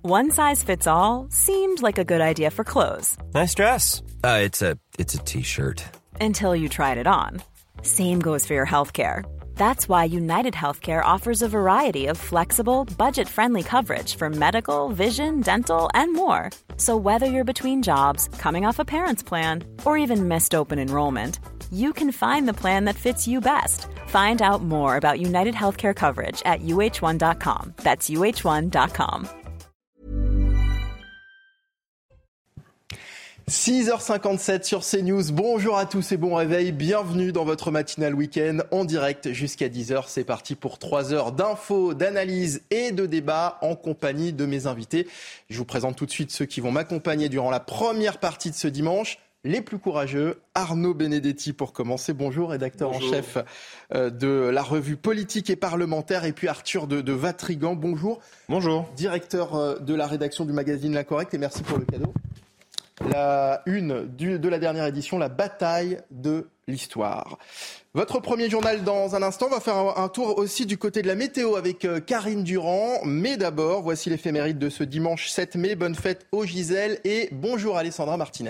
One size fits all seemed like a good idea for clothes. Nice dress. It's a t-shirt. Until you tried it on. Same goes for your healthcare. That's why United Healthcare offers a variety of flexible, budget-friendly coverage for medical, vision, dental, and more. So whether you're between jobs, coming off a parent's plan, or even missed open enrollment, you can find the plan that fits you best. Find out more about United Healthcare coverage at uh1.com. That's uh1.com. 6h57 sur CNews. Bonjour à tous et bon réveil. Bienvenue dans votre matinale week-end en direct jusqu'à 10h. C'est parti pour 3 heures d'infos, d'analyse et de débat en compagnie de mes invités. Je vous présente tout de suite ceux qui vont m'accompagner durant la première partie de ce dimanche. Les plus courageux, Arnaud Benedetti pour commencer. Bonjour, rédacteur en chef de la revue politique et parlementaire. Et puis Arthur de Vatrigan. Bonjour. Bonjour. Directeur de la rédaction du magazine L'Incorrect et merci pour le cadeau. La une de la dernière édition, la bataille de l'histoire. Votre premier journal dans un instant. On va faire un tour aussi du côté de la météo avec Karine Durand. Mais d'abord, voici l'éphéméride de ce dimanche 7 mai. Bonne fête aux Gisèle et bonjour Alessandra Martinez.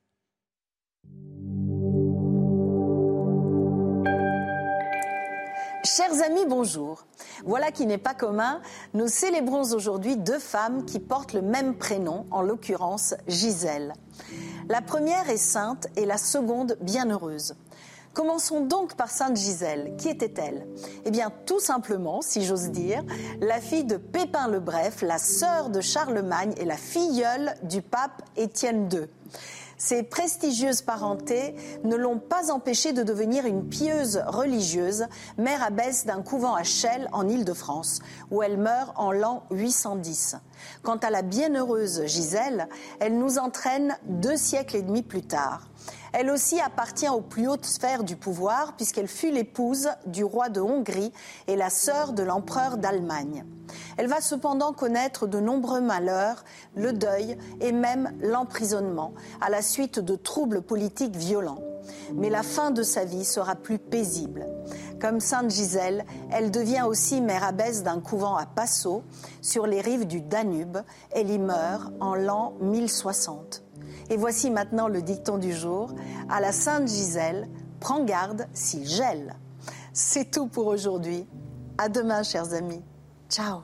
Chers amis, bonjour. Voilà qui n'est pas commun. Nous célébrons aujourd'hui 2 femmes qui portent le même prénom, en l'occurrence Gisèle. La première est sainte et la seconde bienheureuse. Commençons donc par Sainte Gisèle. Qui était-elle ? Eh bien, tout simplement, si j'ose dire, la fille de Pépin le Bref, la sœur de Charlemagne et la filleule du pape Étienne II. Ces prestigieuses parentés ne l'ont pas empêchée de devenir une pieuse religieuse, mère abbesse d'un couvent à Chelles en Île-de-France, où elle meurt en l'an 810. Quant à la bienheureuse Gisèle, elle nous entraîne 2 siècles et demi plus tard. Elle aussi appartient aux plus hautes sphères du pouvoir puisqu'elle fut l'épouse du roi de Hongrie et la sœur de l'empereur d'Allemagne. Elle va cependant connaître de nombreux malheurs, le deuil et même l'emprisonnement à la suite de troubles politiques violents. Mais la fin de sa vie sera plus paisible. Comme Sainte Gisèle, elle devient aussi mère abbesse d'un couvent à Passau, sur les rives du Danube. Elle y meurt en l'an 1060. Et voici maintenant le dicton du jour. À la Sainte Gisèle, prends garde s'il gèle. C'est tout pour aujourd'hui. À demain, chers amis. Ciao.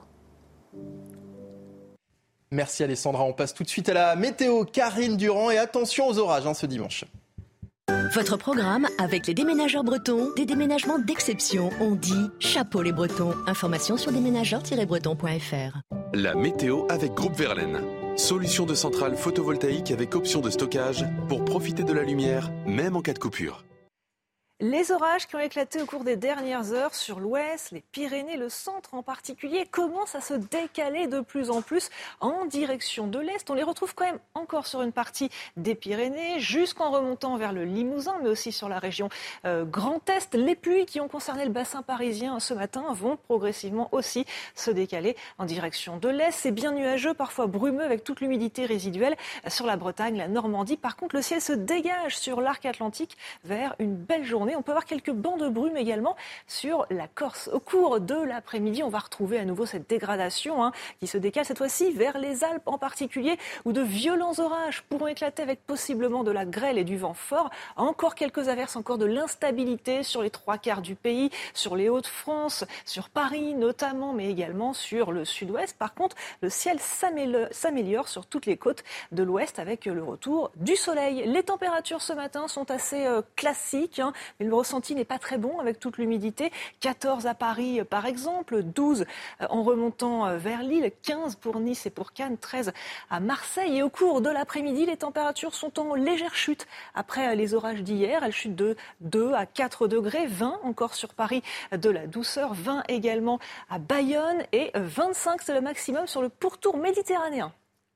Merci Alessandra. On passe tout de suite à la météo. Karine Durand et attention aux orages ce dimanche. Votre programme avec les déménageurs bretons, des déménagements d'exception. On dit chapeau les bretons. Information sur déménageurs-bretons.fr. La météo avec Groupe Verlaine. Solution de centrale photovoltaïque avec option de stockage pour profiter de la lumière, même en cas de coupure. Les orages qui ont éclaté au cours des dernières heures sur l'ouest, les Pyrénées, le centre en particulier, commencent à se décaler de plus en plus en direction de l'est. On les retrouve quand même encore sur une partie des Pyrénées, jusqu'en remontant vers le Limousin, mais aussi sur la région Grand Est. Les pluies qui ont concerné le bassin parisien ce matin vont progressivement aussi se décaler en direction de l'est. C'est bien nuageux, parfois brumeux, avec toute l'humidité résiduelle sur la Bretagne, la Normandie. Par contre, le ciel se dégage sur l'arc atlantique vers une belle journée. On peut avoir quelques bancs de brume également sur la Corse. Au cours de l'après-midi, on va retrouver à nouveau cette dégradation qui se décale cette fois-ci vers les Alpes en particulier, où de violents orages pourront éclater avec possiblement de la grêle et du vent fort. Encore quelques averses, encore de l'instabilité sur les 3/4 du pays, sur les Hauts-de-France, sur Paris notamment, mais également sur le sud-ouest. Par contre, le ciel s'améliore sur toutes les côtes de l'ouest avec le retour du soleil. Les températures ce matin sont assez classiques, mais le ressenti n'est pas très bon avec toute l'humidité. 14 à Paris par exemple, 12 en remontant vers Lille, 15 pour Nice et pour Cannes, 13 à Marseille. Et au cours de l'après-midi, les températures sont en légère chute. Après les orages d'hier, elles chutent de 2 à 4 degrés, 20 encore sur Paris, de la douceur, 20 également à Bayonne et 25 c'est le maximum sur le pourtour méditerranéen.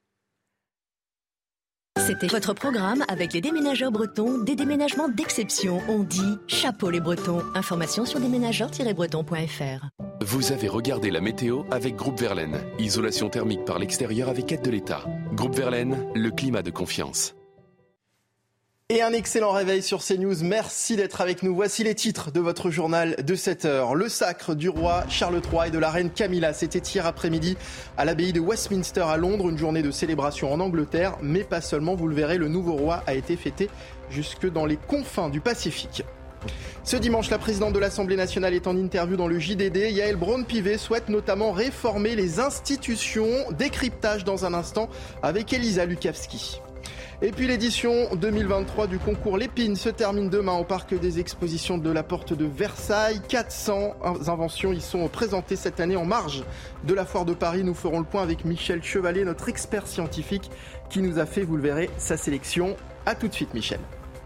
C'était votre programme avec les déménageurs bretons, des déménagements d'exception. On dit chapeau les bretons. Information sur déménageurs-bretons.fr. Vous avez regardé la météo avec Groupe Verlaine. Isolation thermique par l'extérieur avec aide de l'État. Groupe Verlaine, le climat de confiance. Et un excellent réveil sur CNews. Merci d'être avec nous. Voici les titres de votre journal de 7h. Le sacre du roi Charles III et de la reine Camilla. C'était hier après-midi à l'abbaye de Westminster à Londres. Une journée de célébration en Angleterre. Mais pas seulement, vous le verrez, le nouveau roi a été fêté jusque dans les confins du Pacifique. Ce dimanche, la présidente de l'Assemblée nationale est en interview dans le JDD. Yael Braun-Pivet souhaite notamment réformer les institutions. Décryptage dans un instant avec Elisa Lukavski. Et puis l'édition 2023 du concours Lépine se termine demain au parc des expositions de la Porte de Versailles. 400 inventions y sont présentées cette année en marge de la Foire de Paris. Nous ferons le point avec Michel Chevalet, notre expert scientifique qui nous a fait, vous le verrez, sa sélection. A tout de suite Michel.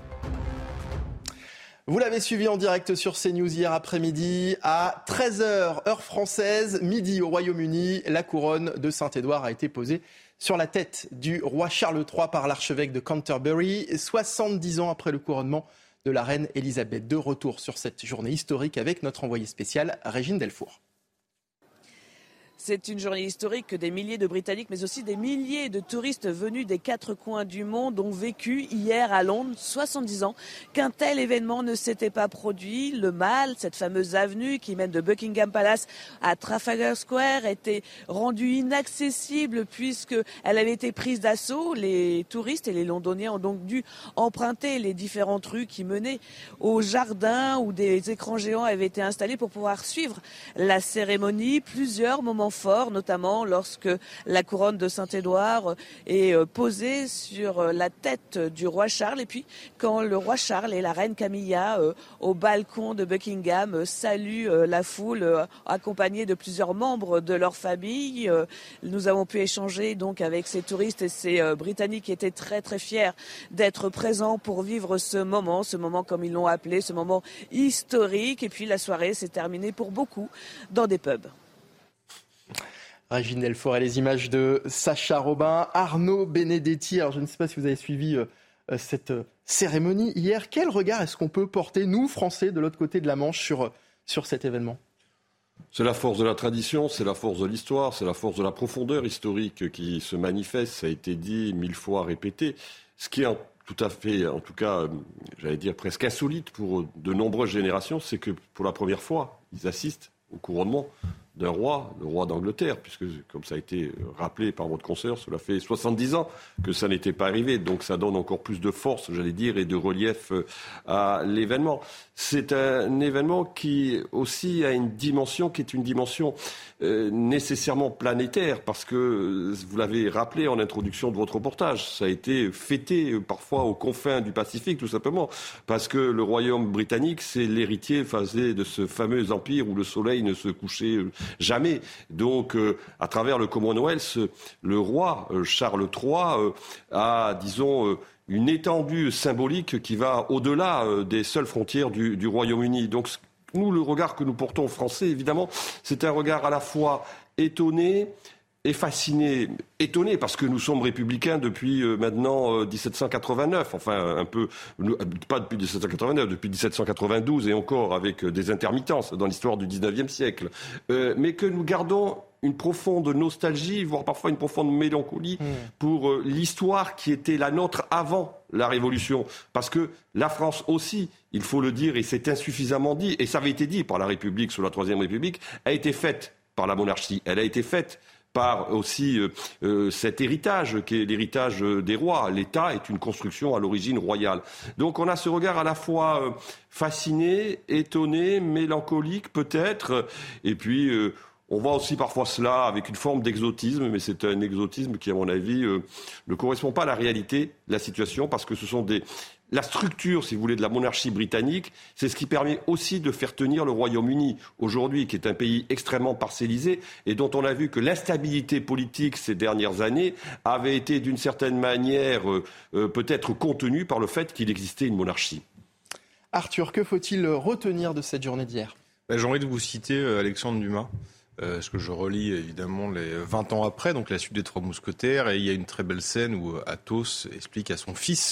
Vous l'avez suivi en direct sur CNews hier après-midi à 13h, heure française, midi au Royaume-Uni. La couronne de Saint-Édouard a été posée sur la tête du roi Charles III par l'archevêque de Canterbury, 70 ans après le couronnement de la reine Elisabeth II. Retour sur cette journée historique avec notre envoyée spéciale Régine Delfour. C'est une journée historique que des milliers de Britanniques, mais aussi des milliers de touristes venus des 4 coins du monde ont vécu hier à Londres, 70 ans, qu'un tel événement ne s'était pas produit. Le Mall, cette fameuse avenue qui mène de Buckingham Palace à Trafalgar Square, était rendue inaccessible puisqu'elle avait été prise d'assaut. Les touristes et les Londoniens ont donc dû emprunter les différentes rues qui menaient au jardin où des écrans géants avaient été installés pour pouvoir suivre la cérémonie. Plusieurs moments forts, notamment lorsque la couronne de Saint-Édouard est posée sur la tête du roi Charles, et puis quand le roi Charles et la reine Camilla au balcon de Buckingham saluent la foule accompagnés de plusieurs membres de leur famille. Nous avons pu échanger donc avec ces touristes et ces Britanniques qui étaient très très fiers d'être présents pour vivre ce moment comme ils l'ont appelé, ce moment historique. Et puis la soirée s'est terminée pour beaucoup dans des pubs. Régine Delfour et les images de Sacha Robin, Arnaud Benedetti. Alors je ne sais pas si vous avez suivi cette cérémonie hier. Quel regard est-ce qu'on peut porter, nous, Français, de l'autre côté de la Manche, sur cet événement ? C'est la force de la tradition, c'est la force de l'histoire, c'est la force de la profondeur historique qui se manifeste. Ça a été dit 1000 fois, répété. Ce qui est tout à fait, en tout cas, j'allais dire presque insolite pour de nombreuses générations, c'est que pour la première fois, ils assistent au couronnement d'un roi, le roi d'Angleterre, puisque, comme ça a été rappelé par votre consoeur, cela fait 70 ans que ça n'était pas arrivé. Donc ça donne encore plus de force, j'allais dire, et de relief à l'événement. C'est un événement qui aussi a une dimension qui est une dimension nécessairement planétaire, parce que, vous l'avez rappelé en introduction de votre reportage, ça a été fêté parfois aux confins du Pacifique, tout simplement, parce que le royaume britannique, c'est l'héritier de ce fameux empire où le soleil ne se couchait jamais. Donc, à travers le Commonwealth, le roi Charles III a, disons, une étendue symbolique qui va au-delà des seules frontières du Royaume-Uni. Donc, nous, le regard que nous portons français, évidemment, c'est un regard à la fois étonné et fasciné. Étonné parce que nous sommes républicains depuis maintenant 1789, enfin un peu, pas depuis 1789, depuis 1792 et encore avec des intermittences dans l'histoire du 19e siècle, mais que nous gardons une profonde nostalgie, voire parfois une profonde mélancolie pour l'histoire qui était la nôtre avant la Révolution. Parce que la France aussi, il faut le dire, et c'est insuffisamment dit, et ça avait été dit par la République, sous la Troisième République, a été faite par la monarchie. Elle a été faite par aussi cet héritage qui est l'héritage des rois. L'État est une construction à l'origine royale. Donc on a ce regard à la fois fasciné, étonné, mélancolique peut-être, et puis on voit aussi parfois cela avec une forme d'exotisme, mais c'est un exotisme qui, à mon avis, ne correspond pas à la réalité de la situation, parce que ce sont la structure, si vous voulez, de la monarchie britannique, c'est ce qui permet aussi de faire tenir le Royaume-Uni aujourd'hui, qui est un pays extrêmement parcellisé et dont on a vu que l'instabilité politique ces dernières années avait été d'une certaine manière peut-être contenue par le fait qu'il existait une monarchie. Arthur, que faut-il retenir de cette journée d'hier ? J'ai envie de vous citer Alexandre Dumas. Parce que je relis évidemment les 20 ans après, donc la suite des Trois Mousquetaires, et il y a une très belle scène où Athos explique à son fils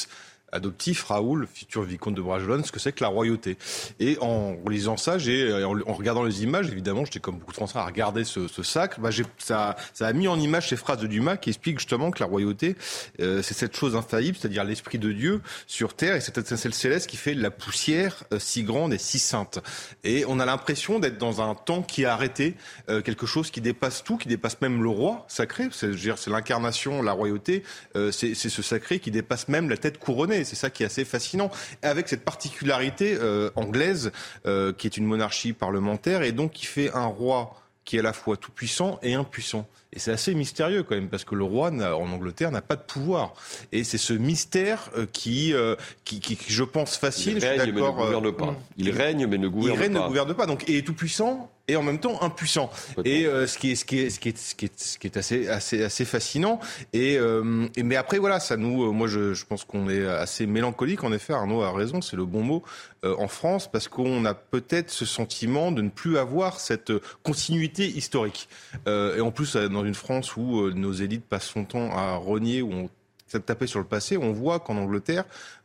adoptif, Raoul, futur vicomte de Bragelonne, ce que c'est que la royauté. Et en lisant ça, en regardant les images, évidemment, j'étais comme beaucoup de Français à regarder ce sacre, ça a mis en image ces phrases de Dumas qui expliquent justement que la royauté, c'est cette chose infaillible, c'est-à-dire l'esprit de Dieu sur terre, et c'est cette étincelle céleste qui fait la poussière si grande et si sainte. Et on a l'impression d'être dans un temps qui a arrêté, quelque chose qui dépasse tout, qui dépasse même le roi sacré, c'est l'incarnation, la royauté, c'est ce sacré qui dépasse même la tête couronnée. C'est ça qui est assez fascinant, avec cette particularité anglaise, qui est une monarchie parlementaire, et donc qui fait un roi qui est à la fois tout-puissant et impuissant. Et c'est assez mystérieux quand même, parce que le roi en Angleterre n'a pas de pouvoir. Et c'est ce mystère qui je pense, fascine. Il règne mais ne gouverne pas. Il règne mais ne gouverne pas. Donc, il est tout-puissant et en même temps impuissant. Et ce qui est assez fascinant. Mais après voilà, ça nous, moi je pense qu'on est assez mélancolique. En effet, Arnaud a raison, c'est le bon mot en France, parce qu'on a peut-être ce sentiment de ne plus avoir cette continuité historique. Et en plus, dans une France où nos élites passent son temps à renier, où on taper sur le passé, on voit qu'en Angleterre,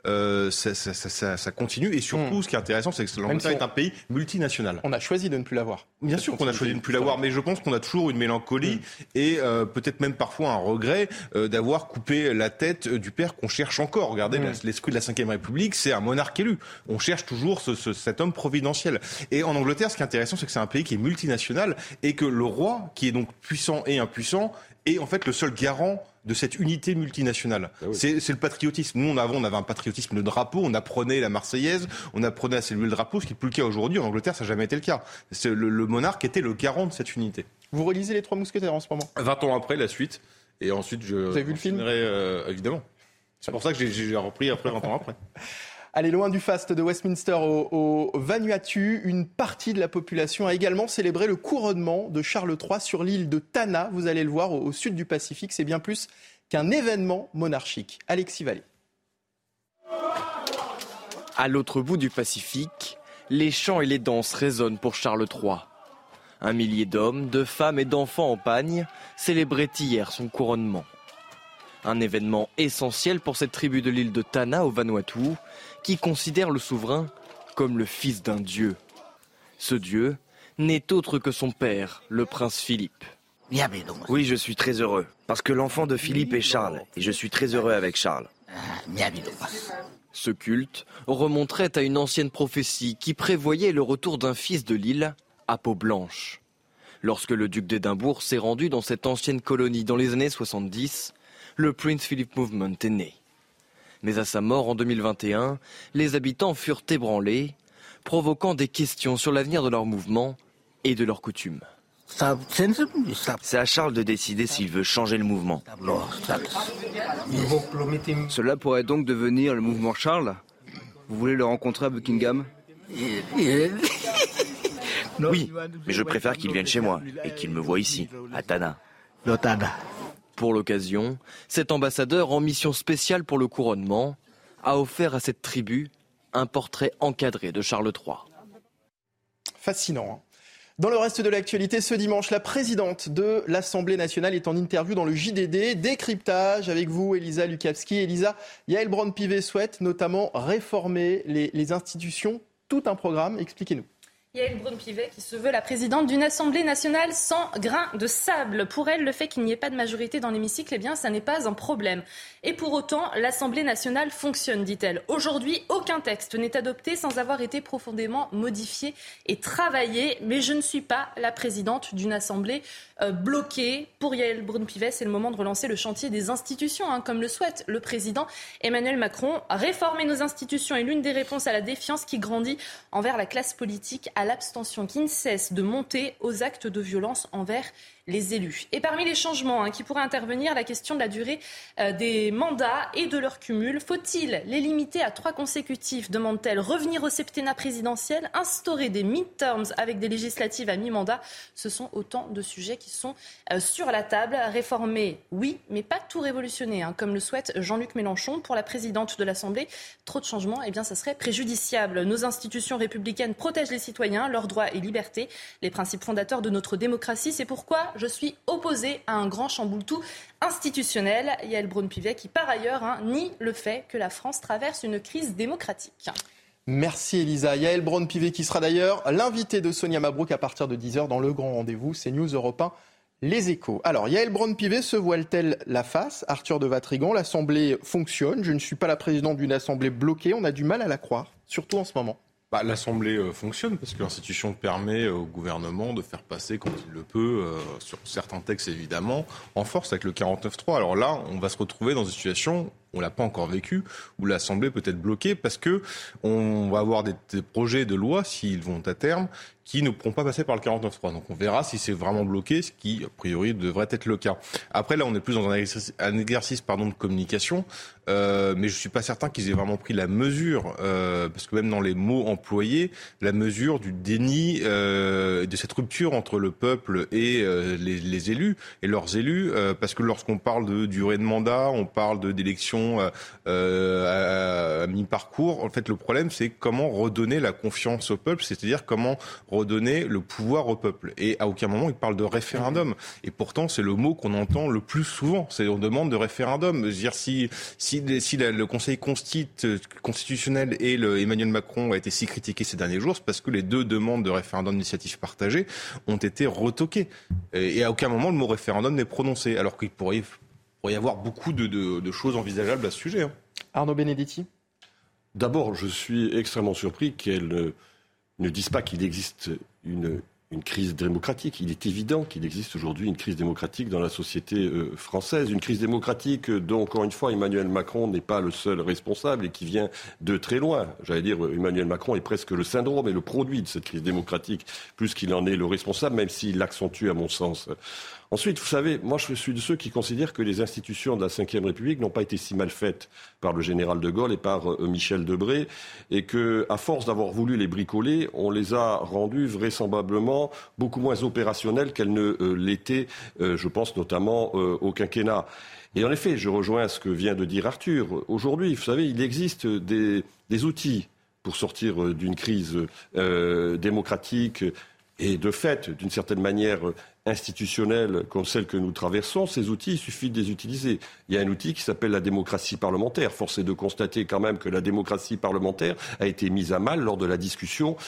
ça continue. Et surtout, ce qui est intéressant, c'est que l'Angleterre est un pays multinational. On a choisi de ne plus l'avoir. Bien sûr qu'on a choisi de ne plus l'avoir, mais je pense qu'on a toujours une mélancolie et peut-être même parfois un regret d'avoir coupé la tête du père qu'on cherche encore. Regardez, l'esprit de la Ve République, c'est un monarque élu. On cherche toujours cet homme providentiel. Et en Angleterre, ce qui est intéressant, c'est que c'est un pays qui est multinational et que le roi, qui est donc puissant et impuissant, est en fait le seul garant de cette unité multinationale. Ah oui. C'est le patriotisme. Nous, on avait un patriotisme de drapeau, on apprenait la Marseillaise, on apprenait à saluer le drapeau, ce qui n'est plus le cas aujourd'hui. En Angleterre, ça n'a jamais été le cas. Le monarque était le garant de cette unité. Vous relisez Les Trois Mousquetaires en ce moment ? 20 ans après, la suite. Et ensuite, Vous avez vu le film ? Évidemment. C'est pour ça que j'ai repris après 20 ans après. Allez, loin du faste de Westminster au Vanuatu, une partie de la population a également célébré le couronnement de Charles III sur l'île de Tanna. Vous allez le voir, au sud du Pacifique, c'est bien plus qu'un événement monarchique. Alexis Vallée. À l'autre bout du Pacifique, les chants et les danses résonnent pour Charles III. 1 millier d'hommes, de femmes et d'enfants en pagne célébraient hier son couronnement. Un événement essentiel pour cette tribu de l'île de Tanna au Vanuatu, qui considère le souverain comme le fils d'un dieu. Ce dieu n'est autre que son père, le prince Philippe. Oui, je suis très heureux, parce que l'enfant de Philippe est Charles, et je suis très heureux avec Charles. Ce culte remonterait à une ancienne prophétie qui prévoyait le retour d'un fils de l'île à peau blanche. Lorsque le duc d'Édimbourg s'est rendu dans cette ancienne colonie dans les années 70, le Prince Philip Movement est né. Mais à sa mort en 2021, les habitants furent ébranlés, provoquant des questions sur l'avenir de leur mouvement et de leurs coutumes. C'est à Charles de décider s'il veut changer le mouvement. Cela pourrait donc devenir le mouvement Charles ? Vous voulez le rencontrer à Buckingham ? Oui, mais je préfère qu'il vienne chez moi et qu'il me voie ici, à Tanna. Pour l'occasion, cet ambassadeur en mission spéciale pour le couronnement a offert à cette tribu un portrait encadré de Charles III. Fascinant, hein. Dans le reste de l'actualité, ce dimanche, la présidente de l'Assemblée nationale est en interview dans le JDD. Décryptage avec vous, Elisa Lukavski. Elisa, Yael Braun-Pivet souhaite notamment réformer les institutions. Tout un programme, expliquez-nous. Yael Braun-Pivet qui se veut la présidente d'une Assemblée nationale sans grain de sable. Pour elle, le fait qu'il n'y ait pas de majorité dans l'hémicycle, eh bien, ça n'est pas un problème. Et pour autant, l'Assemblée nationale fonctionne, dit-elle. Aujourd'hui, aucun texte n'est adopté sans avoir été profondément modifié et travaillé. Mais je ne suis pas la présidente d'une Assemblée bloquée. Pour Yael Braun-Pivet, c'est le moment de relancer le chantier des institutions, comme le souhaite le président Emmanuel Macron. Réformer nos institutions est l'une des réponses à la défiance qui grandit envers la classe politique, à l'abstention qui ne cesse de monter, aux actes de violence envers les élus. Et parmi les changements qui pourraient intervenir, la question de la durée des mandats et de leur cumul. Faut-il les limiter à 3 consécutifs, demande-t-elle, revenir au septennat présidentiel, instaurer des midterms avec des législatives à mi-mandat? Ce sont autant de sujets qui sont sur la table. Réformer, oui, mais pas tout révolutionner, comme le souhaite Jean-Luc Mélenchon. Pour la présidente de l'Assemblée, trop de changements, eh bien, ça serait préjudiciable. Nos institutions républicaines protègent les citoyens, leurs droits et libertés, les principes fondateurs de notre démocratie. C'est pourquoi je suis opposée à un grand chamboule-tout institutionnel. Yaël Braun-Pivet qui, par ailleurs, nie le fait que la France traverse une crise démocratique. Merci Elisa. Yaël Braun-Pivet qui sera d'ailleurs l'invitée de Sonia Mabrouk à partir de 10h dans le grand rendez-vous CNews Europe 1. Les Échos. Alors, Yaël Braun-Pivet se voile-t-elle la face ? Arthur de Vatrigan, l'Assemblée fonctionne. Je ne suis pas la présidente d'une Assemblée bloquée. On a du mal à la croire, surtout en ce moment. L'Assemblée fonctionne parce que l'institution permet au gouvernement de faire passer, quand il le peut, sur certains textes évidemment, en force avec le 49.3. Alors là, on va se retrouver dans une situation, on ne l'a pas encore vécu, où l'Assemblée peut être bloquée parce que on va avoir des projets de loi, s'ils vont à terme, qui ne pourront pas passer par le 49.3. Donc on verra si c'est vraiment bloqué, ce qui, a priori, devrait être le cas. Après, là, on est plus dans un exercice de communication, mais je ne suis pas certain qu'ils aient vraiment pris la mesure, parce que même dans les mots employés, la mesure du déni de cette rupture entre le peuple et les élus, et leurs élus, parce que lorsqu'on parle de durée de mandat, on parle d'élections à mi-parcours, en fait, le problème, c'est comment redonner la confiance au peuple, c'est-à-dire comment redonner le pouvoir au peuple. Et à aucun moment, il parle de référendum. Et pourtant, c'est le mot qu'on entend le plus souvent. C'est on demande de référendum. Je veux dire, si le Conseil constitutionnel et Emmanuel Macron a été si critiqué ces derniers jours, c'est parce que les deux demandes de référendum d'initiative partagée ont été retoquées. Et à aucun moment, le mot référendum n'est prononcé. Alors qu'il pourrait y avoir beaucoup de choses envisageables à ce sujet. Arnaud Benedetti ? D'abord, je suis extrêmement surpris qu'elle ne disent pas qu'il existe une crise démocratique. Il est évident qu'il existe aujourd'hui une crise démocratique dans la société française. Une crise démocratique dont, encore une fois, Emmanuel Macron n'est pas le seul responsable et qui vient de très loin. J'allais dire, Emmanuel Macron est presque le syndrome et le produit de cette crise démocratique, plus qu'il en est le responsable, même s'il l'accentue à mon sens. Ensuite, vous savez, moi je suis de ceux qui considèrent que les institutions de la Ve République n'ont pas été si mal faites par le général de Gaulle et par Michel Debré, et qu'à force d'avoir voulu les bricoler, on les a rendues vraisemblablement beaucoup moins opérationnelles qu'elles ne l'étaient, je pense notamment au quinquennat. Et en effet, je rejoins ce que vient de dire Arthur. Aujourd'hui, vous savez, il existe des outils pour sortir d'une crise démocratique et de fait, d'une certaine manière institutionnelle comme celle que nous traversons, ces outils, il suffit de les utiliser. Il y a un outil qui s'appelle la démocratie parlementaire. Force est de constater quand même que la démocratie parlementaire a été mise à mal lors de la discussion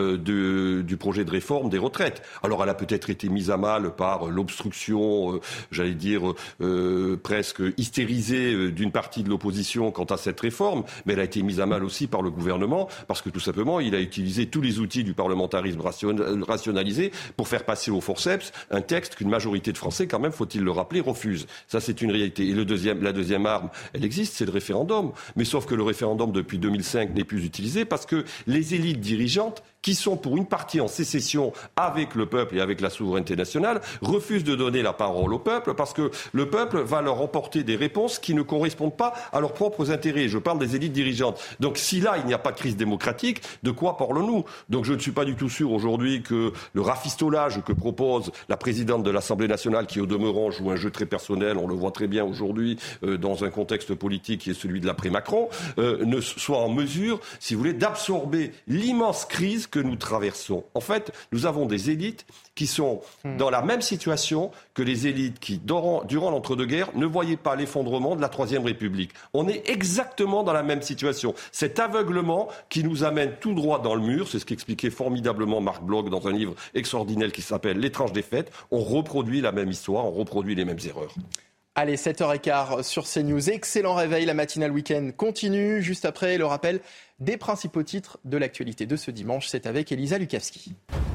du projet de réforme des retraites. Alors elle a peut-être été mise à mal par l'obstruction, j'allais dire, presque hystérisée d'une partie de l'opposition quant à cette réforme, mais elle a été mise à mal aussi par le gouvernement, parce que tout simplement, il a utilisé tous les outils du parlementarisme rationalisé pour faire passer au forceps un texte qu'une majorité de Français, quand même, faut-il le rappeler, refuse. Ça, c'est une réalité. Et la deuxième arme, elle existe, c'est le référendum. Mais sauf que le référendum, depuis 2005, n'est plus utilisé parce que les élites dirigeantes, qui sont pour une partie en sécession avec le peuple et avec la souveraineté nationale, refusent de donner la parole au peuple parce que le peuple va leur emporter des réponses qui ne correspondent pas à leurs propres intérêts. Je parle des élites dirigeantes. Donc si là, il n'y a pas de crise démocratique, de quoi parlons-nous ? Donc je ne suis pas du tout sûr aujourd'hui que le rafistolage que propose la présidente de l'Assemblée nationale, qui au demeurant joue un jeu très personnel, on le voit très bien aujourd'hui dans un contexte politique qui est celui de l'après-Macron, ne soit en mesure, si vous voulez, d'absorber l'immense crise que nous traversons. En fait, nous avons des élites qui sont dans la même situation que les élites qui, durant l'entre-deux-guerres, ne voyaient pas l'effondrement de la Troisième République. On est exactement dans la même situation. Cet aveuglement qui nous amène tout droit dans le mur, c'est ce qu'expliquait formidablement Marc Bloch dans un livre extraordinaire qui s'appelle « L'étrange défaite ». On reproduit la même histoire, on reproduit les mêmes erreurs. Allez, 7h15 sur CNews. Excellent réveil, la matinale week-end continue. Juste après, le rappel des principaux titres de l'actualité de ce dimanche. C'est avec Elisa Lukavski.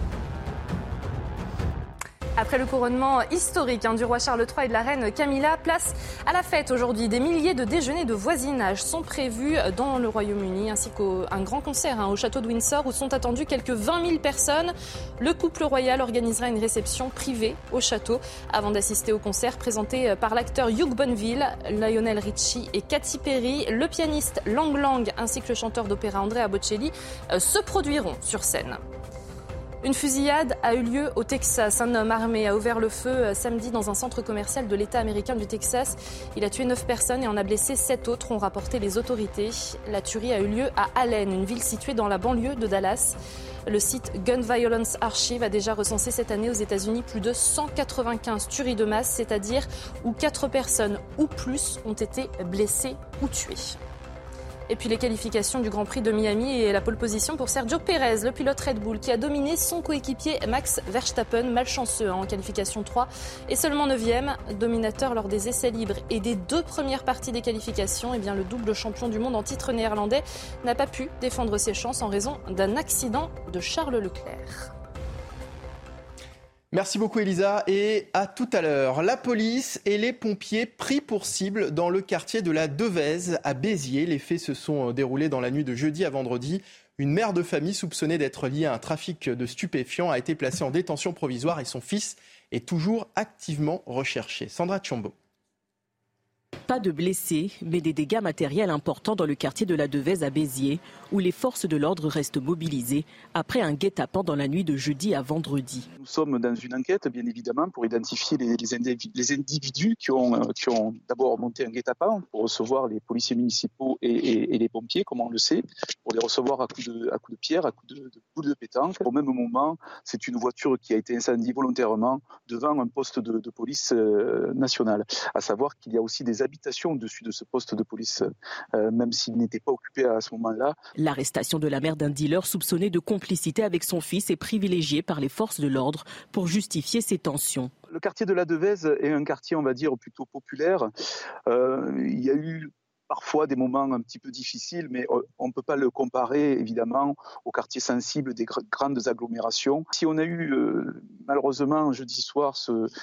Après le couronnement historique du roi Charles III et de la reine Camilla, place à la fête aujourd'hui. Des milliers de déjeuners de voisinage sont prévus dans le Royaume-Uni, ainsi qu'un grand concert au château de Windsor où sont attendues quelques 20 000 personnes. Le couple royal organisera une réception privée au château avant d'assister au concert présenté par l'acteur Hugh Bonneville, Lionel Richie et Katy Perry. Le pianiste Lang Lang ainsi que le chanteur d'opéra Andrea Bocelli se produiront sur scène. Une fusillade a eu lieu au Texas. Un homme armé a ouvert le feu samedi dans un centre commercial de l'État américain du Texas. Il a tué 9 personnes et en a blessé 7 autres, ont rapporté les autorités. La tuerie a eu lieu à Allen, une ville située dans la banlieue de Dallas. Le site Gun Violence Archive a déjà recensé cette année aux États-Unis plus de 195 tueries de masse, c'est-à-dire où 4 personnes ou plus ont été blessées ou tuées. Et puis les qualifications du Grand Prix de Miami et la pole position pour Sergio Pérez, le pilote Red Bull qui a dominé son coéquipier Max Verstappen, malchanceux en qualification 3 et seulement 9e, dominateur lors des essais libres et des 2 premières parties des qualifications. Et bien le double champion du monde en titre néerlandais n'a pas pu défendre ses chances en raison d'un accident de Charles Leclerc. Merci beaucoup Elisa et à tout à l'heure. La police et les pompiers pris pour cible dans le quartier de la Devèze à Béziers. Les faits se sont déroulés dans la nuit de jeudi à vendredi. Une mère de famille soupçonnée d'être liée à un trafic de stupéfiants a été placée en détention provisoire et son fils est toujours activement recherché. Sandra Tchombo. Pas de blessés, mais des dégâts matériels importants dans le quartier de la Devèze à Béziers, où les forces de l'ordre restent mobilisées après un guet-apens dans la nuit de jeudi à vendredi. Nous sommes dans une enquête, bien évidemment, pour identifier les individus qui ont d'abord monté un guet-apens pour recevoir les policiers municipaux et les pompiers, comme on le sait, pour les recevoir à coups de pierre, à coups de boules de pétanque. Au même moment, c'est une voiture qui a été incendiée volontairement devant un poste de police nationale. À savoir qu'il y a aussi des habitations au-dessus de ce poste de police, même s'il n'était pas occupé à ce moment-là. L'arrestation de la mère d'un dealer soupçonné de complicité avec son fils est privilégiée par les forces de l'ordre pour justifier ces tensions. Le quartier de la Devèze est un quartier, on va dire, plutôt populaire. Il y a eu parfois des moments un petit peu difficiles, mais on ne peut pas le comparer évidemment au quartier sensible des grandes agglomérations. Si on a eu malheureusement jeudi soir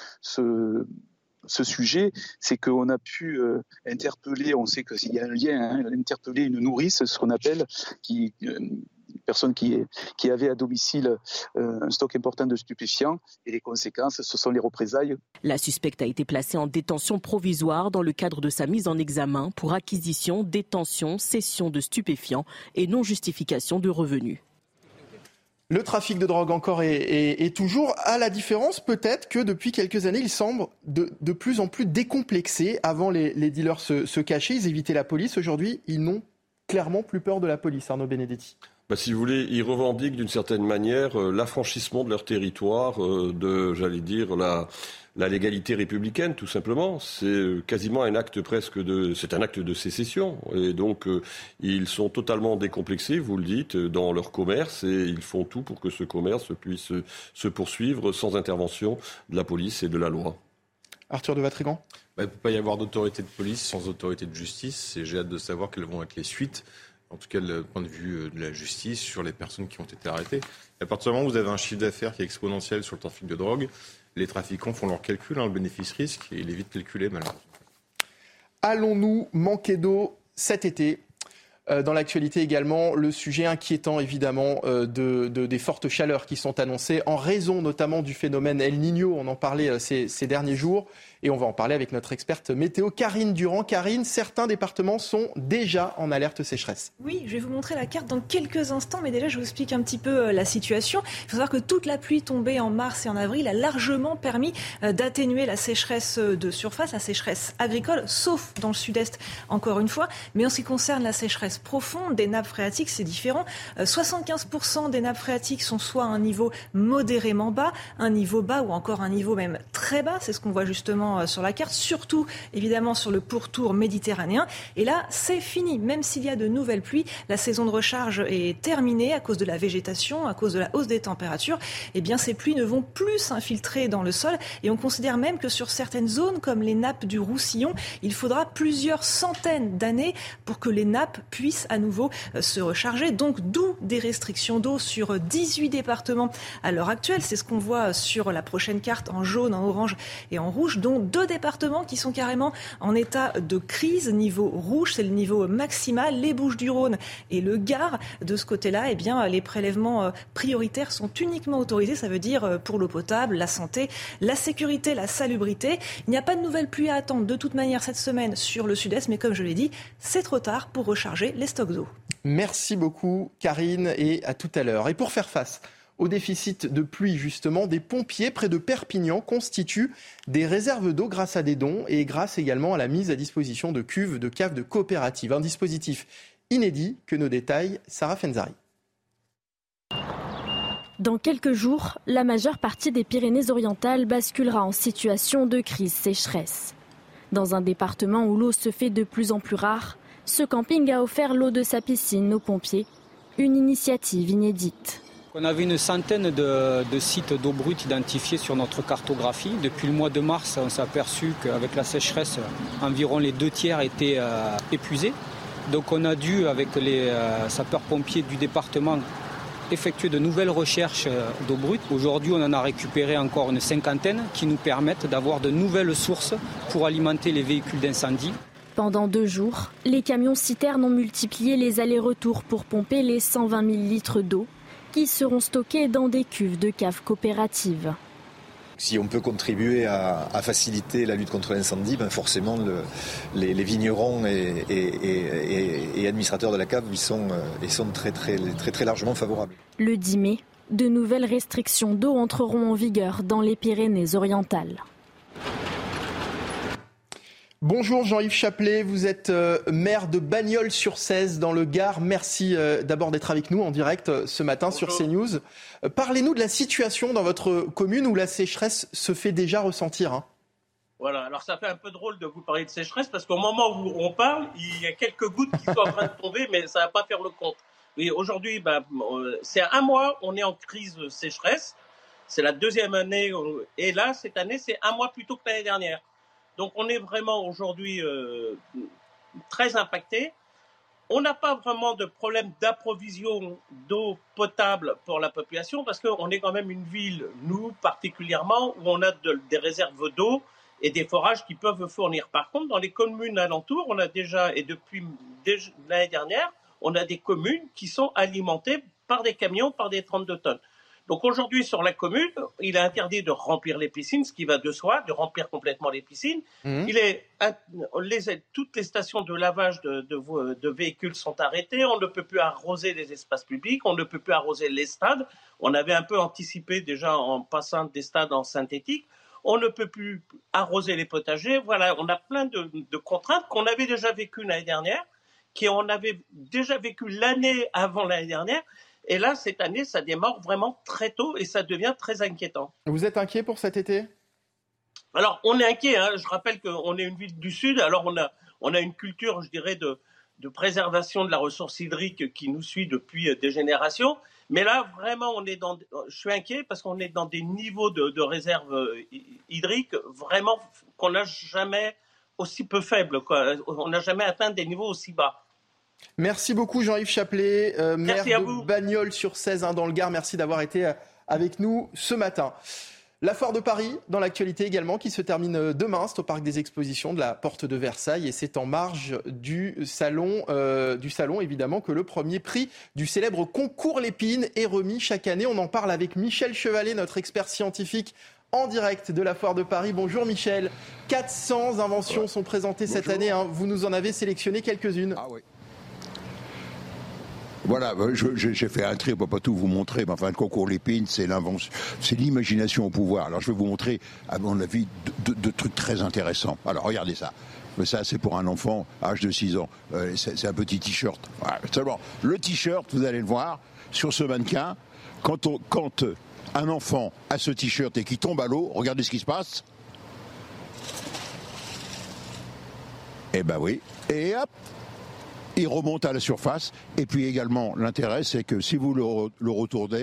ce sujet, c'est qu'on a pu interpeller, on sait qu'il y a un lien, interpeller une nourrice, ce qu'on appelle, une personne qui avait à domicile un stock important de stupéfiants, et les conséquences, ce sont les représailles. La suspecte a été placée en détention provisoire dans le cadre de sa mise en examen pour acquisition, détention, cession de stupéfiants et non-justification de revenus. Le trafic de drogue encore est toujours, à la différence peut-être que depuis quelques années, il semble de plus en plus décomplexé. Avant, les dealers se cachaient, ils évitaient la police. Aujourd'hui, ils n'ont clairement plus peur de la police, Arnaud Benedetti. Si vous voulez, ils revendiquent d'une certaine manière l'affranchissement de leur territoire, la légalité républicaine, tout simplement. C'est quasiment un acte c'est un acte de sécession. Et donc, ils sont totalement décomplexés, vous le dites, dans leur commerce, et ils font tout pour que ce commerce puisse se poursuivre sans intervention de la police et de la loi. Arthur de Vatrigan. Il ne peut pas y avoir d'autorité de police sans autorité de justice, et j'ai hâte de savoir quelles vont être les suites, en tout cas le point de vue de la justice, sur les personnes qui ont été arrêtées. Et à partir du moment où vous avez un chiffre d'affaires qui est exponentiel sur le trafic de drogue, les trafiquants font leur calcul, le bénéfice-risque, et il est vite calculé malheureusement. Allons-nous manquer d'eau cet été ? Dans l'actualité également, le sujet inquiétant évidemment des fortes chaleurs qui sont annoncées en raison notamment du phénomène El Niño. On en parlait ces derniers jours et on va en parler avec notre experte météo Karine Durand. Karine, certains départements sont déjà en alerte sécheresse. Oui, je vais vous montrer la carte dans quelques instants, mais déjà je vous explique un petit peu la situation. Il faut savoir que toute la pluie tombée en mars et en avril a largement permis d'atténuer la sécheresse de surface, la sécheresse agricole, sauf dans le sud-est encore une fois. Mais en ce qui concerne la sécheresse profonde des nappes phréatiques, c'est différent. 75% des nappes phréatiques sont soit à un niveau modérément bas, un niveau bas ou encore un niveau même très bas. C'est ce qu'on voit justement sur la carte, surtout évidemment sur le pourtour méditerranéen. Et là, c'est fini. Même s'il y a de nouvelles pluies, la saison de recharge est terminée à cause de la végétation, à cause de la hausse des températures. Eh bien, ces pluies ne vont plus s'infiltrer dans le sol. Et on considère même que sur certaines zones, comme les nappes du Roussillon, il faudra plusieurs centaines d'années pour que les nappes puissent à nouveau se recharger. Donc, d'où des restrictions d'eau sur 18 départements à l'heure actuelle. C'est ce qu'on voit sur la prochaine carte en jaune, en orange et en rouge, dont 2 départements qui sont carrément en état de crise. Niveau rouge, c'est le niveau maximal. Les Bouches-du-Rhône et le Gard. De ce côté-là, eh bien, les prélèvements prioritaires sont uniquement autorisés. Ça veut dire pour l'eau potable, la santé, la sécurité, la salubrité. Il n'y a pas de nouvelles pluies à attendre de toute manière cette semaine sur le sud-est, mais comme je l'ai dit, c'est trop tard pour recharger les stocks d'eau. Merci beaucoup Karine et à tout à l'heure. Et pour faire face au déficit de pluie, justement, des pompiers près de Perpignan constituent des réserves d'eau grâce à des dons et grâce également à la mise à disposition de cuves, de caves de coopératives. Un dispositif inédit que nous détaille Sarah Fenzari. Dans quelques jours, la majeure partie des Pyrénées-Orientales basculera en situation de crise sécheresse. Dans un département où l'eau se fait de plus en plus rare, ce camping a offert l'eau de sa piscine aux pompiers, une initiative inédite. On avait une centaine de sites d'eau brute identifiés sur notre cartographie. Depuis le mois de mars, on s'est aperçu qu'avec la sécheresse, environ les 2/3 étaient épuisés. Donc on a dû, avec les sapeurs-pompiers du département, effectuer de nouvelles recherches d'eau brute. Aujourd'hui, on en a récupéré encore une cinquantaine qui nous permettent d'avoir de nouvelles sources pour alimenter les véhicules d'incendie. Pendant 2 jours, les camions citernes ont multiplié les allers-retours pour pomper les 120 000 litres d'eau qui seront stockés dans des cuves de caves coopératives. Si on peut contribuer à faciliter la lutte contre l'incendie, forcément les vignerons et administrateurs de la cave y sont très largement favorables. Le 10 mai, de nouvelles restrictions d'eau entreront en vigueur dans les Pyrénées-Orientales. Bonjour Jean-Yves Chaplet, vous êtes maire de Bagnols-sur-Cèze dans le Gard. Merci d'abord d'être avec nous en direct ce matin sur CNews. Parlez-nous de la situation dans votre commune où la sécheresse se fait déjà ressentir. Voilà, alors ça fait un peu drôle de vous parler de sécheresse parce qu'au moment où on parle, il y a quelques gouttes qui sont en train de tomber, mais ça ne va pas faire le compte. Oui, aujourd'hui, c'est 1 mois, on est en crise de sécheresse. C'est la 2e année, et là, cette année, c'est 1 mois plus tôt que l'année dernière. Donc on est vraiment aujourd'hui très impacté. On n'a pas vraiment de problème d'approvision d'eau potable pour la population parce qu'on est quand même une ville, nous particulièrement, où on a des réserves d'eau et des forages qui peuvent fournir. Par contre, dans les communes alentours, on a déjà, et depuis l'année dernière, on a des communes qui sont alimentées par des camions, par des 32 tonnes. Donc aujourd'hui, sur la commune, il est interdit de remplir les piscines, ce qui va de soi, de remplir complètement les piscines. Toutes les stations de lavage de véhicules sont arrêtées. On ne peut plus arroser les espaces publics, on ne peut plus arroser les stades. On avait un peu anticipé déjà en passant des stades en synthétique. On ne peut plus arroser les potagers. Voilà, on a plein de contraintes qu'on avait déjà vécues l'année dernière, qu'on avait déjà vécues l'année avant l'année dernière. Et là, cette année, ça démarre vraiment très tôt et ça devient très inquiétant. Vous êtes inquiet pour cet été ? Alors, on est inquiet. Je rappelle qu'on est une ville du Sud. Alors, on a une culture, je dirais, de préservation de la ressource hydrique qui nous suit depuis des générations. Mais là, vraiment, je suis inquiet parce qu'on est dans des niveaux de réserve hydrique vraiment qu'on n'a jamais aussi peu faibles, quoi. On n'a jamais atteint des niveaux aussi bas. Merci beaucoup Jean-Yves Chaplet, maire de Bagnols-sur-Cèze dans le Gard. Merci d'avoir été avec nous ce matin. La Foire de Paris, dans l'actualité également, qui se termine demain. C'est au Parc des Expositions de la Porte de Versailles et c'est en marge du salon évidemment que le premier prix du célèbre concours Lépine est remis chaque année. On en parle avec Michel Chevalet, notre expert scientifique en direct de la Foire de Paris. Bonjour Michel. 400 inventions sont présentées cette année. Vous nous en avez sélectionné quelques-unes. Ah oui. Voilà, j'ai fait un tri, on ne peut pas tout vous montrer, mais enfin le concours Lépine, c'est l'imagination au pouvoir. Alors je vais vous montrer, à mon avis, deux trucs très intéressants. Alors regardez ça. Ça, c'est pour un enfant, âge de 6 ans. C'est un petit t-shirt. Voilà. Seulement, le t-shirt, vous allez le voir, sur ce mannequin, quand un enfant a ce t-shirt et qui tombe à l'eau, regardez ce qui se passe. Eh ben oui, et hop, il remonte à la surface. Et puis également, l'intérêt, c'est que si vous le retournez,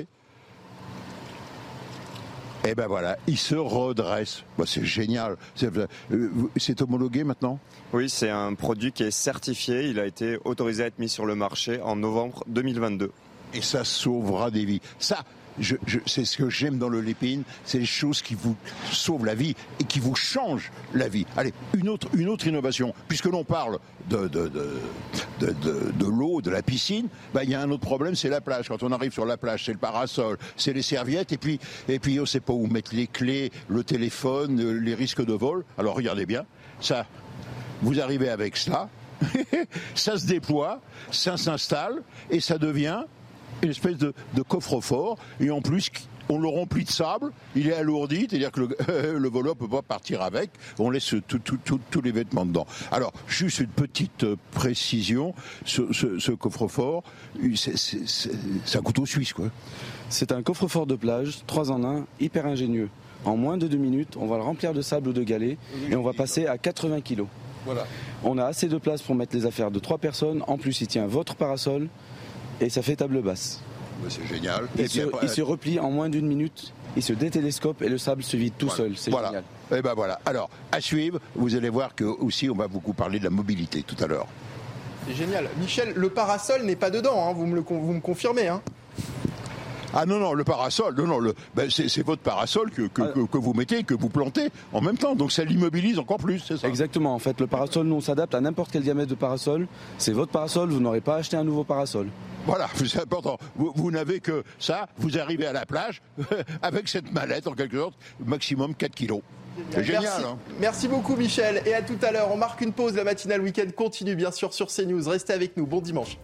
eh ben voilà, il se redresse. C'est génial. C'est homologué maintenant ? Oui, c'est un produit qui est certifié. Il a été autorisé à être mis sur le marché en novembre 2022. Et ça sauvera des vies. Ça, c'est ce que j'aime dans le Lépine, c'est les choses qui vous sauvent la vie et qui vous changent la vie. Allez, une autre innovation, puisque l'on parle de l'eau, de la piscine, il y a un autre problème, c'est la plage. Quand on arrive sur la plage, c'est le parasol, c'est les serviettes, et puis on ne sait pas où mettre les clés, le téléphone, les risques de vol. Alors regardez bien, ça, vous arrivez avec ça, ça se déploie, ça s'installe, et ça devient une espèce de coffre-fort, et en plus, on le remplit de sable, il est alourdi, c'est-à-dire que le voleur ne peut pas partir avec, on laisse tous les vêtements dedans. Alors, juste une petite précision, ce coffre-fort, c'est un couteau suisse, quoi. C'est un coffre-fort de plage, 3 en 1, hyper ingénieux. En moins de 2 minutes, on va le remplir de sable ou de galets et on va passer à 80 kilos. Voilà. On a assez de place pour mettre les affaires de 3 personnes. En plus, il tient votre parasol et ça fait table basse. C'est génial. Il se replie en moins d'1 minute, il se détélescope et le sable se vide tout seul. C'est génial. Et ben voilà. Alors, à suivre, vous allez voir que aussi on va beaucoup parler de la mobilité tout à l'heure. C'est génial. Michel, le parasol n'est pas dedans, hein, vous me confirmez, hein? Ah non, le parasol, c'est votre parasol que vous mettez, que vous plantez en même temps. Donc ça l'immobilise encore plus, c'est ça? Exactement, en fait, le parasol, nous on s'adapte à n'importe quel diamètre de parasol. C'est votre parasol, vous n'aurez pas acheté un nouveau parasol. Voilà, c'est important. Vous n'avez que ça, vous arrivez à la plage avec cette mallette, en quelque sorte, maximum 4 kilos. C'est génial. Merci. Hein. Merci beaucoup Michel, et à tout à l'heure. On marque une pause, la matinale week-end continue bien sûr sur CNews. Restez avec nous, bon dimanche.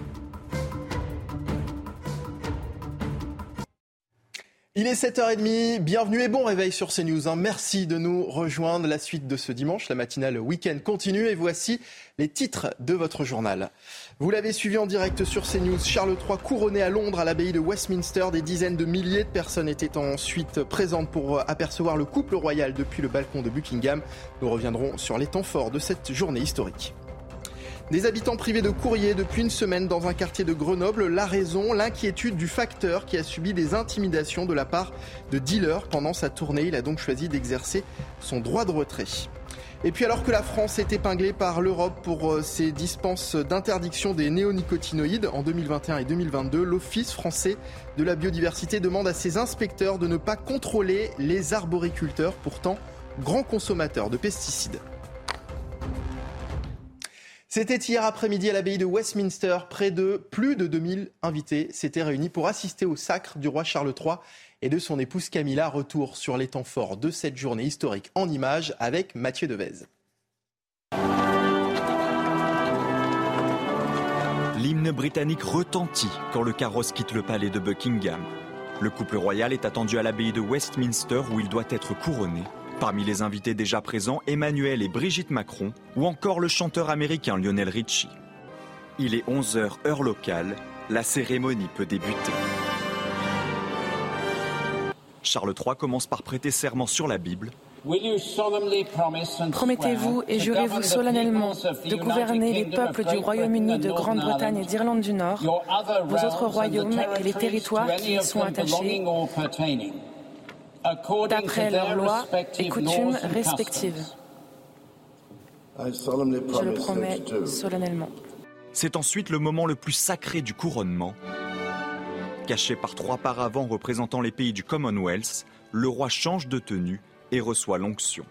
Il est 7h30, bienvenue et bon réveil sur CNews. Merci de nous rejoindre. La suite de ce dimanche, la matinale week-end continue et voici les titres de votre journal. Vous l'avez suivi en direct sur CNews. Charles III couronné à Londres à l'abbaye de Westminster. Des dizaines de milliers de personnes étaient ensuite présentes pour apercevoir le couple royal depuis le balcon de Buckingham. Nous reviendrons sur les temps forts de cette journée historique. Des habitants privés de courrier depuis une semaine dans un quartier de Grenoble. La raison, l'inquiétude du facteur qui a subi des intimidations de la part de dealers pendant sa tournée. Il a donc choisi d'exercer son droit de retrait. Et puis alors que la France est épinglée par l'Europe pour ses dispenses d'interdiction des néonicotinoïdes en 2021 et 2022, l'Office français de la biodiversité demande à ses inspecteurs de ne pas contrôler les arboriculteurs, pourtant grands consommateurs de pesticides. C'était hier après-midi à l'abbaye de Westminster. Plus de 2000 invités s'étaient réunis pour assister au sacre du roi Charles III et de son épouse Camilla. Retour sur les temps forts de cette journée historique en images avec Mathieu Devez. L'hymne britannique retentit quand le carrosse quitte le palais de Buckingham. Le couple royal est attendu à l'abbaye de Westminster où il doit être couronné. Parmi les invités déjà présents, Emmanuel et Brigitte Macron ou encore le chanteur américain Lionel Richie. Il est 11h heure locale, la cérémonie peut débuter. Charles III commence par prêter serment sur la Bible. Promettez-vous et jurez-vous solennellement de gouverner les peuples du Royaume-Uni, de Grande-Bretagne et d'Irlande du Nord, vos autres royaumes et les territoires qui y sont attachés, d'après leurs lois et coutumes respectives. Je le promets solennellement. C'est ensuite le moment le plus sacré du couronnement. Caché par 3 paravents représentant les pays du Commonwealth, le roi change de tenue et reçoit l'onction.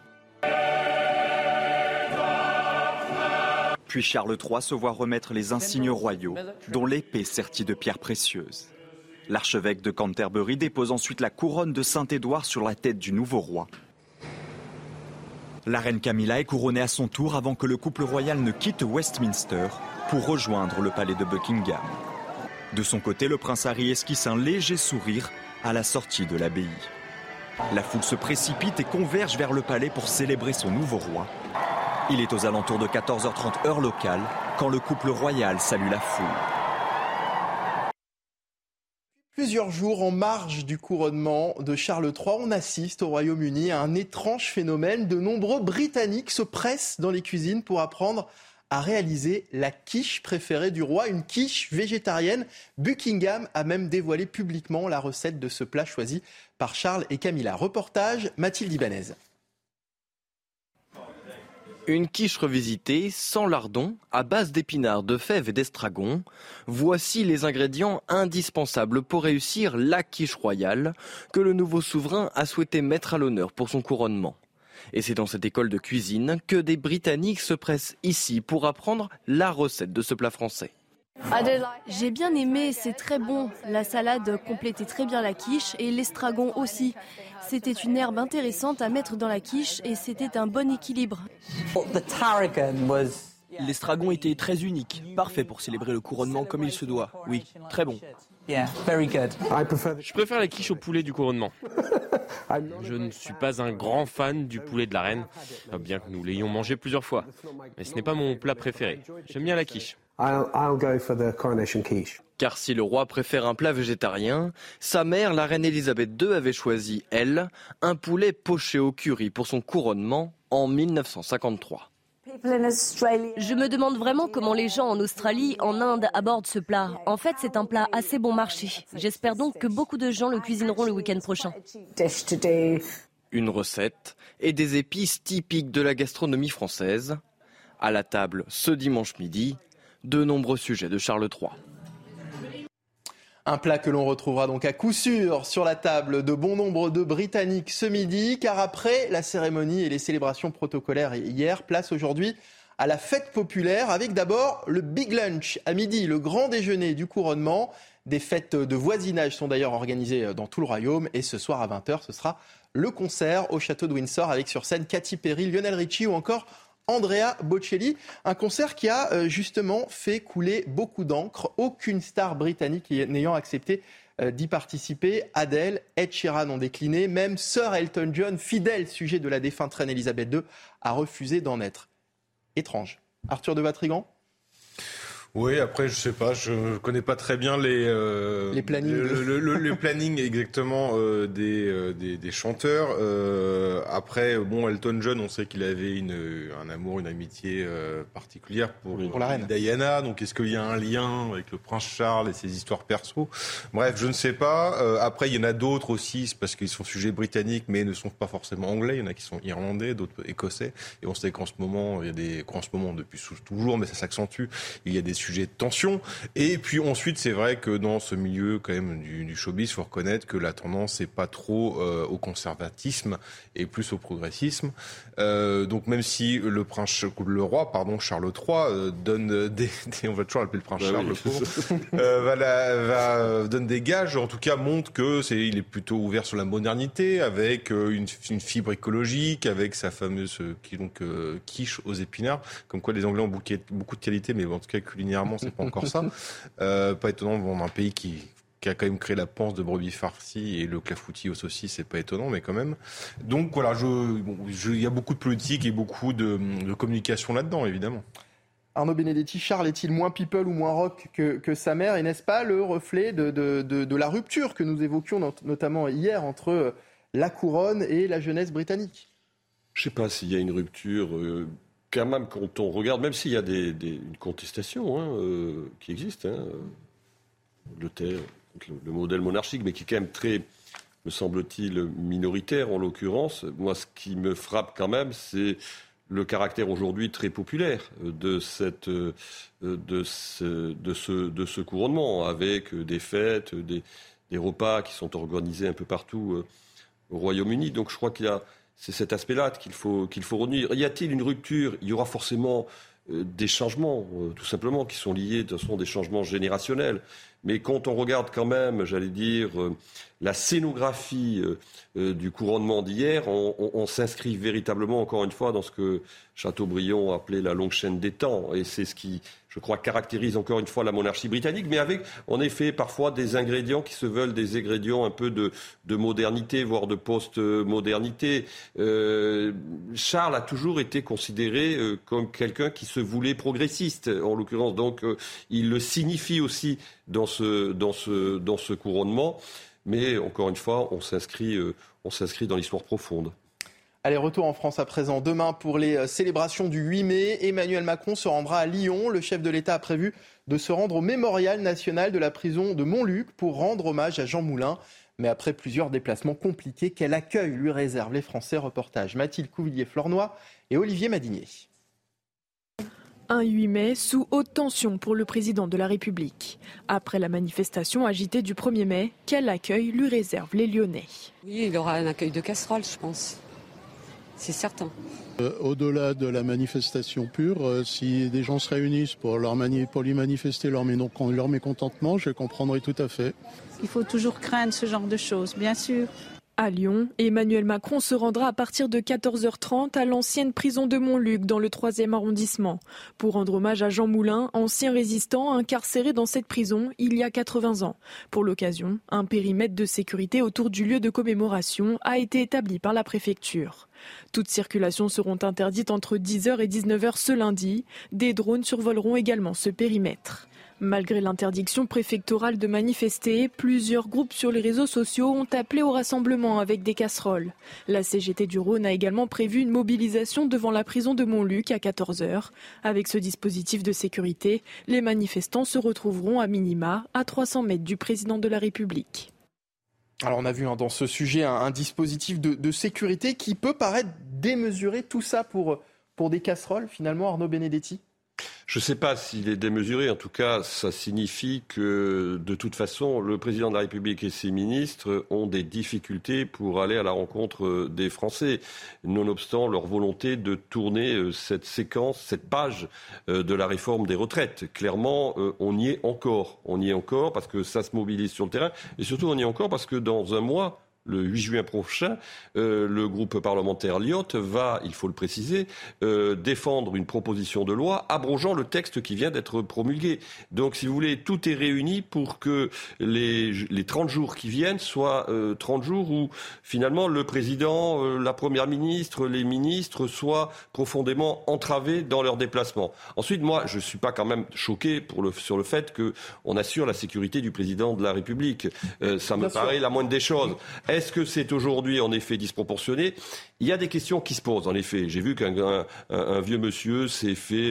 Puis Charles III se voit remettre les insignes royaux, dont l'épée sertie de pierres précieuses. L'archevêque de Canterbury dépose ensuite la couronne de Saint-Édouard sur la tête du nouveau roi. La reine Camilla est couronnée à son tour avant que le couple royal ne quitte Westminster pour rejoindre le palais de Buckingham. De son côté, le prince Harry esquisse un léger sourire à la sortie de l'abbaye. La foule se précipite et converge vers le palais pour célébrer son nouveau roi. Il est aux alentours de 14h30 heure locale quand le couple royal salue la foule. Plusieurs jours en marge du couronnement de Charles III, on assiste au Royaume-Uni à un étrange phénomène. De nombreux Britanniques se pressent dans les cuisines pour apprendre à réaliser la quiche préférée du roi, une quiche végétarienne. Buckingham a même dévoilé publiquement la recette de ce plat choisi par Charles et Camilla. Reportage Mathilde Ibanez. Une quiche revisitée, sans lardons, à base d'épinards, de fèves et d'estragon. Voici les ingrédients indispensables pour réussir la quiche royale que le nouveau souverain a souhaité mettre à l'honneur pour son couronnement. Et c'est dans cette école de cuisine que des Britanniques se pressent ici pour apprendre la recette de ce plat français. J'ai bien aimé, c'est très bon. La salade complétait très bien la quiche et l'estragon aussi. C'était une herbe intéressante à mettre dans la quiche et c'était un bon équilibre. L'estragon était très unique, parfait pour célébrer le couronnement comme il se doit. Oui, très bon. Je préfère la quiche au poulet du couronnement. Je ne suis pas un grand fan du poulet de la reine, bien que nous l'ayons mangé plusieurs fois. Mais ce n'est pas mon plat préféré. J'aime bien la quiche. Car si le roi préfère un plat végétarien, sa mère, la reine Elisabeth II, avait choisi, elle, un poulet poché au curry pour son couronnement en 1953. Je me demande vraiment comment les gens en Australie, en Inde abordent ce plat. En fait, c'est un plat assez bon marché. J'espère donc que beaucoup de gens le cuisineront le week-end prochain. Une recette et des épices typiques de la gastronomie française. À la table ce dimanche midi, de nombreux sujets de Charles III. Un plat que l'on retrouvera donc à coup sûr sur la table de bon nombre de Britanniques ce midi, car après la cérémonie et les célébrations protocolaires hier, place aujourd'hui à la fête populaire, avec d'abord le Big Lunch à midi, le grand déjeuner du couronnement. Des fêtes de voisinage sont d'ailleurs organisées dans tout le royaume, et ce soir à 20h, ce sera le concert au château de Windsor avec sur scène Katy Perry, Lionel Richie ou encore Andrea Bocelli, un concert qui a justement fait couler beaucoup d'encre. Aucune star britannique n'ayant accepté d'y participer. Adele, Ed Sheeran ont décliné. Même Sir Elton John, fidèle sujet de la défunte reine Elisabeth II, a refusé d'en être. Étrange. Arthur de Vatrigan ? Oui, après, je sais pas, je connais pas très bien les plannings, le planning exactement des chanteurs. Après, bon, Elton John, on sait qu'il avait un amour, une amitié particulière pour la reine Diana. Donc, est-ce qu'il y a un lien avec le prince Charles et ses histoires perso ? Bref, je ne sais pas. Après, il y en a d'autres aussi, c'est parce qu'ils sont sujets britanniques, mais ne sont pas forcément anglais. Il y en a qui sont irlandais, d'autres écossais. Et on sait qu'en ce moment, depuis toujours, mais ça s'accentue, il y a des sujets de tension. Et puis ensuite, c'est vrai que dans ce milieu quand même du showbiz, il faut reconnaître que la tendance n'est pas trop au conservatisme et plus au progressisme. Donc même si le roi Charles III donne des on va toujours l'appeler le prince Charles, le pauvre, donne des gages, en tout cas montre il est plutôt ouvert sur la modernité, avec une fibre écologique, avec sa fameuse quiche aux épinards, comme quoi les Anglais ont beaucoup de qualités, mais en tout cas culinairement c'est pas encore ça. Pas étonnant dans un pays qui a quand même créé la panse de brebis farcie et le clafoutis aux saucisses, c'est pas étonnant, mais quand même. Donc voilà, il y a beaucoup de politique et beaucoup de communication là-dedans, évidemment. Arnaud Benedetti, Charles est-il moins people ou moins rock que sa mère ? Et n'est-ce pas le reflet de la rupture que nous évoquions notamment hier entre la couronne et la jeunesse britannique ? Je ne sais pas s'il y a une rupture. Quand même, quand on regarde, même s'il y a une contestation qui existe, le modèle monarchique, mais qui est quand même très, me semble-t-il, minoritaire en l'occurrence. Moi, ce qui me frappe quand même, c'est le caractère aujourd'hui très populaire de ce couronnement, avec des fêtes, des repas qui sont organisés un peu partout au Royaume-Uni. Donc je crois c'est cet aspect-là qu'il faut retenir. Y a-t-il une rupture ? Il y aura forcément des changements, tout simplement, qui sont liés, de toute façon, des changements générationnels. Mais quand on regarde quand même, j'allais dire, la scénographie du couronnement d'hier, on s'inscrit véritablement, encore une fois, dans ce que Chateaubriand appelait la longue chaîne des temps. Et c'est ce qui, je crois, caractérise encore une fois la monarchie britannique, mais avec, en effet, parfois des ingrédients qui se veulent des ingrédients un peu de modernité, voire de post-modernité. Charles a toujours été considéré comme quelqu'un qui se voulait progressiste, en l'occurrence. Donc, il le signifie aussi dans ce couronnement. Mais, encore une fois, on s'inscrit dans l'histoire profonde. Allez, retour en France à présent. Demain, pour les célébrations du 8 mai, Emmanuel Macron se rendra à Lyon. Le chef de l'État a prévu de se rendre au Mémorial national de la prison de Montluc pour rendre hommage à Jean Moulin. Mais après plusieurs déplacements compliqués, quel accueil lui réservent les Français ? Reportage Mathilde Couvillier-Flornoy et Olivier Madinier. Un 8 mai sous haute tension pour le président de la République. Après la manifestation agitée du 1er mai, quel accueil lui réservent les Lyonnais ? Oui, il aura un accueil de casserole, je pense. C'est certain. Au-delà de la manifestation pure, si des gens se réunissent pour lui manifester leur mécontentement, je comprendrai tout à fait. Il faut toujours craindre ce genre de choses, bien sûr. À Lyon, Emmanuel Macron se rendra à partir de 14h30 à l'ancienne prison de Montluc dans le 3e arrondissement pour rendre hommage à Jean Moulin, ancien résistant incarcéré dans cette prison il y a 80 ans. Pour l'occasion, un périmètre de sécurité autour du lieu de commémoration a été établi par la préfecture. Toutes circulations seront interdites entre 10h et 19h ce lundi. Des drones survoleront également ce périmètre. Malgré l'interdiction préfectorale de manifester, plusieurs groupes sur les réseaux sociaux ont appelé au rassemblement avec des casseroles. La CGT du Rhône a également prévu une mobilisation devant la prison de Montluc à 14h. Avec ce dispositif de sécurité, les manifestants se retrouveront à minima à 300 mètres du président de la République. Alors on a vu dans ce sujet un dispositif de sécurité qui peut paraître démesuré, tout ça pour des casseroles finalement, Arnaud Benedetti ? Je ne sais pas s'il est démesuré. En tout cas, ça signifie que, de toute façon, le président de la République et ses ministres ont des difficultés pour aller à la rencontre des Français, nonobstant leur volonté de tourner cette séquence, cette page de la réforme des retraites. Clairement, on y est encore. On y est encore parce que ça se mobilise sur le terrain. Et surtout, on y est encore parce que dans un mois, le 8 juin prochain, le groupe parlementaire Lyotte va, il faut le préciser, défendre une proposition de loi abrogeant le texte qui vient d'être promulgué. Donc, si vous voulez, tout est réuni pour que les 30 jours qui viennent soient 30 jours où, finalement, le président, la première ministre, les ministres soient profondément entravés dans leurs déplacements. Ensuite, moi, je ne suis pas quand même choqué sur le fait qu'on assure la sécurité du président de la République. Ça me paraît la moindre des choses. Est-ce que c'est aujourd'hui, en effet, disproportionné ? Il y a des questions qui se posent, en effet. J'ai vu qu'un vieux monsieur s'est fait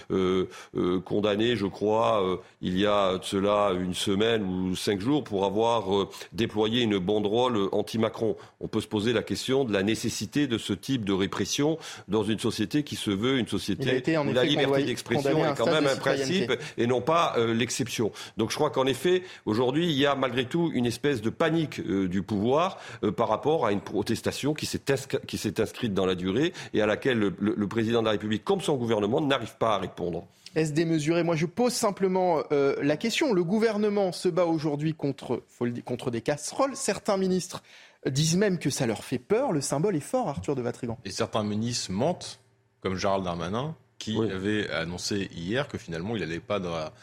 condamner, je crois, il y a de cela une semaine ou 5 jours pour avoir déployé une banderole anti-Macron. On peut se poser la question de la nécessité de ce type de répression dans une société qui se veut une société où la liberté d'expression est quand même un principe et non pas l'exception. Donc je crois qu'en effet, aujourd'hui, il y a malgré tout une espèce de panique du pouvoir par rapport à une protestation qui s'est inscrite dans la durée et à laquelle le président de la République, comme son gouvernement, n'arrive pas à répondre. Est-ce démesuré ? Moi, je pose simplement la question. Le gouvernement se bat aujourd'hui contre des casseroles. Certains ministres disent même que ça leur fait peur. Le symbole est fort, Arthur de Vatrigan. Et certains ministres mentent, comme Gérald Darmanin, qui avait annoncé hier que finalement, il n'allait pas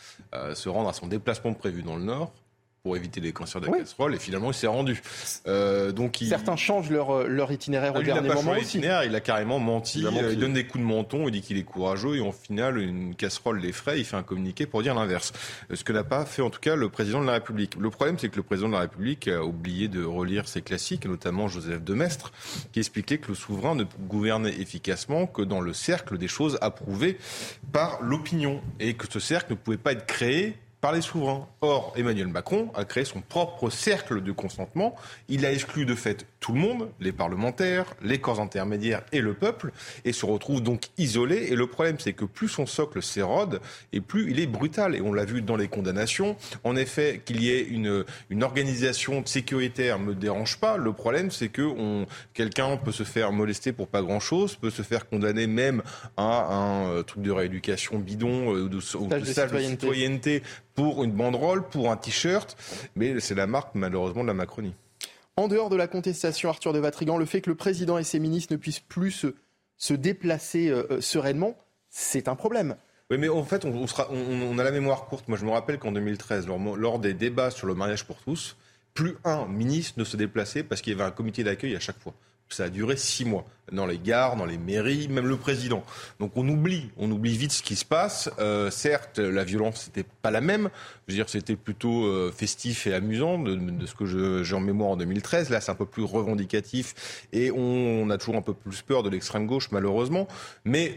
se rendre à son déplacement prévu dans le Nord pour éviter les cancers de la casserole, et finalement il s'est rendu. Certains changent leur itinéraire au dernier moment aussi. Il a carrément menti, il donne des coups de menton, il dit qu'il est courageux, et au final une casserole l'effraie, il fait un communiqué pour dire l'inverse. Ce que n'a pas fait en tout cas le président de la République. Le problème, c'est que le président de la République a oublié de relire ses classiques, notamment Joseph de Maistre, qui expliquait que le souverain ne gouvernait efficacement que dans le cercle des choses approuvées par l'opinion, et que ce cercle ne pouvait pas être créé par les souverains. Or, Emmanuel Macron a créé son propre cercle de consentement. Il a exclu de fait tout le monde, les parlementaires, les corps intermédiaires et le peuple, et se retrouve donc isolé. Et le problème, c'est que plus son socle s'érode, et plus il est brutal. Et on l'a vu dans les condamnations. En effet, qu'il y ait une organisation sécuritaire ne me dérange pas. Le problème, c'est que quelqu'un peut se faire molester pour pas grand-chose, peut se faire condamner même à un truc de rééducation bidon, de stage de citoyenneté, pour une banderole, pour un t-shirt, mais c'est la marque malheureusement de la Macronie. En dehors de la contestation, Arthur de Vatrigan, le fait que le président et ses ministres ne puissent plus se déplacer sereinement, c'est un problème. Oui, mais en fait, on a la mémoire courte. Moi, je me rappelle qu'en 2013, lors des débats sur le mariage pour tous, plus un ministre ne se déplaçait parce qu'il y avait un comité d'accueil à chaque fois. Ça a duré 6 mois, dans les gares, dans les mairies, même le président. Donc on oublie vite ce qui se passe. Certes, la violence n'était pas la même. Je veux dire, c'était plutôt festif et amusant de ce que j'ai en mémoire en 2013. Là, c'est un peu plus revendicatif et on a toujours un peu plus peur de l'extrême gauche, malheureusement. Mais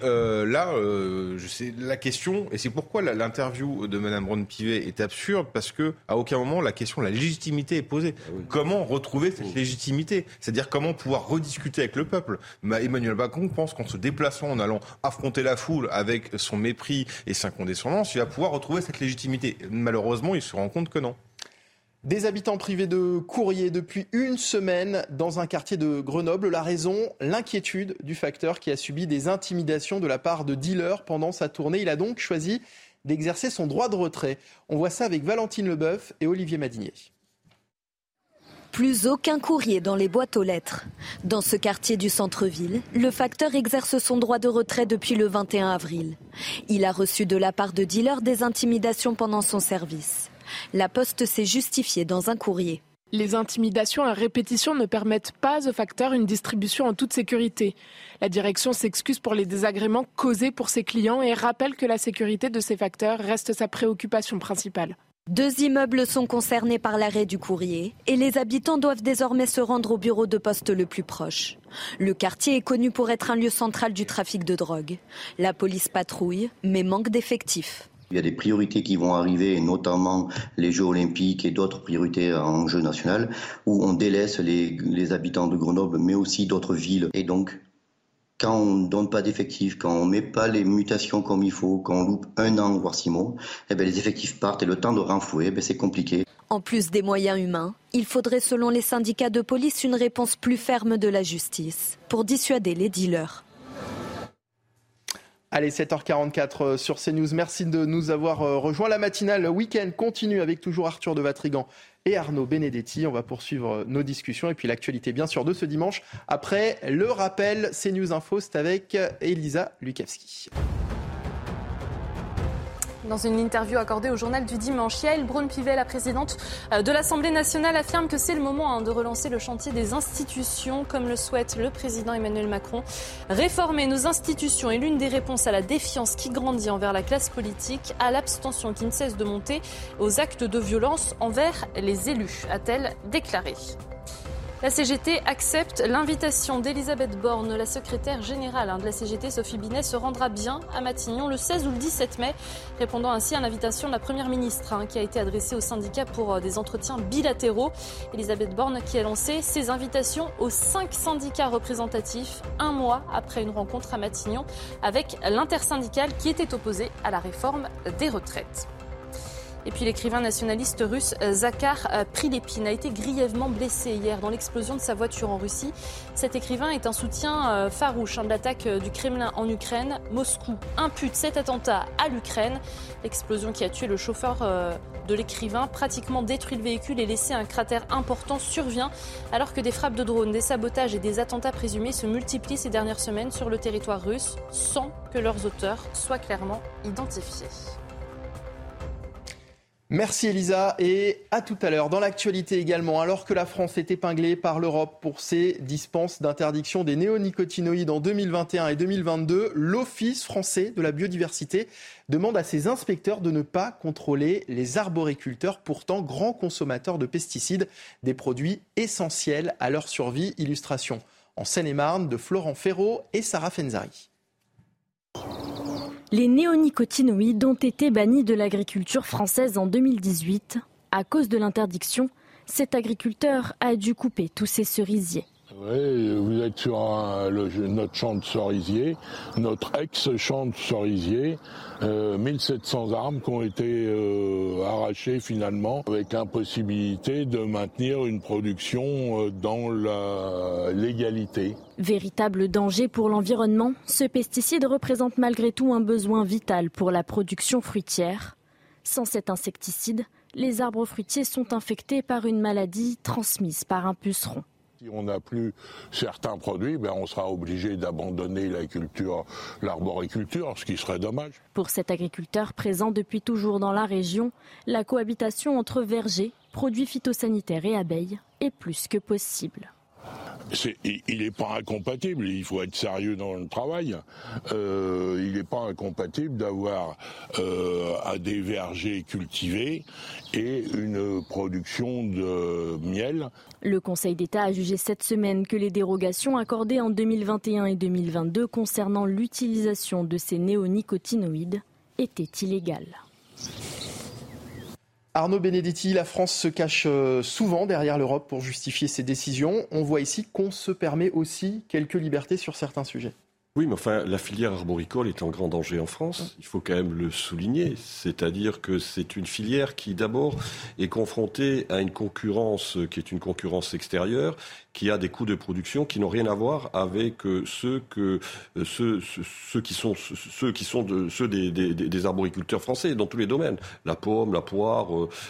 c'est la question, et c'est pourquoi l'interview de Mme Braun-Pivet est absurde, parce que à aucun moment la question de la légitimité est posée. Comment retrouver cette légitimité ? C'est-à-dire comment pouvoir rediscuter avec le peuple. Emmanuel Macron pense qu'en se déplaçant, en allant affronter la foule avec son mépris et sa condescendance, il va pouvoir retrouver cette légitimité. Malheureusement, il se rend compte que non. Des habitants privés de courrier depuis une semaine dans un quartier de Grenoble. La raison, l'inquiétude du facteur qui a subi des intimidations de la part de dealers pendant sa tournée. Il a donc choisi d'exercer son droit de retrait. On voit ça avec Valentine Leboeuf et Olivier Madinier. Plus aucun courrier dans les boîtes aux lettres. Dans ce quartier du centre-ville, le facteur exerce son droit de retrait depuis le 21 avril. Il a reçu de la part de dealers des intimidations pendant son service. La Poste s'est justifiée dans un courrier. Les intimidations à répétition ne permettent pas au facteur une distribution en toute sécurité. La direction s'excuse pour les désagréments causés pour ses clients et rappelle que la sécurité de ces facteurs reste sa préoccupation principale. 2 immeubles sont concernés par l'arrêt du courrier et les habitants doivent désormais se rendre au bureau de poste le plus proche. Le quartier est connu pour être un lieu central du trafic de drogue. La police patrouille, mais manque d'effectifs. Il y a des priorités qui vont arriver, notamment les Jeux Olympiques et d'autres priorités en jeu national, où on délaisse les habitants de Grenoble, mais aussi d'autres villes. Et donc, quand on ne donne pas d'effectifs, quand on ne met pas les mutations comme il faut, quand on loupe 1 an, voire 6 mois, les effectifs partent et le temps de renflouer, c'est compliqué. En plus des moyens humains, il faudrait selon les syndicats de police une réponse plus ferme de la justice pour dissuader les dealers. Allez, 7h44 sur CNews. Merci de nous avoir rejoints. La matinale week-end continue avec toujours Arthur de Vatrigan et Arnaud Benedetti. On va poursuivre nos discussions et puis l'actualité bien sûr de ce dimanche. Après le rappel, CNews Info, c'est avec Elisa Lukavski. Dans une interview accordée au journal du dimanche, Yaël Braun-Pivet, la présidente de l'Assemblée nationale, affirme que c'est le moment de relancer le chantier des institutions, comme le souhaite le président Emmanuel Macron. Réformer nos institutions est l'une des réponses à la défiance qui grandit envers la classe politique, à l'abstention qui ne cesse de monter, aux actes de violence envers les élus, a-t-elle déclaré. La CGT accepte l'invitation d'Elisabeth Borne. La secrétaire générale de la CGT, Sophie Binet, se rendra bien à Matignon le 16 ou le 17 mai, répondant ainsi à l'invitation de la Première ministre qui a été adressée aux syndicats pour des entretiens bilatéraux. Elisabeth Borne qui a lancé ses invitations aux 5 syndicats représentatifs 1 mois après une rencontre à Matignon avec l'intersyndicale qui était opposée à la réforme des retraites. Et puis l'écrivain nationaliste russe Zakhar Prilepine a été grièvement blessé hier dans l'explosion de sa voiture en Russie. Cet écrivain est un soutien farouche de l'attaque du Kremlin en Ukraine. Moscou impute cet attentat à l'Ukraine. L'explosion qui a tué le chauffeur de l'écrivain, pratiquement détruit le véhicule et laissé un cratère important, survient alors que des frappes de drones, des sabotages et des attentats présumés se multiplient ces dernières semaines sur le territoire russe sans que leurs auteurs soient clairement identifiés. Merci Elisa et à tout à l'heure. Dans l'actualité également, alors que la France est épinglée par l'Europe pour ses dispenses d'interdiction des néonicotinoïdes en 2021 et 2022, l'Office français de la biodiversité demande à ses inspecteurs de ne pas contrôler les arboriculteurs, pourtant grands consommateurs de pesticides, des produits essentiels à leur survie. Illustration en Seine-et-Marne de Florent Ferraud et Sarah Fenzari. Les néonicotinoïdes ont été bannis de l'agriculture française en 2018. À cause de l'interdiction, cet agriculteur a dû couper tous ses cerisiers. Oui, vous êtes sur notre champ de cerisier, notre ex-champ de cerisier, 1700 arbres qui ont été arrachés finalement, avec l'impossibilité de maintenir une production dans la légalité. Véritable danger pour l'environnement, ce pesticide représente malgré tout un besoin vital pour la production fruitière. Sans cet insecticide, les arbres fruitiers sont infectés par une maladie transmise par un puceron. Si on n'a plus certains produits, on sera obligé d'abandonner l'arboriculture, ce qui serait dommage. Pour cet agriculteur présent depuis toujours dans la région, la cohabitation entre vergers, produits phytosanitaires et abeilles est plus que possible. Il n'est pas incompatible, il faut être sérieux dans le travail. Il n'est pas incompatible d'avoir des vergers cultivés et une production de miel. Le Conseil d'État a jugé cette semaine que les dérogations accordées en 2021 et 2022 concernant l'utilisation de ces néonicotinoïdes étaient illégales. Arnaud Benedetti, la France se cache souvent derrière l'Europe pour justifier ses décisions. On voit ici qu'on se permet aussi quelques libertés sur certains sujets. Oui, mais enfin, la filière arboricole est en grand danger en France. Il faut quand même le souligner. C'est-à-dire que c'est une filière qui, d'abord, est confrontée à une concurrence qui est une concurrence extérieure, qui a des coûts de production qui n'ont rien à voir avec ceux qui sont des arboriculteurs français dans tous les domaines. La pomme, la poire,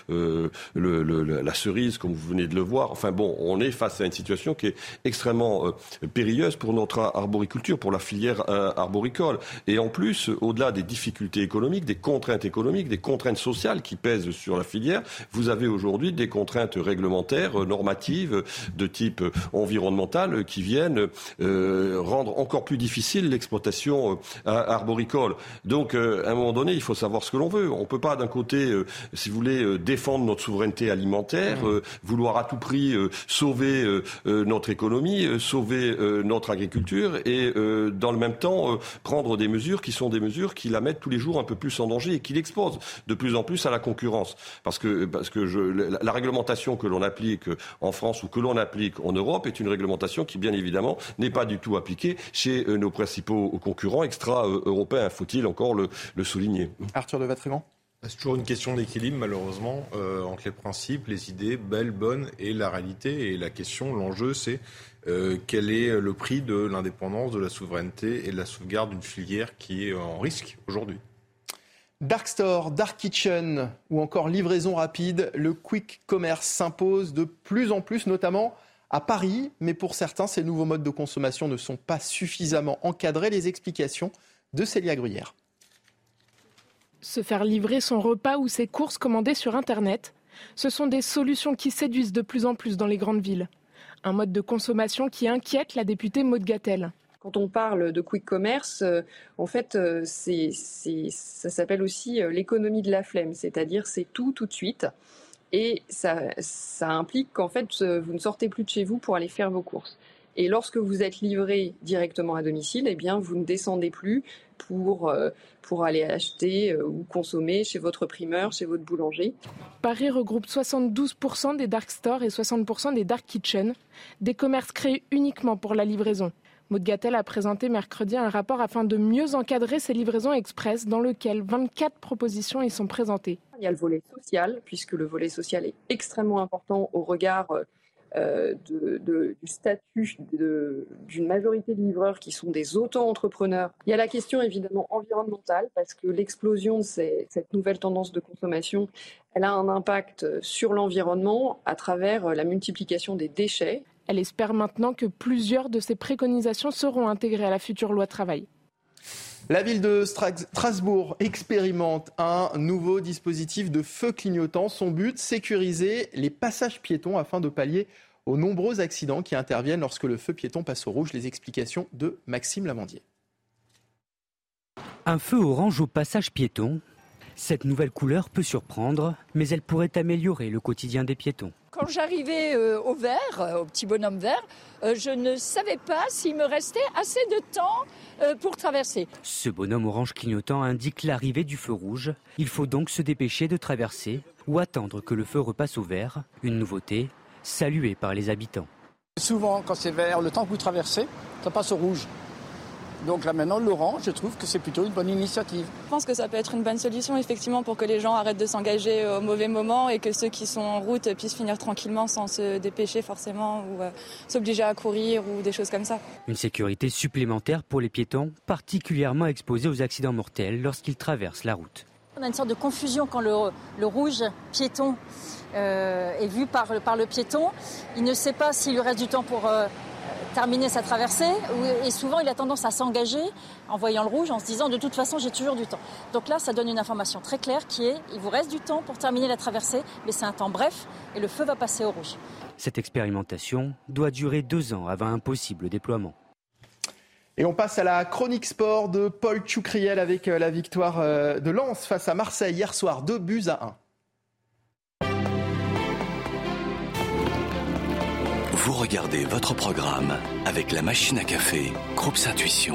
la cerise, comme vous venez de le voir. Enfin bon, on est face à une situation qui est extrêmement périlleuse pour notre arboriculture, pour la filière arboricole. Et en plus, au-delà des difficultés économiques, des contraintes sociales qui pèsent sur la filière, vous avez aujourd'hui des contraintes réglementaires, normatives, de type environnemental, qui viennent rendre encore plus difficile l'exploitation arboricole. Donc, à un moment donné, il faut savoir ce que l'on veut. On ne peut pas, d'un côté, si vous voulez, défendre notre souveraineté alimentaire, vouloir à tout prix sauver notre économie, sauver notre agriculture, et dans le même temps, prendre des mesures qui sont des mesures qui la mettent tous les jours un peu plus en danger et qui l'exposent de plus en plus à la concurrence. Parce que la réglementation que l'on applique en France ou que l'on applique en Europe est une réglementation qui, bien évidemment, n'est pas du tout appliquée chez nos principaux concurrents extra-européens. Faut-il encore le souligner. Arthur de Vatrigan. C'est toujours une question d'équilibre, malheureusement, entre les principes, les idées belles, bonnes et la réalité. Et la question, l'enjeu, c'est quel est le prix de l'indépendance, de la souveraineté et de la sauvegarde d'une filière qui est en risque aujourd'hui. Dark Store, Dark Kitchen ou encore livraison rapide, le quick commerce s'impose de plus en plus, notamment à Paris. Mais pour certains, ces nouveaux modes de consommation ne sont pas suffisamment encadrés. Les explications de Célia Gruyère. Se faire livrer son repas ou ses courses commandées sur Internet, ce sont des solutions qui séduisent de plus en plus dans les grandes villes. Un mode de consommation qui inquiète la députée Maud Gattel. Quand on parle de quick commerce, en fait, ça s'appelle aussi l'économie de la flemme, c'est-à-dire c'est tout de suite. Et ça implique qu'en fait, vous ne sortez plus de chez vous pour aller faire vos courses. Et lorsque vous êtes livré directement à domicile, eh bien, vous ne descendez plus pour aller acheter ou consommer chez votre primeur, chez votre boulanger. Paris regroupe 72% des dark stores et 60% des dark kitchens, des commerces créés uniquement pour la livraison. Maud Gattel a présenté mercredi un rapport afin de mieux encadrer ces livraisons express dans lequel 24 propositions y sont présentées. Il y a le volet social, puisque le volet social est extrêmement important au regard du statut d'une majorité de livreurs qui sont des auto-entrepreneurs. Il y a la question évidemment environnementale, parce que l'explosion de cette nouvelle tendance de consommation, elle a un impact sur l'environnement à travers la multiplication des déchets. Elle espère maintenant que plusieurs de ces préconisations seront intégrées à la future loi travail. La ville de Strasbourg expérimente un nouveau dispositif de feu clignotant. Son but, sécuriser les passages piétons afin de pallier aux nombreux accidents qui interviennent lorsque le feu piéton passe au rouge. Les explications de Maxime Lamandier. Un feu orange au passage piéton. Cette nouvelle couleur peut surprendre, mais elle pourrait améliorer le quotidien des piétons. Quand j'arrivais au vert, au petit bonhomme vert, je ne savais pas s'il me restait assez de temps pour traverser. Ce bonhomme orange clignotant indique l'arrivée du feu rouge. Il faut donc se dépêcher de traverser ou attendre que le feu repasse au vert. Une nouveauté saluée par les habitants. Souvent, quand c'est vert, le temps que vous traversez, ça passe au rouge. Donc là maintenant, l'orange, je trouve que c'est plutôt une bonne initiative. Je pense que ça peut être une bonne solution effectivement pour que les gens arrêtent de s'engager au mauvais moment et que ceux qui sont en route puissent finir tranquillement sans se dépêcher forcément ou s'obliger à courir ou des choses comme ça. Une sécurité supplémentaire pour les piétons, particulièrement exposés aux accidents mortels lorsqu'ils traversent la route. On a une sorte de confusion quand le rouge piéton est vu par le piéton. Il ne sait pas s'il lui reste du temps pour terminer sa traversée et souvent il a tendance à s'engager en voyant le rouge en se disant de toute façon j'ai toujours du temps. Donc là ça donne une information très claire qui est il vous reste du temps pour terminer la traversée mais c'est un temps bref et le feu va passer au rouge. Cette expérimentation doit durer 2 ans avant un possible déploiement. Et on passe à la chronique sport de Paul Tchoucriel avec la victoire de Lens face à Marseille hier soir, 2-1. Vous regardez votre programme avec la machine à café, Groupe Intuition.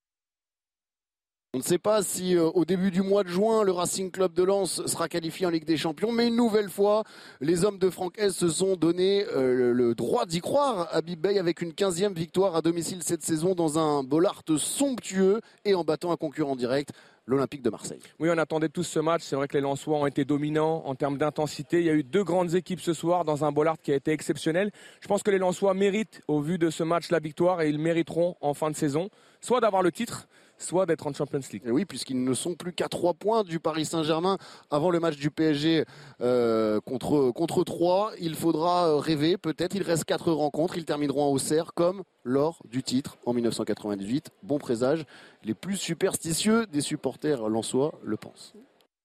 On ne sait pas si au début du mois de juin, le Racing Club de Lens sera qualifié en Ligue des Champions. Mais une nouvelle fois, les hommes de Franck Hez se sont donné le droit d'y croire à Bib Bay avec une 15e victoire à domicile cette saison dans un Bollaert somptueux et en battant un concurrent direct, l'Olympique de Marseille. Oui, on attendait tous ce match. C'est vrai que les Lensois ont été dominants en termes d'intensité. Il y a eu 2 grandes équipes ce soir dans un Bollaert qui a été exceptionnel. Je pense que les Lensois méritent, au vu de ce match, la victoire et ils mériteront en fin de saison, soit d'avoir le titre, soit d'être en Champions League. Et oui, puisqu'ils ne sont plus qu'à 3 points du Paris Saint-Germain avant le match du PSG contre 3. Il faudra rêver, peut-être. Il reste 4 rencontres. Ils termineront en Auxerre comme lors du titre en 1998. Bon présage. Les plus superstitieux des supporters lensois le pensent.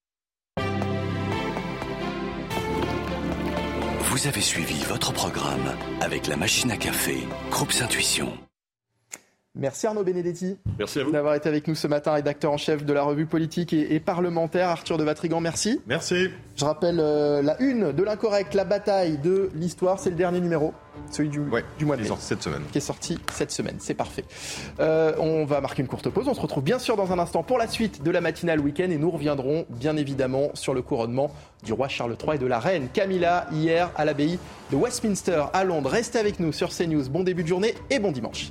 Vous avez suivi votre programme avec la machine à café, Groupe Intuition. Merci Arnaud Benedetti. Merci à vous d'avoir été avec nous ce matin, rédacteur en chef de la revue politique et parlementaire. Arthur de Vatrigan, merci. Merci. Je rappelle la une de l'incorrect, la bataille de l'histoire, c'est le dernier numéro, celui du mois de mai, cette semaine. Qui est sorti cette semaine, c'est parfait. On va marquer une courte pause, on se retrouve bien sûr dans un instant pour la suite de la matinale week-end et nous reviendrons bien évidemment sur le couronnement du roi Charles III et de la reine Camilla hier à l'abbaye de Westminster à Londres. Restez avec nous sur CNews, bon début de journée et bon dimanche.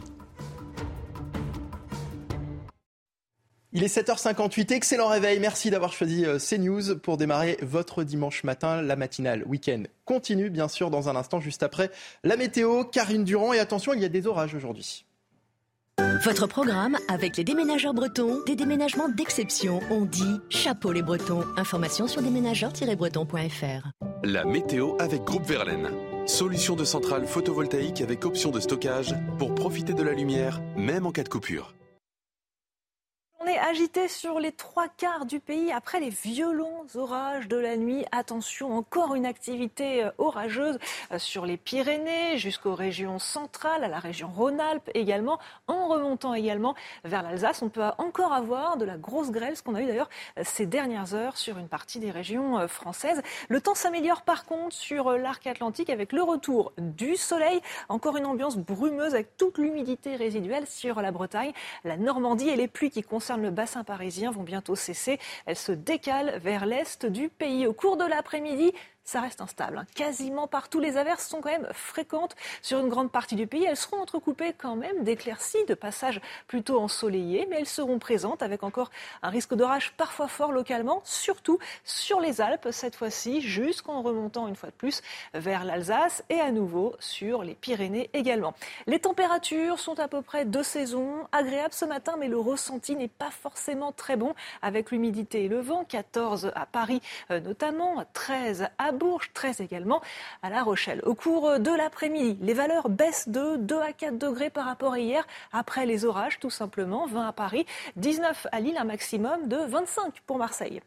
Il est 7h58, excellent réveil, merci d'avoir choisi CNews pour démarrer votre dimanche matin. La matinale week-end continue bien sûr dans un instant, juste après la météo, Karine Durand. Et attention, il y a des orages aujourd'hui. Votre programme avec les déménageurs bretons, des déménagements d'exception. On dit chapeau les bretons. Information sur déménageurs-bretons.fr. La météo avec Groupe Verlaine. Solution de centrale photovoltaïque avec option de stockage pour profiter de la lumière, même en cas de coupure. On est agité sur les 3/4 du pays après les violents orages de la nuit. Attention, encore une activité orageuse sur les Pyrénées jusqu'aux régions centrales, à la région Rhône-Alpes également. En remontant également vers l'Alsace, on peut encore avoir de la grosse grêle, ce qu'on a eu d'ailleurs ces dernières heures sur une partie des régions françaises. Le temps s'améliore par contre sur l'arc atlantique avec le retour du soleil. Encore une ambiance brumeuse avec toute l'humidité résiduelle sur la Bretagne, la Normandie et les pluies qui concernent le bassin parisien vont bientôt cesser. Elles se décalent vers l'est du pays. Au cours de l'après-midi, ça reste instable. Quasiment partout, les averses sont quand même fréquentes sur une grande partie du pays. Elles seront entrecoupées quand même d'éclaircies, de passages plutôt ensoleillés, mais elles seront présentes avec encore un risque d'orage parfois fort localement, surtout sur les Alpes cette fois-ci, jusqu'en remontant une fois de plus vers l'Alsace et à nouveau sur les Pyrénées également. Les températures sont à peu près de saison, agréables ce matin, mais le ressenti n'est pas forcément très bon avec l'humidité et le vent. 14 à Paris notamment, 13 à Bourges, 13 également à La Rochelle. Au cours de l'après-midi, les valeurs baissent de 2 à 4 degrés par rapport à hier, après les orages tout simplement. 20 à Paris, 19 à Lille, un maximum de 25 pour Marseille.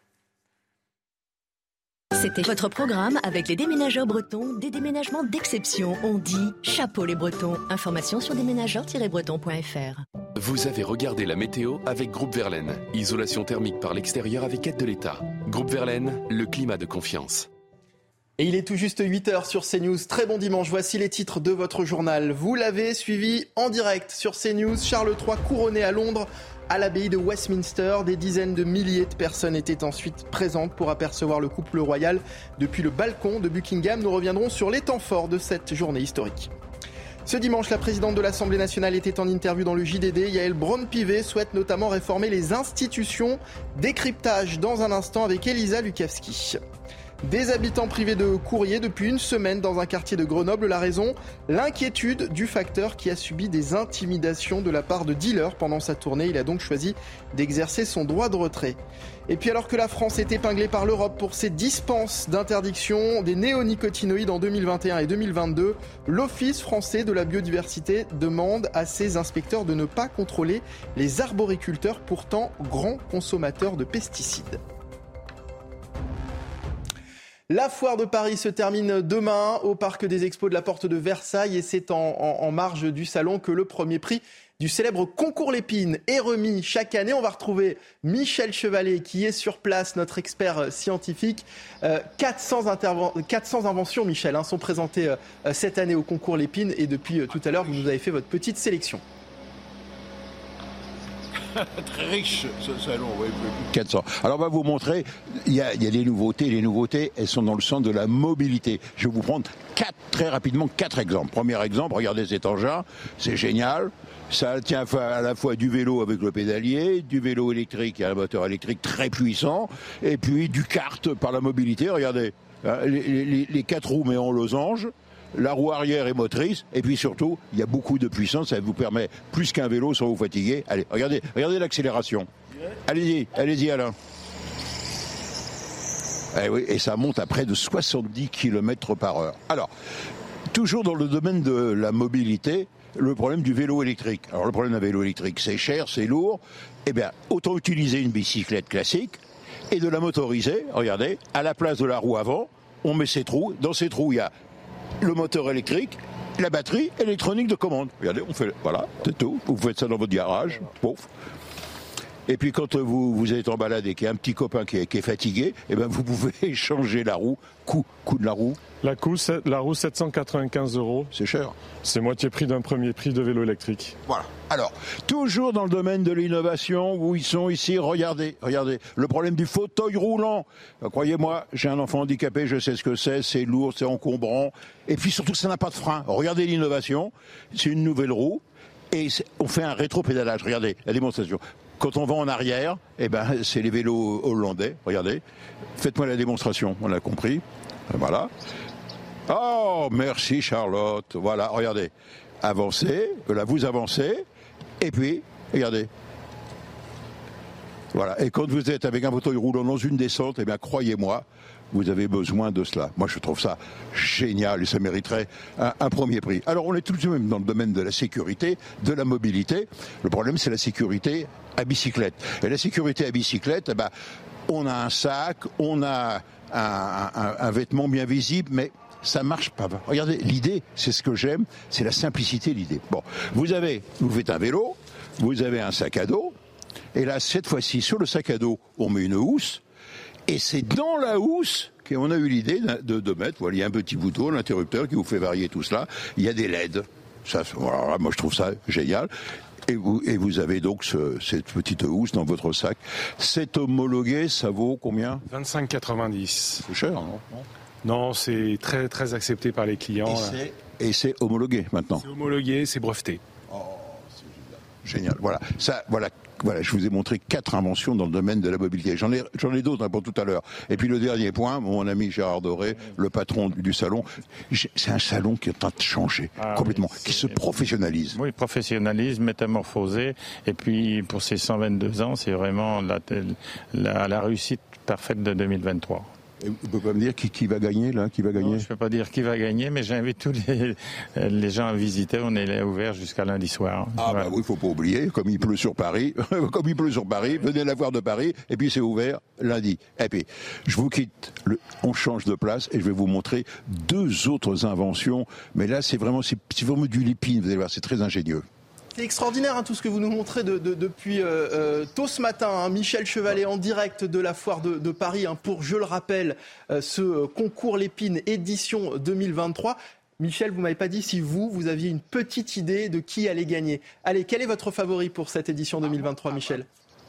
C'était votre programme avec les déménageurs bretons, des déménagements d'exception. On dit chapeau les bretons. Information sur déménageurs-bretons.fr. Vous avez regardé la météo avec Groupe Verlaine. Isolation thermique par l'extérieur avec aide de l'État. Groupe Verlaine, le climat de confiance. Et il est tout juste 8h sur CNews. Très bon dimanche. Voici les titres de votre journal. Vous l'avez suivi en direct sur CNews. Charles III couronné à Londres à l'abbaye de Westminster. Des dizaines de milliers de personnes étaient ensuite présentes pour apercevoir le couple royal depuis le balcon de Buckingham. Nous reviendrons sur les temps forts de cette journée historique. Ce dimanche, la présidente de l'Assemblée nationale était en interview dans le JDD. Yael Braun-Pivet souhaite notamment réformer les institutions. Décryptage dans un instant avec Elisa Lukavski. Des habitants privés de courrier depuis une semaine dans un quartier de Grenoble. La raison, l'inquiétude du facteur qui a subi des intimidations de la part de dealers pendant sa tournée. Il a donc choisi d'exercer son droit de retrait. Et puis alors que la France est épinglée par l'Europe pour ses dispenses d'interdiction des néonicotinoïdes en 2021 et 2022, l'Office français de la biodiversité demande à ses inspecteurs de ne pas contrôler les arboriculteurs, pourtant grands consommateurs de pesticides. La foire de Paris se termine demain au Parc des Expos de la Porte de Versailles et c'est en marge du salon que le premier prix du célèbre concours Lépine est remis chaque année. On va retrouver Michel Chevalet qui est sur place, notre expert scientifique. 400 inventions, Michel, sont présentées cette année au concours Lépine et depuis tout à l'heure, vous nous avez fait votre petite sélection. Très riche ce salon, oui, plus de 400. Alors on va vous montrer, il y a des nouveautés. Les nouveautés, elles sont dans le sens de la mobilité. Je vais vous prendre très rapidement 4 exemples. Premier exemple, regardez cet engin, c'est génial. Ça tient à la fois du vélo avec le pédalier, du vélo électrique et un moteur électrique très puissant, et puis du kart par la mobilité. Regardez, les 4 roues mais en losange, la roue arrière est motrice, et puis surtout, il y a beaucoup de puissance, ça vous permet plus qu'un vélo sans vous fatiguer. Allez, regardez l'accélération. Allez-y Alain. Eh oui, et ça monte à près de 70 km/h. Alors, toujours dans le domaine de la mobilité, le problème du vélo électrique. Alors le problème d'un vélo électrique, c'est cher, c'est lourd. Eh bien, autant utiliser une bicyclette classique et de la motoriser. Regardez, à la place de la roue avant, on met ces trous. Dans ces trous, il y a le moteur électrique, la batterie électronique de commande. Regardez, on fait, voilà, c'est tout. Vous faites ça dans votre garage, pouf. Et puis quand vous êtes en balade et qu'il y a un petit copain qui est fatigué, eh ben vous pouvez changer la roue. Coût de la roue. La roue 795 €. C'est cher. C'est moitié prix d'un premier prix de vélo électrique. Voilà. Alors, toujours dans le domaine de l'innovation, où ils sont ici, regardez, le problème du fauteuil roulant. Croyez-moi, j'ai un enfant handicapé, je sais ce que c'est lourd, c'est encombrant, et puis surtout ça n'a pas de frein. Regardez l'innovation, c'est une nouvelle roue, et on fait un rétro-pédalage, regardez, la démonstration. Quand on va en arrière, eh ben, c'est les vélos hollandais, regardez. Faites-moi la démonstration, on a compris. Voilà. Oh, merci Charlotte. Voilà, regardez. Avancez, là vous avancez, et puis, regardez. Voilà, et quand vous êtes avec un fauteuil roulant dans une descente, eh bien, croyez-moi, vous avez besoin de cela. Moi, je trouve ça génial et ça mériterait un premier prix. Alors, on est tout de même dans le domaine de la sécurité, de la mobilité. Le problème, c'est la sécurité à bicyclette. Et la sécurité à bicyclette, eh ben, on a un sac, on a un vêtement bien visible, mais ça marche pas. Regardez, l'idée, c'est ce que j'aime, c'est la simplicité, l'idée. Bon, vous faites un vélo, vous avez un sac à dos, et là, cette fois-ci, sur le sac à dos, on met une housse, et c'est dans la housse qu'on a eu l'idée de mettre, voilà, il y a un petit bouton, l'interrupteur qui vous fait varier tout cela, il y a des LED. Ça, voilà, moi, je trouve ça génial. Et vous avez donc cette petite housse dans votre sac. C'est homologué, ça vaut combien ? 25,90. C'est cher, non ? Non, c'est très, très accepté par les clients. Et c'est homologué maintenant ? C'est homologué, c'est breveté. Oh, c'est génial. Voilà. Voilà, je vous ai montré 4 inventions dans le domaine de la mobilité. J'en ai d'autres pour tout à l'heure. Et puis le dernier point, mon ami Gérard Doré, le patron du salon, c'est un salon qui est en train de changer complètement, qui se professionnalise. Oui, professionnalise, métamorphosé. Et puis pour ces 122 ans, c'est vraiment la réussite parfaite de 2023. Et vous ne pouvez pas me dire qui va gagner, là, qui va gagner ? Non, je ne peux pas dire qui va gagner, mais j'invite tous les gens à visiter. On est là ouvert jusqu'à lundi soir. Ah voilà. Bah oui, il ne faut pas oublier, comme il pleut sur Paris, venez la voir de Paris, et puis c'est ouvert lundi. Et puis, je vous quitte, on change de place, et je vais vous montrer 2 autres inventions. Mais là, c'est vraiment du lépine, vous allez voir, c'est très ingénieux. C'est extraordinaire tout ce que vous nous montrez depuis tôt ce matin. Michel Chevalet en direct de la foire de Paris pour, je le rappelle, ce concours Lépine édition 2023. Michel, vous ne m'avez pas dit si vous aviez une petite idée de qui allait gagner. Allez, quel est votre favori pour cette édition 2023, Michel ?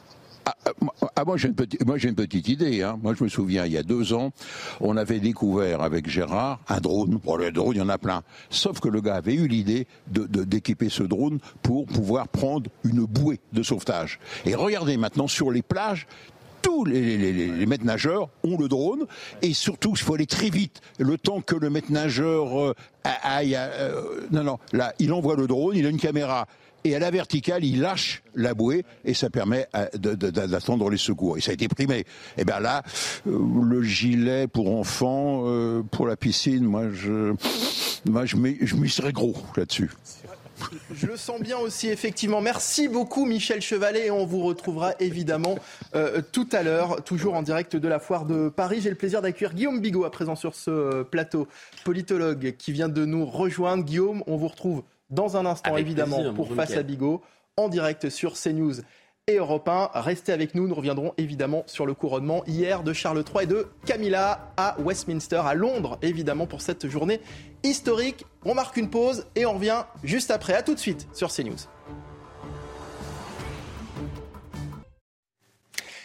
Moi j'ai une petite idée. Moi je me souviens, il y a 2 ans, on avait découvert avec Gérard un drone. Bon, le drone, il y en a plein. Sauf que le gars avait eu l'idée d'équiper ce drone pour pouvoir prendre une bouée de sauvetage. Et regardez maintenant sur les plages, tous les maîtres nageurs ont le drone, et surtout, il faut aller très vite. Le temps que le maître nageur aille... là, il envoie le drone, il a une caméra, et à la verticale, il lâche la bouée, et ça permet d'attendre les secours. Et ça a été primé. Et bien là, le gilet pour enfants, pour la piscine, moi je miserais gros là-dessus. Je le sens bien aussi, effectivement. Merci beaucoup, Michel Chevalet. Et on vous retrouvera évidemment tout à l'heure, toujours en direct de la foire de Paris. J'ai le plaisir d'accueillir Guillaume Bigot à présent sur ce plateau, politologue qui vient de nous rejoindre. Guillaume, on vous retrouve dans un instant, avec évidemment, plaisir, pour Face à Bigot, en direct sur CNews et Europe 1. Restez avec nous, nous reviendrons évidemment sur le couronnement hier de Charles III et de Camilla à Westminster, à Londres, évidemment, pour cette journée historique. On marque une pause et on revient juste après. À tout de suite sur CNews.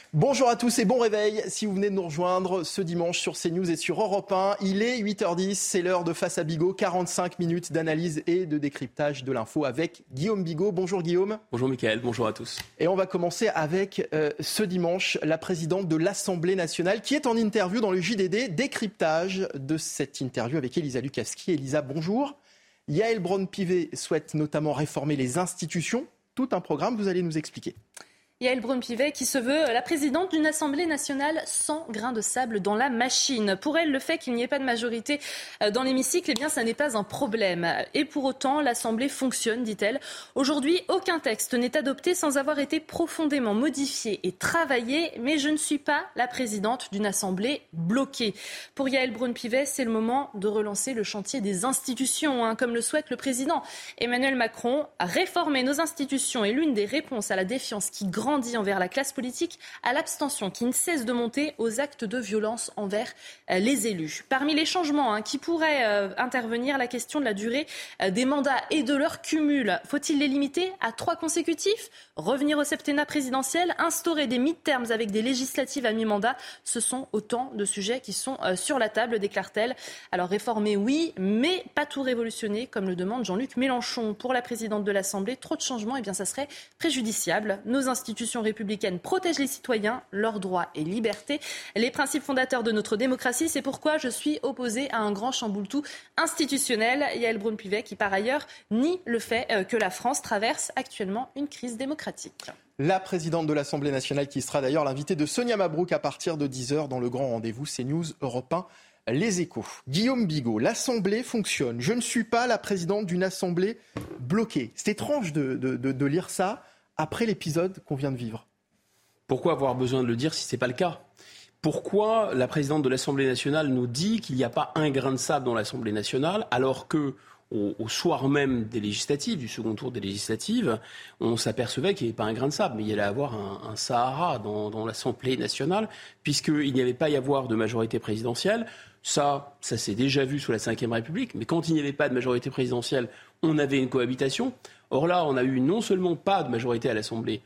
Bonjour à tous et bon réveil. Si vous venez de nous rejoindre ce dimanche sur CNews et sur Europe 1, il est 8h10, c'est l'heure de Face à Bigot, 45 minutes d'analyse et de décryptage de l'info avec Guillaume Bigot. Bonjour Guillaume. Bonjour Mickaël, bonjour à tous. Et on va commencer avec ce dimanche la présidente de l'Assemblée nationale qui est en interview dans le JDD. Décryptage de cette interview avec Elisa Lukaski. Elisa, bonjour. Yaël Braun-Pivet souhaite notamment réformer les institutions. Tout un programme, vous allez nous expliquer. Yaël Braun-Pivet qui se veut la présidente d'une Assemblée nationale sans grain de sable dans la machine. Pour elle, le fait qu'il n'y ait pas de majorité dans l'hémicycle, eh bien, ça n'est pas un problème. Et pour autant, l'Assemblée fonctionne, dit-elle. Aujourd'hui, aucun texte n'est adopté sans avoir été profondément modifié et travaillé. Mais je ne suis pas la présidente d'une Assemblée bloquée. Pour Yaël Braun-Pivet, c'est le moment de relancer le chantier des institutions, comme le souhaite le président Emmanuel Macron. Réformer nos institutions est l'une des réponses à la défiance qui grandit envers la classe politique, à l'abstention qui ne cesse de monter, aux actes de violence envers les élus. Parmi les changements qui pourraient intervenir, la question de la durée des mandats et de leur cumul. Faut-il les limiter à 3 consécutifs ? Revenir au septennat présidentiel ? Instaurer des mid-terms avec des législatives à mi-mandat ? Ce sont autant de sujets qui sont sur la table, déclare-t-elle. Alors réformer, oui, mais pas tout révolutionner, comme le demande Jean-Luc Mélenchon. Pour la présidente de l'Assemblée, trop de changements, eh bien, ça serait préjudiciable. Nos institutions républicaines protègent les citoyens, leurs droits et libertés, les principes fondateurs de notre démocratie. C'est pourquoi je suis opposée à un grand chamboule-tout institutionnel. Yaël Braun-Pivet qui, par ailleurs, nie le fait que la France traverse actuellement une crise démocratique. La présidente de l'Assemblée nationale qui sera d'ailleurs l'invitée de Sonia Mabrouk à partir de 10h dans le grand rendez-vous CNews Europe 1. Les Échos. Guillaume Bigot, l'Assemblée fonctionne. Je ne suis pas la présidente d'une Assemblée bloquée. C'est étrange de lire ça après l'épisode qu'on vient de vivre. Pourquoi avoir besoin de le dire si ce n'est pas le cas ? Pourquoi la présidente de l'Assemblée nationale nous dit qu'il n'y a pas un grain de sable dans l'Assemblée nationale, alors que au soir même des législatives, du second tour des législatives, on s'apercevait qu'il n'y avait pas un grain de sable, mais il y allait avoir un Sahara dans l'Assemblée nationale, puisqu'il n'y avait pas y avoir de majorité présidentielle. Ça s'est déjà vu sous la Ve République, mais quand il n'y avait pas de majorité présidentielle, on avait une cohabitation. Or là, on a eu non seulement pas de majorité à l'Assemblée,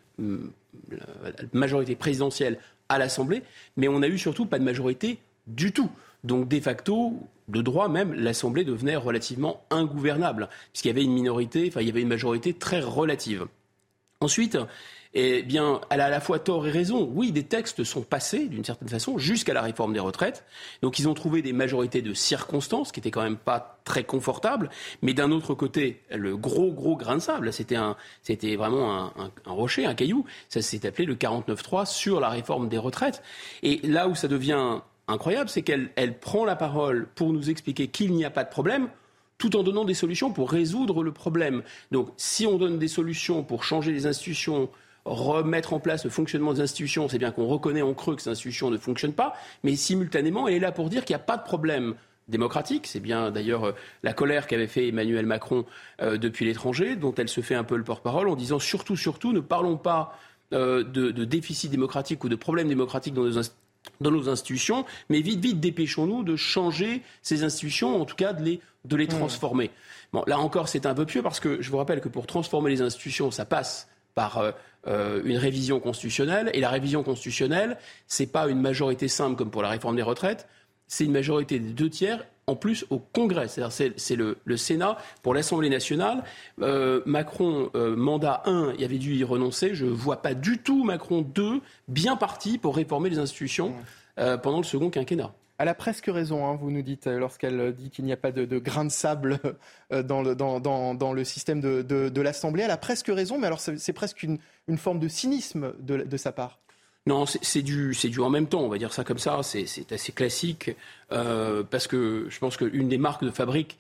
majorité présidentielle à l'Assemblée, mais on a eu surtout pas de majorité du tout. Donc de facto, de droit même, l'Assemblée devenait relativement ingouvernable, puisqu'il y avait une minorité, il y avait une majorité très relative. Ensuite, eh bien, elle a à la fois tort et raison. Oui, des textes sont passés, d'une certaine façon, jusqu'à la réforme des retraites. Donc, ils ont trouvé des majorités de circonstances, qui n'étaient quand même pas très confortables. Mais d'un autre côté, le gros grain de sable, c'était vraiment un rocher, un caillou. Ça s'est appelé le 49.3 sur la réforme des retraites. Et là où ça devient incroyable, c'est qu'elle prend la parole pour nous expliquer qu'il n'y a pas de problème, tout en donnant des solutions pour résoudre le problème. Donc, si on donne des solutions pour changer les institutions, remettre en place le fonctionnement des institutions, c'est bien qu'on reconnaît en creux que ces institutions ne fonctionnent pas, mais simultanément, elle est là pour dire qu'il n'y a pas de problème démocratique. C'est bien d'ailleurs la colère qu'avait fait Emmanuel Macron depuis l'étranger, dont elle se fait un peu le porte-parole, en disant surtout, ne parlons pas de déficit démocratique ou de problèmes démocratiques dans nos institutions, mais vite, dépêchons-nous de changer ces institutions, en tout cas de les transformer. Bon, là encore, c'est un peu pieux, parce que je vous rappelle que pour transformer les institutions, ça passe par une révision constitutionnelle. Et la révision constitutionnelle, c'est pas une majorité simple comme pour la réforme des retraites, c'est une majorité des 2/3 en plus au Congrès. C'est-à-dire c'est le Sénat pour l'Assemblée nationale. Macron, mandat 1, il avait dû y renoncer. Je ne vois pas du tout Macron 2 bien parti pour réformer les institutions pendant le second quinquennat. Elle a presque raison, vous nous dites, lorsqu'elle dit qu'il n'y a pas de grain de sable dans le système de l'Assemblée. Elle a presque raison, mais alors c'est presque une forme de cynisme de sa part. Non, c'est du en même temps, on va dire ça comme ça. C'est assez classique, parce que je pense qu'une des marques de fabrique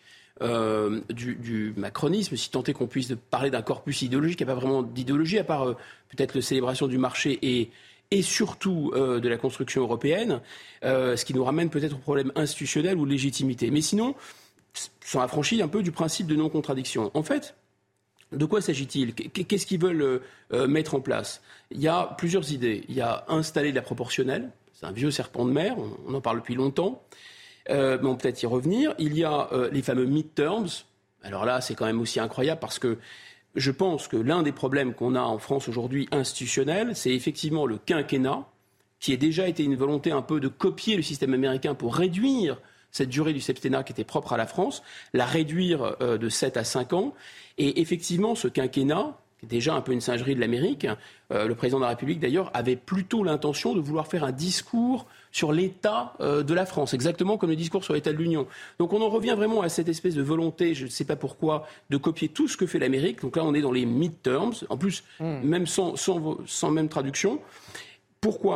du macronisme, si tant est qu'on puisse parler d'un corpus idéologique, il n'y a pas vraiment d'idéologie, à part peut-être la célébration du marché et surtout de la construction européenne, ce qui nous ramène peut-être au problème institutionnel ou de légitimité. Mais sinon, ça affranchit un peu du principe de non-contradiction. En fait, de quoi s'agit-il ? Qu'est-ce qu'ils veulent mettre en place ? Il y a plusieurs idées. Il y a installer de la proportionnelle. C'est un vieux serpent de mer, on en parle depuis longtemps. Mais on peut peut-être y revenir. Il y a les fameux mid-terms. Alors là, c'est quand même aussi incroyable, parce que je pense que l'un des problèmes qu'on a en France aujourd'hui institutionnel, c'est effectivement le quinquennat qui a déjà été une volonté un peu de copier le système américain pour réduire cette durée du septennat qui était propre à la France, la réduire de 7 à 5 ans. Et effectivement, ce quinquennat, qui est déjà un peu une singerie de l'Amérique, le président de la République d'ailleurs avait plutôt l'intention de vouloir faire un discours sur l'état de la France, exactement comme le discours sur l'état de l'Union. Donc on en revient vraiment à cette espèce de volonté, je ne sais pas pourquoi, de copier tout ce que fait l'Amérique. Donc là on est dans les midterms, en plus même sans même traduction. Pourquoi ?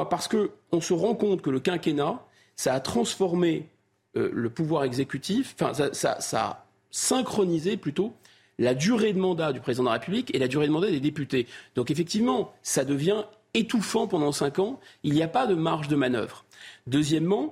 Parce qu'on se rend compte que le quinquennat, ça a transformé le pouvoir exécutif, ça a synchronisé plutôt la durée de mandat du président de la République et la durée de mandat des députés. Donc effectivement, ça devient étouffant pendant 5 ans. Il n'y a pas de marge de manœuvre. Deuxièmement,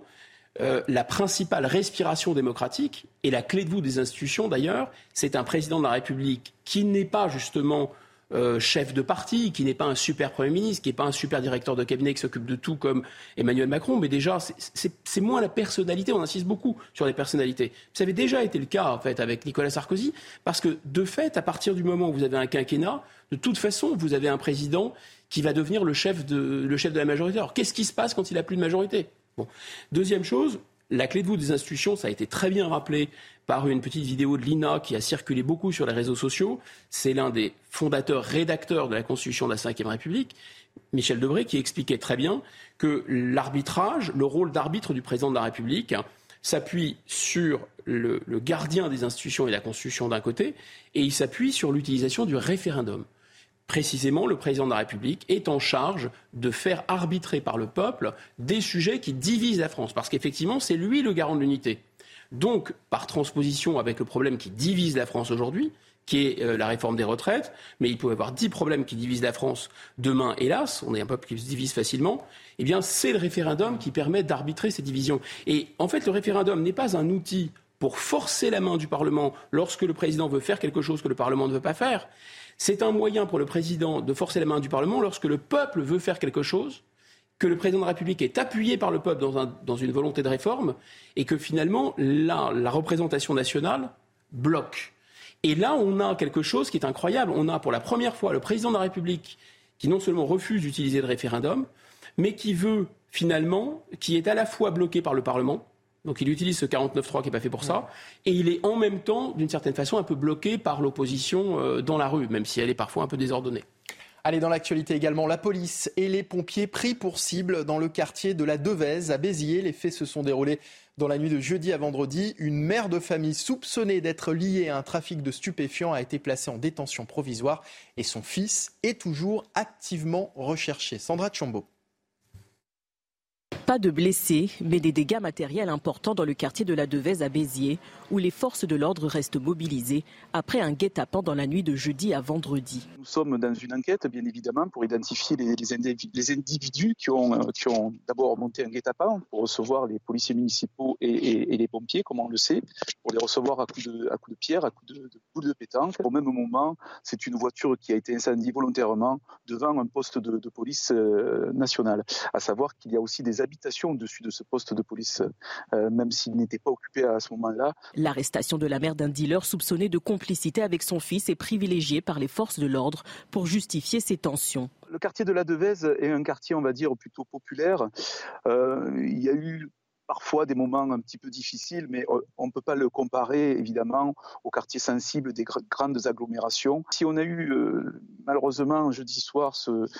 la principale respiration démocratique et la clé de voûte des institutions d'ailleurs, c'est un président de la République qui n'est pas justement chef de parti, qui n'est pas un super Premier ministre, qui n'est pas un super directeur de cabinet qui s'occupe de tout comme Emmanuel Macron, mais déjà, c'est moins la personnalité, on insiste beaucoup sur les personnalités. Ça avait déjà été le cas, en fait, avec Nicolas Sarkozy, parce que, de fait, à partir du moment où vous avez un quinquennat, de toute façon, vous avez un président qui va devenir le chef de la majorité. Alors, qu'est-ce qui se passe quand il n'a plus de majorité ? Bon. Deuxième chose, la clé de voûte des institutions, ça a été très bien rappelé par une petite vidéo de l'INA qui a circulé beaucoup sur les réseaux sociaux. C'est l'un des fondateurs, rédacteurs de la Constitution de la Ve République, Michel Debré, qui expliquait très bien que l'arbitrage, le rôle d'arbitre du président de la République, s'appuie sur le gardien des institutions et la Constitution d'un côté, et il s'appuie sur l'utilisation du référendum. Précisément, le président de la République est en charge de faire arbitrer par le peuple des sujets qui divisent la France, parce qu'effectivement, c'est lui le garant de l'unité. Donc, par transposition avec le problème qui divise la France aujourd'hui, qui est la réforme des retraites, mais il peut y avoir 10 problèmes qui divisent la France demain, hélas, on est un peuple qui se divise facilement, eh bien c'est le référendum qui permet d'arbitrer ces divisions. Et en fait, le référendum n'est pas un outil pour forcer la main du Parlement lorsque le président veut faire quelque chose que le Parlement ne veut pas faire. C'est un moyen pour le président de forcer la main du Parlement lorsque le peuple veut faire quelque chose, que le président de la République est appuyé par le peuple dans une volonté de réforme et que finalement, la représentation nationale bloque. Et là, on a quelque chose qui est incroyable. On a pour la première fois le président de la République qui non seulement refuse d'utiliser le référendum, mais qui veut finalement, qui est à la fois bloqué par le Parlement, donc il utilise ce 49.3 qui n'est pas fait pour ça, et il est en même temps, d'une certaine façon, un peu bloqué par l'opposition dans la rue, même si elle est parfois un peu désordonnée. Allez, dans l'actualité également, la police et les pompiers pris pour cible dans le quartier de la Devèze à Béziers. Les faits se sont déroulés dans la nuit de jeudi à vendredi. Une mère de famille soupçonnée d'être liée à un trafic de stupéfiants a été placée en détention provisoire et son fils est toujours activement recherché. Sandra Tchombo. Pas de blessés, mais des dégâts matériels importants dans le quartier de la Devèze à Béziers, où les forces de l'ordre restent mobilisées après un guet-apens dans la nuit de jeudi à vendredi. Nous sommes dans une enquête, bien évidemment, pour identifier les individus qui ont d'abord monté un guet-apens pour recevoir les policiers municipaux et les pompiers, comme on le sait, pour les recevoir à coups de pierre, à coups de boules de pétanque. Au même moment, c'est une voiture qui a été incendiée volontairement devant un poste de police nationale. À savoir qu'il y a aussi des habitations au-dessus de ce poste de police, même s'il n'était pas occupé à ce moment-là. L'arrestation de la mère d'un dealer soupçonné de complicité avec son fils est privilégiée par les forces de l'ordre pour justifier ces tensions. Le quartier de la Devèze est un quartier, on va dire, plutôt populaire. Il y a eu parfois des moments un petit peu difficiles, mais on ne peut pas le comparer, évidemment, au quartier sensible des grandes agglomérations. Si on a eu, malheureusement, jeudi soir,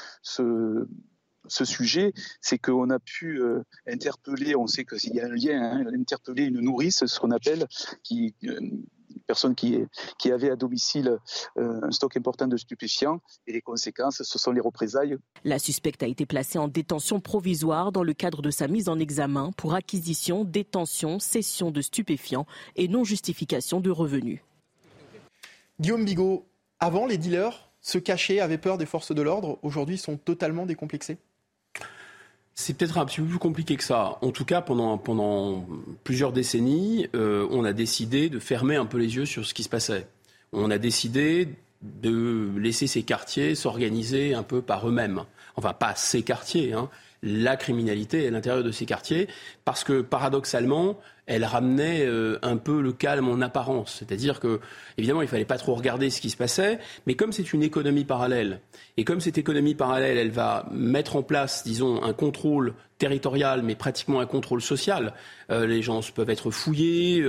ce sujet, c'est qu'on a pu interpeller, on sait qu'il y a un lien, interpeller une nourrice, ce qu'on appelle, une personne qui avait à domicile un stock important de stupéfiants, et les conséquences, ce sont les représailles. La suspecte a été placée en détention provisoire dans le cadre de sa mise en examen pour acquisition, détention, cession de stupéfiants et non-justification de revenus. Guillaume Bigot, avant les dealers se cachaient, avaient peur des forces de l'ordre, aujourd'hui ils sont totalement décomplexés. C'est peut-être un petit peu plus compliqué que ça. En tout cas, pendant plusieurs décennies, on a décidé de fermer un peu les yeux sur ce qui se passait. On a décidé de laisser ces quartiers s'organiser un peu par eux-mêmes. Enfin, pas ces quartiers, la criminalité à l'intérieur de ces quartiers, parce que paradoxalement, elle ramenait un peu le calme en apparence. C'est-à-dire que, évidemment, il ne fallait pas trop regarder ce qui se passait, mais comme c'est une économie parallèle, et comme cette économie parallèle, elle va mettre en place, disons, un contrôle territorial, mais pratiquement un contrôle social, les gens peuvent être fouillés,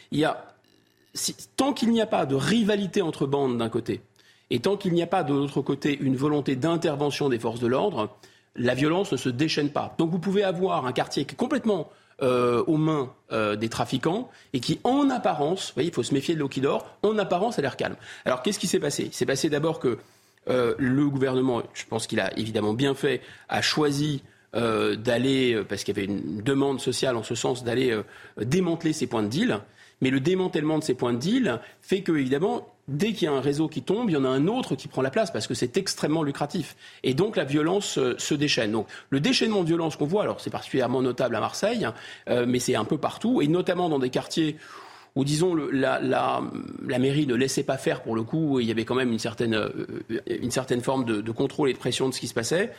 tant qu'il n'y a pas de rivalité entre bandes d'un côté, et tant qu'il n'y a pas de l'autre côté une volonté d'intervention des forces de l'ordre, la violence ne se déchaîne pas. Donc vous pouvez avoir un quartier qui est complètement aux mains des trafiquants et qui, en apparence, vous voyez, il faut se méfier de l'eau qui dort, en apparence, a l'air calme. Alors qu'est-ce qui s'est passé ? Il s'est passé d'abord que le gouvernement, je pense qu'il a évidemment bien fait, a choisi d'aller, parce qu'il y avait une demande sociale en ce sens, d'aller démanteler ces points de deal. Mais le démantèlement de ces points de deal fait que, évidemment, dès qu'il y a un réseau qui tombe, il y en a un autre qui prend la place parce que c'est extrêmement lucratif. Et donc la violence se déchaîne. Donc le déchaînement de violence qu'on voit, alors c'est particulièrement notable à Marseille, mais c'est un peu partout, et notamment dans des quartiers où, disons, la mairie ne laissait pas faire pour le coup, il y avait quand même une certaine forme de contrôle et de pression de ce qui se passait.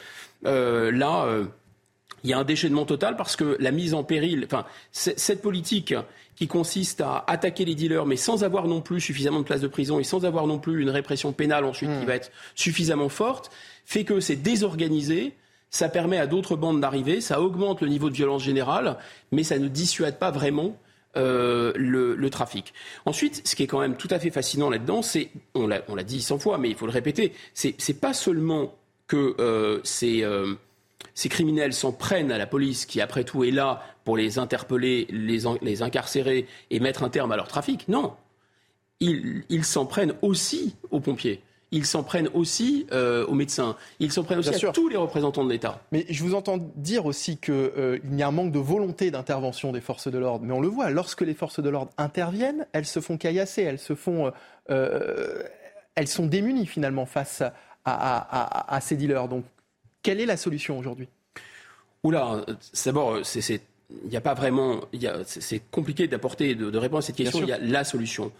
Il y a un déchaînement total parce que la mise en péril, cette politique qui consiste à attaquer les dealers, mais sans avoir non plus suffisamment de places de prison et sans avoir non plus une répression pénale ensuite qui va être suffisamment forte, fait que c'est désorganisé, ça permet à d'autres bandes d'arriver, ça augmente le niveau de violence générale, mais ça ne dissuade pas vraiment le trafic. Ensuite, ce qui est quand même tout à fait fascinant là-dedans, c'est, on l'a dit 100 fois, mais il faut le répéter, c'est pas seulement que ces criminels s'en prennent à la police qui, après tout, est là pour les interpeller, les incarcérer et mettre un terme à leur trafic. Non. Ils s'en prennent aussi aux pompiers. Ils s'en prennent aussi aux médecins. Ils s'en prennent aussi à tous les représentants de l'État. Mais je vous entends dire aussi qu'il y a un manque de volonté d'intervention des forces de l'ordre. Mais on le voit, lorsque les forces de l'ordre interviennent, elles se font caillasser, elles sont démunies finalement face à ces dealers. Donc, quelle est la solution aujourd'hui ? Oula, d'abord, il n'y a pas vraiment, c'est compliqué d'apporter, de répondre à cette question. Il y a la solution.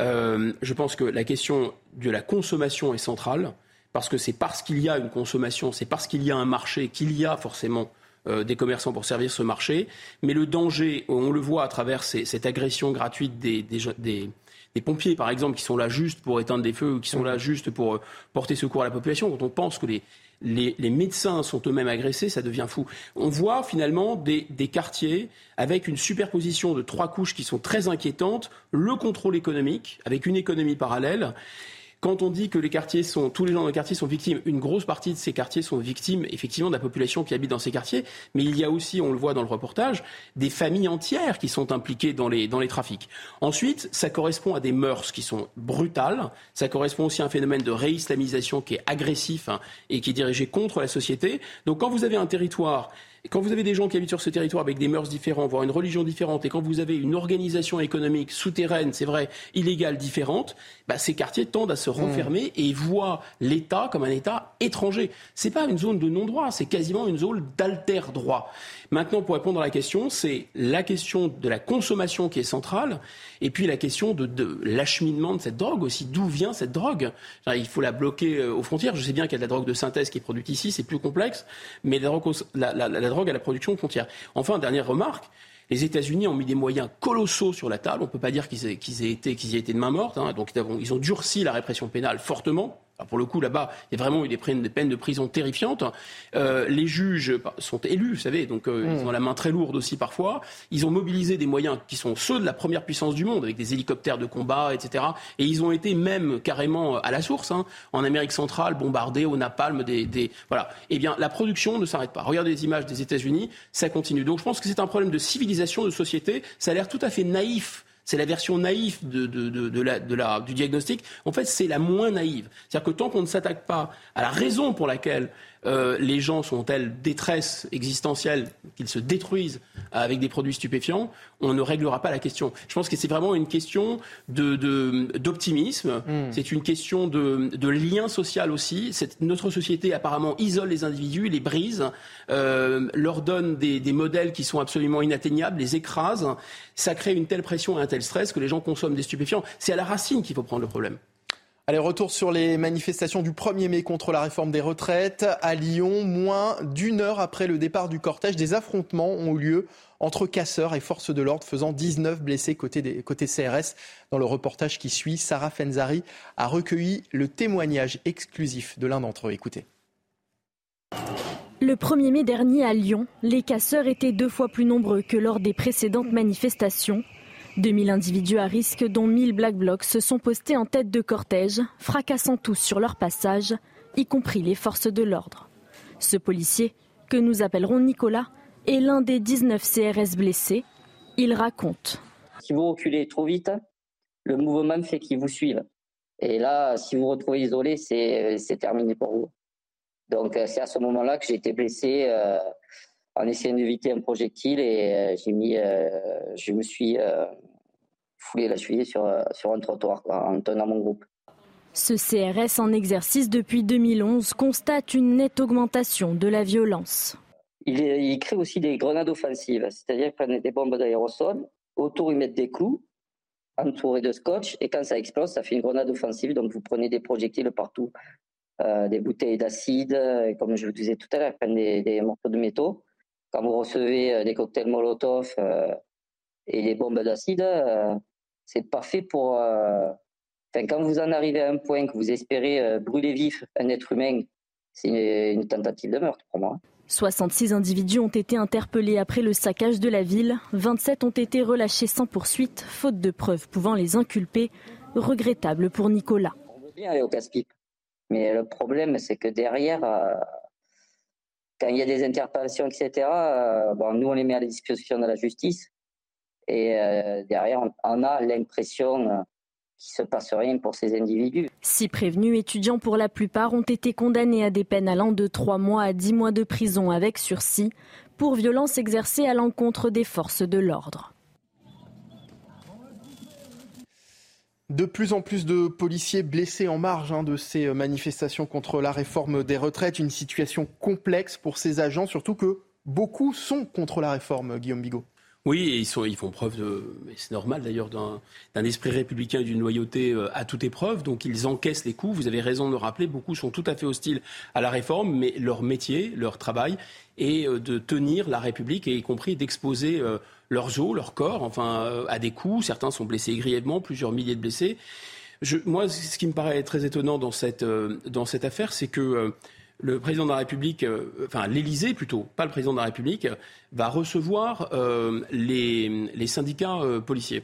Je pense que la question de la consommation est centrale, parce que c'est parce qu'il y a une consommation, c'est parce qu'il y a un marché qu'il y a forcément des commerçants pour servir ce marché. Mais le danger, on le voit à travers cette agression gratuite des pompiers, par exemple, qui sont là juste pour éteindre des feux ou qui sont là juste pour porter secours à la population. Quand on pense que les médecins sont eux-mêmes agressés, ça devient fou. On voit finalement des quartiers avec une superposition de 3 couches qui sont très inquiétantes. Le contrôle économique, avec une économie parallèle. Quand on dit que tous les gens dans les quartiers sont victimes, une grosse partie de ces quartiers sont victimes effectivement de la population qui habite dans ces quartiers. Mais il y a aussi, on le voit dans le reportage, des familles entières qui sont impliquées dans les trafics. Ensuite, ça correspond à des mœurs qui sont brutales. Ça correspond aussi à un phénomène de réislamisation qui est agressif et qui est dirigé contre la société. Donc quand vous avez un territoire... Quand vous avez des gens qui habitent sur ce territoire avec des mœurs différentes, voire une religion différente, et quand vous avez une organisation économique souterraine, c'est vrai, illégale, différente, ces quartiers tendent à se renfermer et voient l'État comme un État étranger. C'est pas une zone de non-droit, c'est quasiment une zone d'alter-droit. Maintenant, pour répondre à la question, c'est la question de la consommation qui est centrale, et puis la question de l'acheminement de cette drogue aussi. D'où vient cette drogue ? Il faut la bloquer aux frontières. Je sais bien qu'il y a de la drogue de synthèse qui est produite ici, c'est plus complexe, mais la drogue à la production aux frontières. Enfin, dernière remarque, les États-Unis ont mis des moyens colossaux sur la table. On ne peut pas dire qu'ils y aient été de main morte. Donc ils ont durci la répression pénale fortement. Alors pour le coup, là-bas, il y a vraiment eu des peines de prison terrifiantes. Les juges sont élus, vous savez, donc ils ont la main très lourde aussi parfois. Ils ont mobilisé des moyens qui sont ceux de la première puissance du monde, avec des hélicoptères de combat, etc. Et ils ont été même carrément à la source, en Amérique centrale, bombardés au napalm, voilà. Eh bien, la production ne s'arrête pas. Regardez les images des États-Unis, ça continue. Donc je pense que c'est un problème de civilisation, de société. Ça a l'air tout à fait naïf. C'est la version naïve du diagnostic. En fait, c'est la moins naïve. C'est-à-dire que tant qu'on ne s'attaque pas à la raison pour laquelle les gens sont en telle détresse existentielle qu'ils se détruisent avec des produits stupéfiants, on ne réglera pas la question. Je pense que c'est vraiment une question d'optimisme. C'est une question de lien social aussi. Notre société apparemment isole les individus, les brise, leur donne des modèles qui sont absolument inatteignables, les écrase. Ça crée une telle pression et un tel stress que les gens consomment des stupéfiants. C'est à la racine qu'il faut prendre le problème. Allez, retour sur les manifestations du 1er mai contre la réforme des retraites. À Lyon, moins d'une heure après le départ du cortège, des affrontements ont eu lieu entre casseurs et forces de l'ordre, faisant 19 blessés côté CRS. Dans le reportage qui suit, Sarah Fenzari a recueilli le témoignage exclusif de l'un d'entre eux. Écoutez. Le 1er mai dernier à Lyon, les casseurs étaient 2 fois plus nombreux que lors des précédentes manifestations. 2000 individus à risque, dont 1000 Black Blocs, se sont postés en tête de cortège, fracassant tous sur leur passage, y compris les forces de l'ordre. Ce policier, que nous appellerons Nicolas, est l'un des 19 CRS blessés. Il raconte. Si vous reculez trop vite, le mouvement fait qu'ils vous suivent. Et là, si vous vous retrouvez isolé, c'est terminé pour vous. Donc c'est à ce moment-là que j'ai été blessé en essayant d'éviter un projectile et je me suis foulé la cheville sur un trottoir en tenant mon groupe. Ce CRS en exercice depuis 2011 constate une nette augmentation de la violence. Il crée aussi des grenades offensives, c'est-à-dire qu'ils prennent des bombes d'aérosol, autour ils mettent des clous, entourés de scotch, et quand ça explose, ça fait une grenade offensive, donc vous prenez des projectiles partout, des bouteilles d'acide, comme je vous disais tout à l'heure, ils prennent des morceaux de métaux. Quand vous recevez des cocktails Molotov et des bombes d'acide, c'est parfait pour... quand vous en arrivez à un point que vous espérez brûler vif un être humain, c'est une tentative de meurtre pour moi. 66 individus ont été interpellés après le saccage de la ville. 27 ont été relâchés sans poursuite, faute de preuves pouvant les inculper. Regrettable pour Nicolas. On veut bien aller au casse-pipe, mais le problème, c'est que derrière, quand il y a des interpellations, etc., nous, on les met à la disposition de la justice. Et derrière, on a l'impression qu'il ne se passe rien pour ces individus. 6 prévenus, étudiants pour la plupart, ont été condamnés à des peines allant de 3 mois à 10 mois de prison avec sursis pour violences exercées à l'encontre des forces de l'ordre. De plus en plus de policiers blessés en marge de ces manifestations contre la réforme des retraites. Une situation complexe pour ces agents, surtout que beaucoup sont contre la réforme, Guillaume Bigot. Oui, et ils font preuve c'est normal d'ailleurs, d'un esprit républicain et d'une loyauté à toute épreuve. Donc ils encaissent les coups. Vous avez raison de le rappeler, beaucoup sont tout à fait hostiles à la réforme, mais leur métier, leur travail est de tenir la République et y compris d'exposer leurs os, leur corps, à des coups. Certains sont blessés grièvement, plusieurs milliers de blessés. Moi, ce qui me paraît très étonnant dans cette affaire, c'est que le président de la République, l'Élysée plutôt, pas le président de la République, va recevoir les syndicats policiers.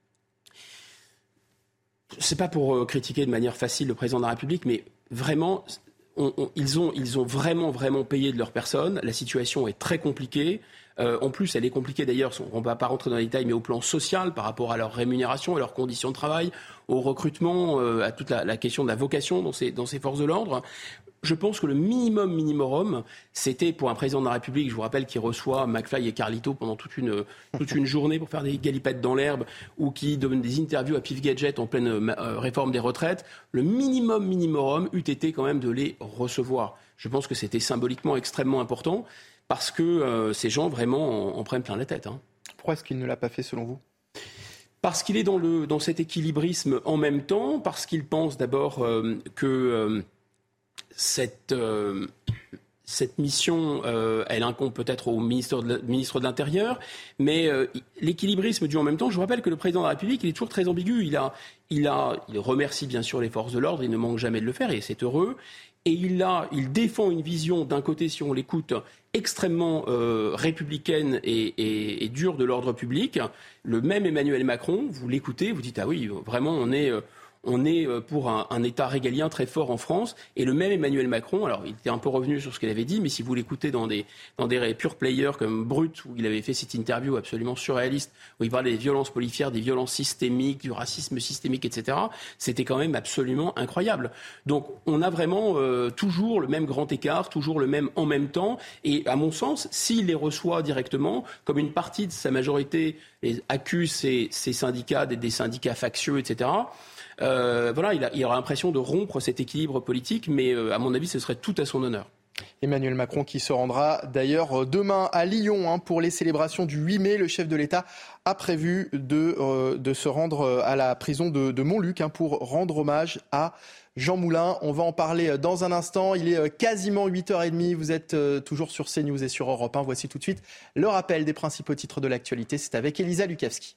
C'est pas pour critiquer de manière facile le président de la République, mais vraiment, ils ont vraiment payé de leur personne. La situation est très compliquée. En plus, elle est compliquée d'ailleurs, on ne va pas rentrer dans les détails, mais au plan social, par rapport à leur rémunération, à leurs conditions de travail, au recrutement, à toute la question de la vocation dans ces forces de l'ordre. Je pense que le minimum, c'était pour un président de la République, je vous rappelle, qui reçoit McFly et Carlito pendant toute une journée pour faire des galipettes dans l'herbe ou qui donne des interviews à Pif Gadget en pleine réforme des retraites. Le minimum eût été quand même de les recevoir. Je pense que c'était symboliquement extrêmement important parce que ces gens vraiment en prennent plein la tête. Pourquoi est-ce qu'il ne l'a pas fait selon vous ? Parce qu'il est dans cet équilibrisme en même temps, parce qu'il pense d'abord que cette mission, elle incombe peut-être au ministre de l'Intérieur, mais l'équilibrisme dû en même temps, je vous rappelle que le président de la République, il est toujours très ambigu. Il remercie bien sûr les forces de l'ordre, il ne manque jamais de le faire et c'est heureux. Et il défend une vision, d'un côté, si on l'écoute, extrêmement républicaine et dure de l'ordre public. Le même Emmanuel Macron, vous l'écoutez, vous dites, ah oui, vraiment, on est pour un État régalien très fort en France. Et le même Emmanuel Macron, alors il était un peu revenu sur ce qu'il avait dit, mais si vous l'écoutez dans des pure players comme Brut, où il avait fait cette interview absolument surréaliste, où il parlait des violences policières, des violences systémiques, du racisme systémique, etc., c'était quand même absolument incroyable. Donc on a vraiment toujours le même grand écart, toujours le même en même temps. Et à mon sens, s'il les reçoit directement, comme une partie de sa majorité accuse ces syndicats des syndicats factieux, etc., il aura l'impression de rompre cet équilibre politique, mais à mon avis, ce serait tout à son honneur. Emmanuel Macron qui se rendra d'ailleurs demain à Lyon pour les célébrations du 8 mai. Le chef de l'État a prévu de se rendre à la prison de Montluc pour rendre hommage à Jean Moulin. On va en parler dans un instant. Il est quasiment 8h30. Vous êtes toujours sur CNews et sur Europe 1. Voici tout de suite le rappel des principaux titres de l'actualité. C'est avec Elisa Lukavski.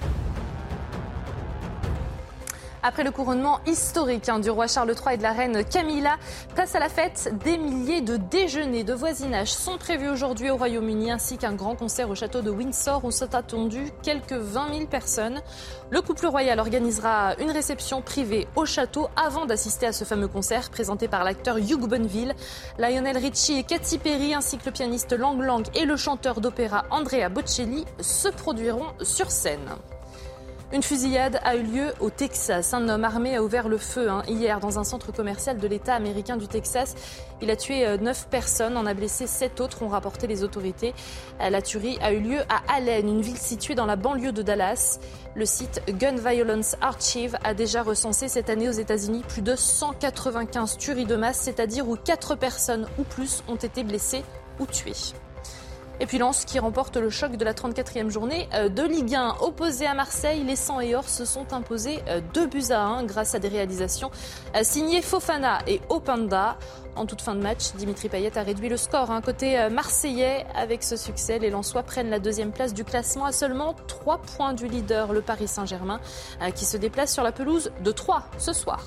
Après le couronnement historique du roi Charles III et de la reine Camilla, place à la fête, des milliers de déjeuners de voisinage sont prévus aujourd'hui au Royaume-Uni, ainsi qu'un grand concert au château de Windsor où sont attendues quelques 20 000 personnes. Le couple royal organisera une réception privée au château avant d'assister à ce fameux concert présenté par l'acteur Hugh Bonneville. Lionel Richie et Katy Perry, ainsi que le pianiste Lang Lang et le chanteur d'opéra Andrea Bocelli se produiront sur scène. Une fusillade a eu lieu au Texas. Un homme armé a ouvert le feu hier dans un centre commercial de l'État américain du Texas. Il a tué 9 personnes, en a blessé 7 autres, ont rapporté les autorités. La tuerie a eu lieu à Allen, une ville située dans la banlieue de Dallas. Le site Gun Violence Archive a déjà recensé cette année aux États-Unis plus de 195 tueries de masse, c'est-à-dire où 4 personnes ou plus ont été blessées ou tuées. Et puis Lens qui remporte le choc de la 34e journée de Ligue 1. Opposé à Marseille, les 100 et or se sont imposés 2-1 grâce à des réalisations signées Fofana et Openda. En toute fin de match, Dimitri Payet a réduit le score. Côté marseillais, avec ce succès, les Lensois prennent la 2e place du classement à seulement 3 points du leader, le Paris Saint-Germain, qui se déplace sur la pelouse de Troyes ce soir.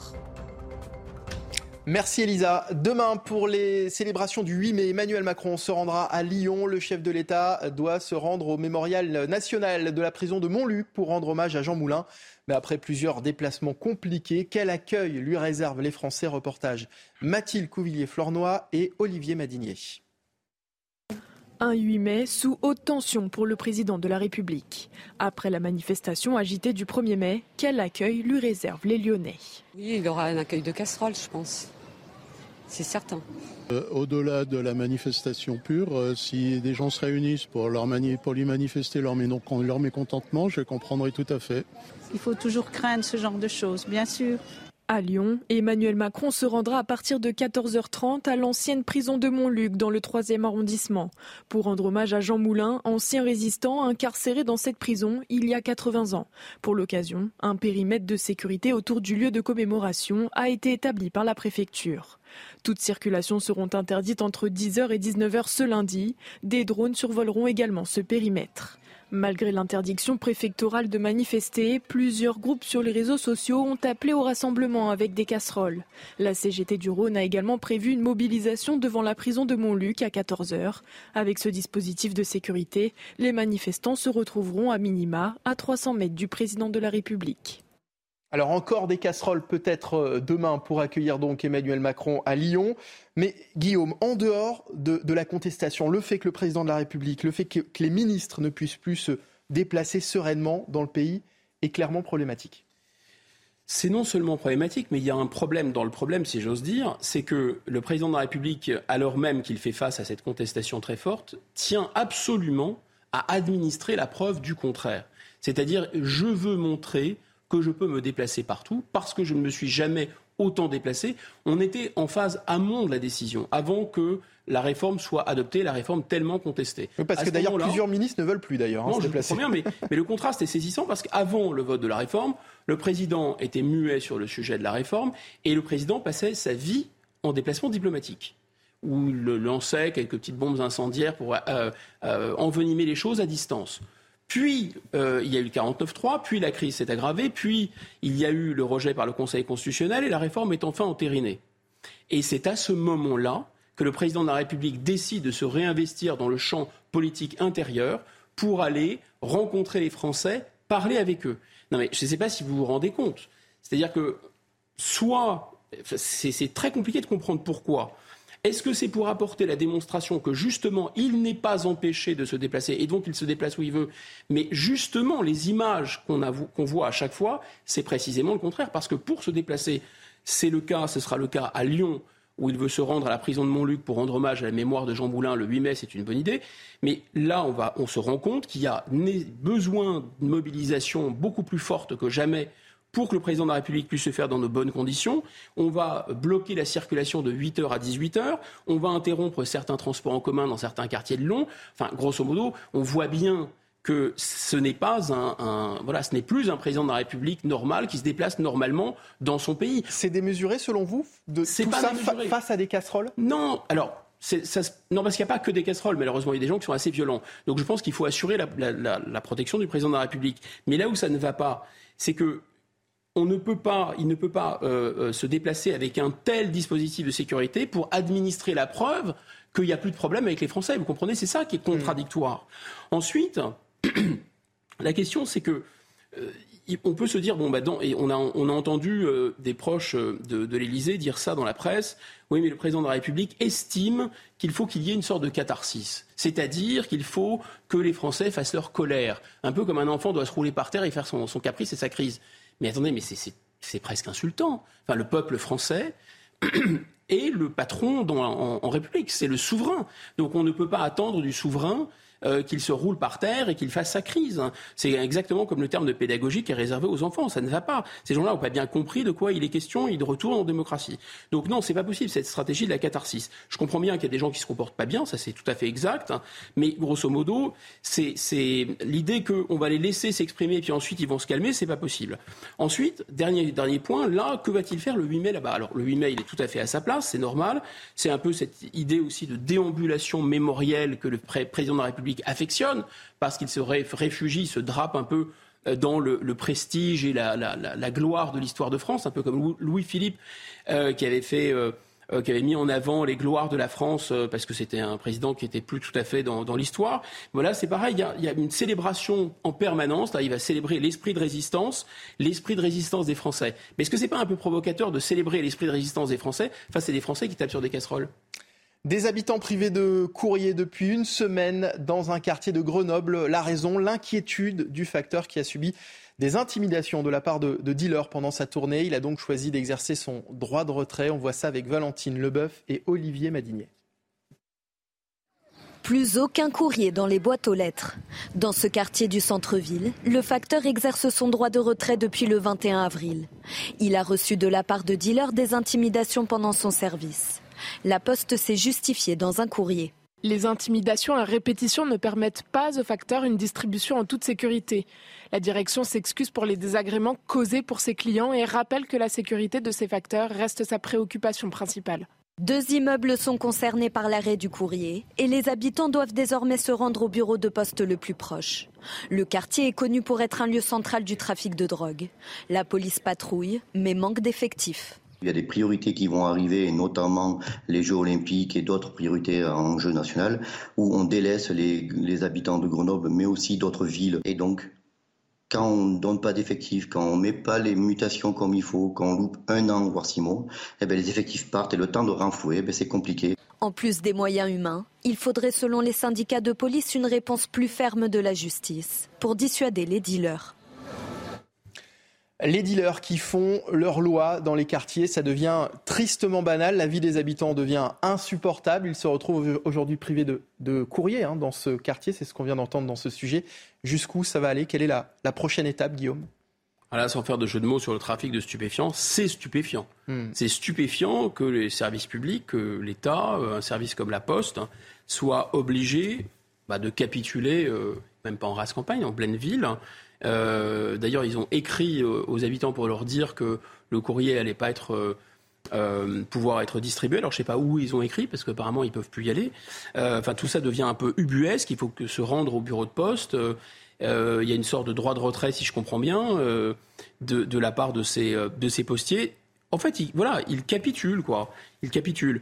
Merci Elisa. Demain, pour les célébrations du 8 mai, Emmanuel Macron se rendra à Lyon. Le chef de l'État doit se rendre au mémorial national de la prison de Montluc pour rendre hommage à Jean Moulin. Mais après plusieurs déplacements compliqués, quel accueil lui réservent les Français? Reportage Mathilde Couvillier-Flornoy et Olivier Madinier. Un 8 mai sous haute tension pour le président de la République. Après la manifestation agitée du 1er mai, quel accueil lui réservent les Lyonnais? Oui, il aura un accueil de casserole, je pense. C'est certain. Au-delà de la manifestation pure, si des gens se réunissent pour lui manifester leur mécontentement, je comprendrai tout à fait. Il faut toujours craindre ce genre de choses, bien sûr. À Lyon, Emmanuel Macron se rendra à partir de 14h30 à l'ancienne prison de Montluc dans le 3e arrondissement pour rendre hommage à Jean Moulin, ancien résistant incarcéré dans cette prison il y a 80 ans. Pour l'occasion, un périmètre de sécurité autour du lieu de commémoration a été établi par la préfecture. Toutes circulations seront interdites entre 10h et 19h ce lundi. Des drones survoleront également ce périmètre. Malgré l'interdiction préfectorale de manifester, plusieurs groupes sur les réseaux sociaux ont appelé au rassemblement avec des casseroles. La CGT du Rhône a également prévu une mobilisation devant la prison de Montluc à 14h. Avec ce dispositif de sécurité, les manifestants se retrouveront à minima à 300 mètres du président de la République. Alors encore des casseroles peut-être demain pour accueillir donc Emmanuel Macron à Lyon. Mais Guillaume, en dehors de la contestation, le fait que le président de la République, le fait que les ministres ne puissent plus se déplacer sereinement dans le pays est clairement problématique. C'est non seulement problématique, mais il y a un problème dans le problème, si j'ose dire, c'est que le président de la République, alors même qu'il fait face à cette contestation très forte, tient absolument à administrer la preuve du contraire. C'est-à-dire, je veux montrer que je peux me déplacer partout parce que je ne me suis jamais autant déplacé. On était en phase amont de la décision, avant que la réforme soit adoptée, la réforme tellement contestée. Oui, parce que d'ailleurs, plusieurs ministres ne veulent plus d'ailleurs se déplacer. Non, je comprends bien, mais le contraste est saisissant parce qu'avant le vote de la réforme, le président était muet sur le sujet de la réforme et le président passait sa vie en déplacement diplomatique, où il lançait quelques petites bombes incendiaires pour envenimer les choses à distance. Puis, il y a eu le 49.3, puis la crise s'est aggravée, puis il y a eu le rejet par le Conseil constitutionnel et la réforme est enfin entérinée. Et c'est à ce moment-là que le président de la République décide de se réinvestir dans le champ politique intérieur pour aller rencontrer les Français, parler avec eux. Non mais je ne sais pas si vous vous rendez compte. C'est-à-dire que c'est très compliqué de comprendre pourquoi. Est-ce que c'est pour apporter la démonstration que justement il n'est pas empêché de se déplacer et donc il se déplace où il veut? Mais justement les images qu'on voit à chaque fois, c'est précisément le contraire. Parce que pour se déplacer, ce sera le cas à Lyon où il veut se rendre à la prison de Montluc pour rendre hommage à la mémoire de Jean Moulin le 8 mai, c'est une bonne idée. Mais là, on se rend compte qu'il y a besoin d'une mobilisation beaucoup plus forte que jamais pour que le président de la République puisse se faire dans de bonnes conditions. On va bloquer la circulation de 8h à 18h. On va interrompre certains transports en commun dans certains quartiers de Lyon. Enfin, grosso modo, on voit bien que ce n'est pas ce n'est plus un président de la République normal qui se déplace normalement dans son pays. C'est démesuré selon vous de tout ça face à des casseroles ? Non, alors. Non, parce qu'il n'y a pas que des casseroles, malheureusement, il y a des gens qui sont assez violents. Donc je pense qu'il faut assurer la protection du président de la République. Mais là où ça ne va pas, c'est que il ne peut pas se déplacer avec un tel dispositif de sécurité pour administrer la preuve qu'il n'y a plus de problème avec les Français. Vous comprenez, c'est ça qui est contradictoire. Ensuite, la question, c'est que on peut se dire, et on a entendu des proches de l'Élysée dire ça dans la presse, oui, mais le président de la République estime qu'il faut qu'il y ait une sorte de catharsis. C'est-à-dire qu'il faut que les Français fassent leur colère. Un peu comme un enfant doit se rouler par terre et faire son caprice et sa crise. Mais attendez, mais c'est presque insultant. Enfin, le peuple français est le patron en République, c'est le souverain. Donc on ne peut pas attendre du souverain qu'il se roule par terre et qu'il fasse sa crise. C'est exactement comme le terme de pédagogie qui est réservé aux enfants. Ça ne va pas. Ces gens-là n'ont pas bien compris de quoi il est question. Ils retournent en démocratie. Donc non, c'est pas possible, cette stratégie de la catharsis. Je comprends bien qu'il y a des gens qui se comportent pas bien, ça c'est tout à fait exact. Mais grosso modo, c'est l'idée qu'on va les laisser s'exprimer et puis ensuite ils vont se calmer, c'est pas possible. Ensuite, dernier point, là, que va-t-il faire le 8 mai là-bas ? Alors le 8 mai, il est tout à fait à sa place, c'est normal. C'est un peu cette idée aussi de déambulation mémorielle que le président de la République affectionne, parce qu'il se réfugie, se drape un peu dans le prestige et la gloire de l'histoire de France, un peu comme Louis-Philippe qui avait mis en avant les gloires de la France parce que c'était un président qui était plus tout à fait dans l'histoire. Voilà, c'est pareil, il y a une célébration en permanence. Là, il va célébrer l'esprit de résistance des Français. Mais est-ce que c'est pas un peu provocateur de célébrer l'esprit de résistance des Français face à des Français qui tapent sur des casseroles ? Des habitants privés de courrier depuis une semaine dans un quartier de Grenoble. La raison, l'inquiétude du facteur qui a subi des intimidations de la part de dealers pendant sa tournée. Il a donc choisi d'exercer son droit de retrait. On voit ça avec Valentine Leboeuf et Olivier Madinier. Plus aucun courrier dans les boîtes aux lettres. Dans ce quartier du centre-ville, le facteur exerce son droit de retrait depuis le 21 avril. Il a reçu de la part de dealers des intimidations pendant son service. La Poste s'est justifiée dans un courrier. Les intimidations à répétition ne permettent pas au facteur une distribution en toute sécurité. La direction s'excuse pour les désagréments causés pour ses clients et rappelle que la sécurité de ces facteurs reste sa préoccupation principale. 2 immeubles sont concernés par l'arrêt du courrier et les habitants doivent désormais se rendre au bureau de poste le plus proche. Le quartier est connu pour être un lieu central du trafic de drogue. La police patrouille, mais manque d'effectifs. Il y a des priorités qui vont arriver, notamment les Jeux Olympiques et d'autres priorités en Jeux nationaux, où on délaisse les habitants de Grenoble, mais aussi d'autres villes. Et donc, quand on ne donne pas d'effectifs, quand on ne met pas les mutations comme il faut, quand on loupe 1 an, voire 6 mois, les effectifs partent et le temps de renflouer, c'est compliqué. En plus des moyens humains, il faudrait, selon les syndicats de police, une réponse plus ferme de la justice pour dissuader les dealers. Les dealers qui font leur loi dans les quartiers, ça devient tristement banal. La vie des habitants devient insupportable. Ils se retrouvent aujourd'hui privés de courrier dans ce quartier. C'est ce qu'on vient d'entendre dans ce sujet. Jusqu'où ça va aller ? Quelle est la prochaine étape, Guillaume ? Voilà, sans faire de jeu de mots sur le trafic de stupéfiants, c'est stupéfiant. C'est stupéfiant que les services publics, que l'État, un service comme la Poste, soit obligé de capituler, même pas en race campagne, en pleine ville. D'ailleurs, ils ont écrit aux habitants pour leur dire que le courrier allait pas pouvoir être distribué. Alors, je sais pas où ils ont écrit, parce qu'apparemment, ils peuvent plus y aller. Tout ça devient un peu ubuesque. Il faut se rendre au bureau de poste. Il y a une sorte de droit de retrait, si je comprends bien, de la part de ces postiers. En fait, ils capitulent, quoi. Ils capitulent.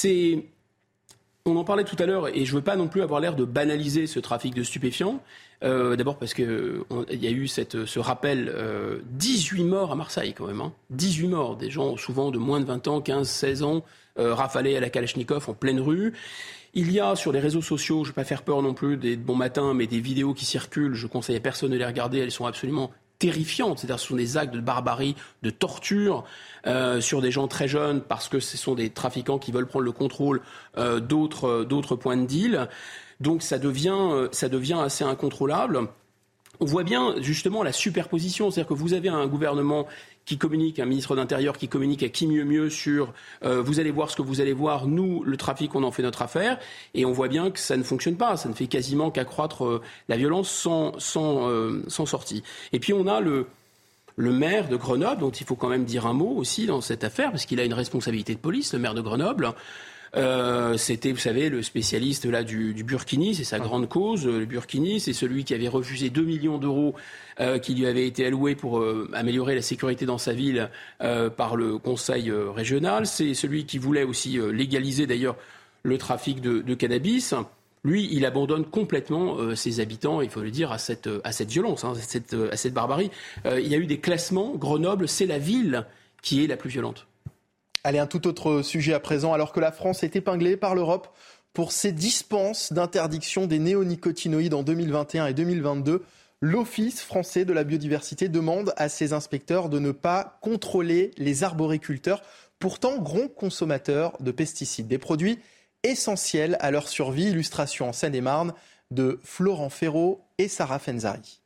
On en parlait tout à l'heure, et je veux pas non plus avoir l'air de banaliser ce trafic de stupéfiants. D'abord parce que il y a eu ce rappel, 18 morts à Marseille quand même. 18 morts, des gens souvent de moins de 20 ans, 15, 16 ans, rafalés à la Kalachnikov en pleine rue. Il y a sur les réseaux sociaux, je ne vais pas faire peur non plus des bons matins, mais des vidéos qui circulent, je conseille à personne de les regarder, elles sont absolument terrifiantes. C'est-à-dire ce sont des actes de barbarie, de torture sur des gens très jeunes parce que ce sont des trafiquants qui veulent prendre le contrôle d'autres points de deal. Donc ça devient assez incontrôlable. on voit bien justement la superposition. C'est-à-dire que vous avez un gouvernement qui communique, un ministre de l'Intérieur qui communique à qui mieux sur vous allez voir ce que vous allez voir, nous, le trafic, on en fait notre affaire. Et on voit bien que ça ne fonctionne pas. Ça ne fait quasiment qu'accroître la violence sans sortie. Et puis on a le maire de Grenoble, dont il faut quand même dire un mot aussi dans cette affaire, parce qu'il a une responsabilité de police, le maire de Grenoble. C'était, vous savez, le spécialiste là du burkini, c'est sa grande cause. Le burkini, c'est celui qui avait refusé 2 millions d'euros qui lui avaient été alloués pour améliorer la sécurité dans sa ville par le conseil régional. C'est celui qui voulait aussi légaliser d'ailleurs le trafic de cannabis. Lui, il abandonne complètement ses habitants, il faut le dire, à cette violence, à cette barbarie. Il y a eu des classements. Grenoble, c'est la ville qui est la plus violente. Allez, un tout autre sujet à présent. Alors que la France est épinglée par l'Europe pour ses dispenses d'interdiction des néonicotinoïdes en 2021 et 2022, l'Office français de la biodiversité demande à ses inspecteurs de ne pas contrôler les arboriculteurs, pourtant grands consommateurs de pesticides. Des produits essentiels à leur survie. Illustration en Seine-et-Marne de Florent Ferraud et Sarah Fenzari.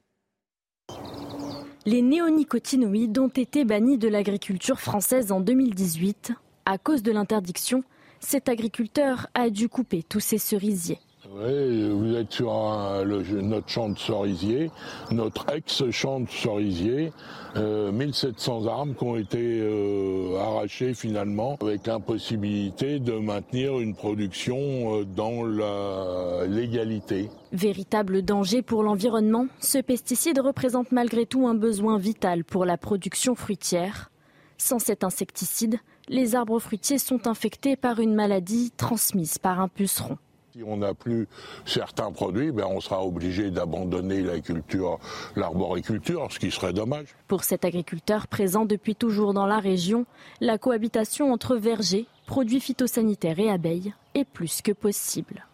Les néonicotinoïdes ont été bannis de l'agriculture française en 2018. À cause de l'interdiction, cet agriculteur a dû couper tous ses cerisiers. Oui, vous êtes sur notre champ de cerisier, notre ex-champ de cerisier, 1700 arbres qui ont été arrachés finalement, avec l'impossibilité de maintenir une production dans la légalité. Véritable danger pour l'environnement, ce pesticide représente malgré tout un besoin vital pour la production fruitière. Sans cet insecticide, les arbres fruitiers sont infectés par une maladie transmise par un puceron. Si on n'a plus certains produits, on sera obligé d'abandonner l'arboriculture, ce qui serait dommage. Pour cet agriculteur présent depuis toujours dans la région, la cohabitation entre vergers, produits phytosanitaires et abeilles est plus que possible.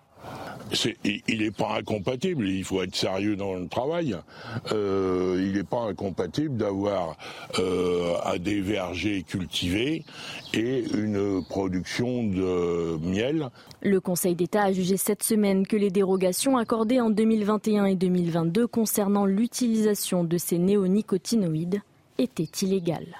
Il n'est pas incompatible, il faut être sérieux dans le travail. Il n'est pas incompatible d'avoir des vergers cultivés et une production de miel. Le Conseil d'État a jugé cette semaine que les dérogations accordées en 2021 et 2022 concernant l'utilisation de ces néonicotinoïdes étaient illégales.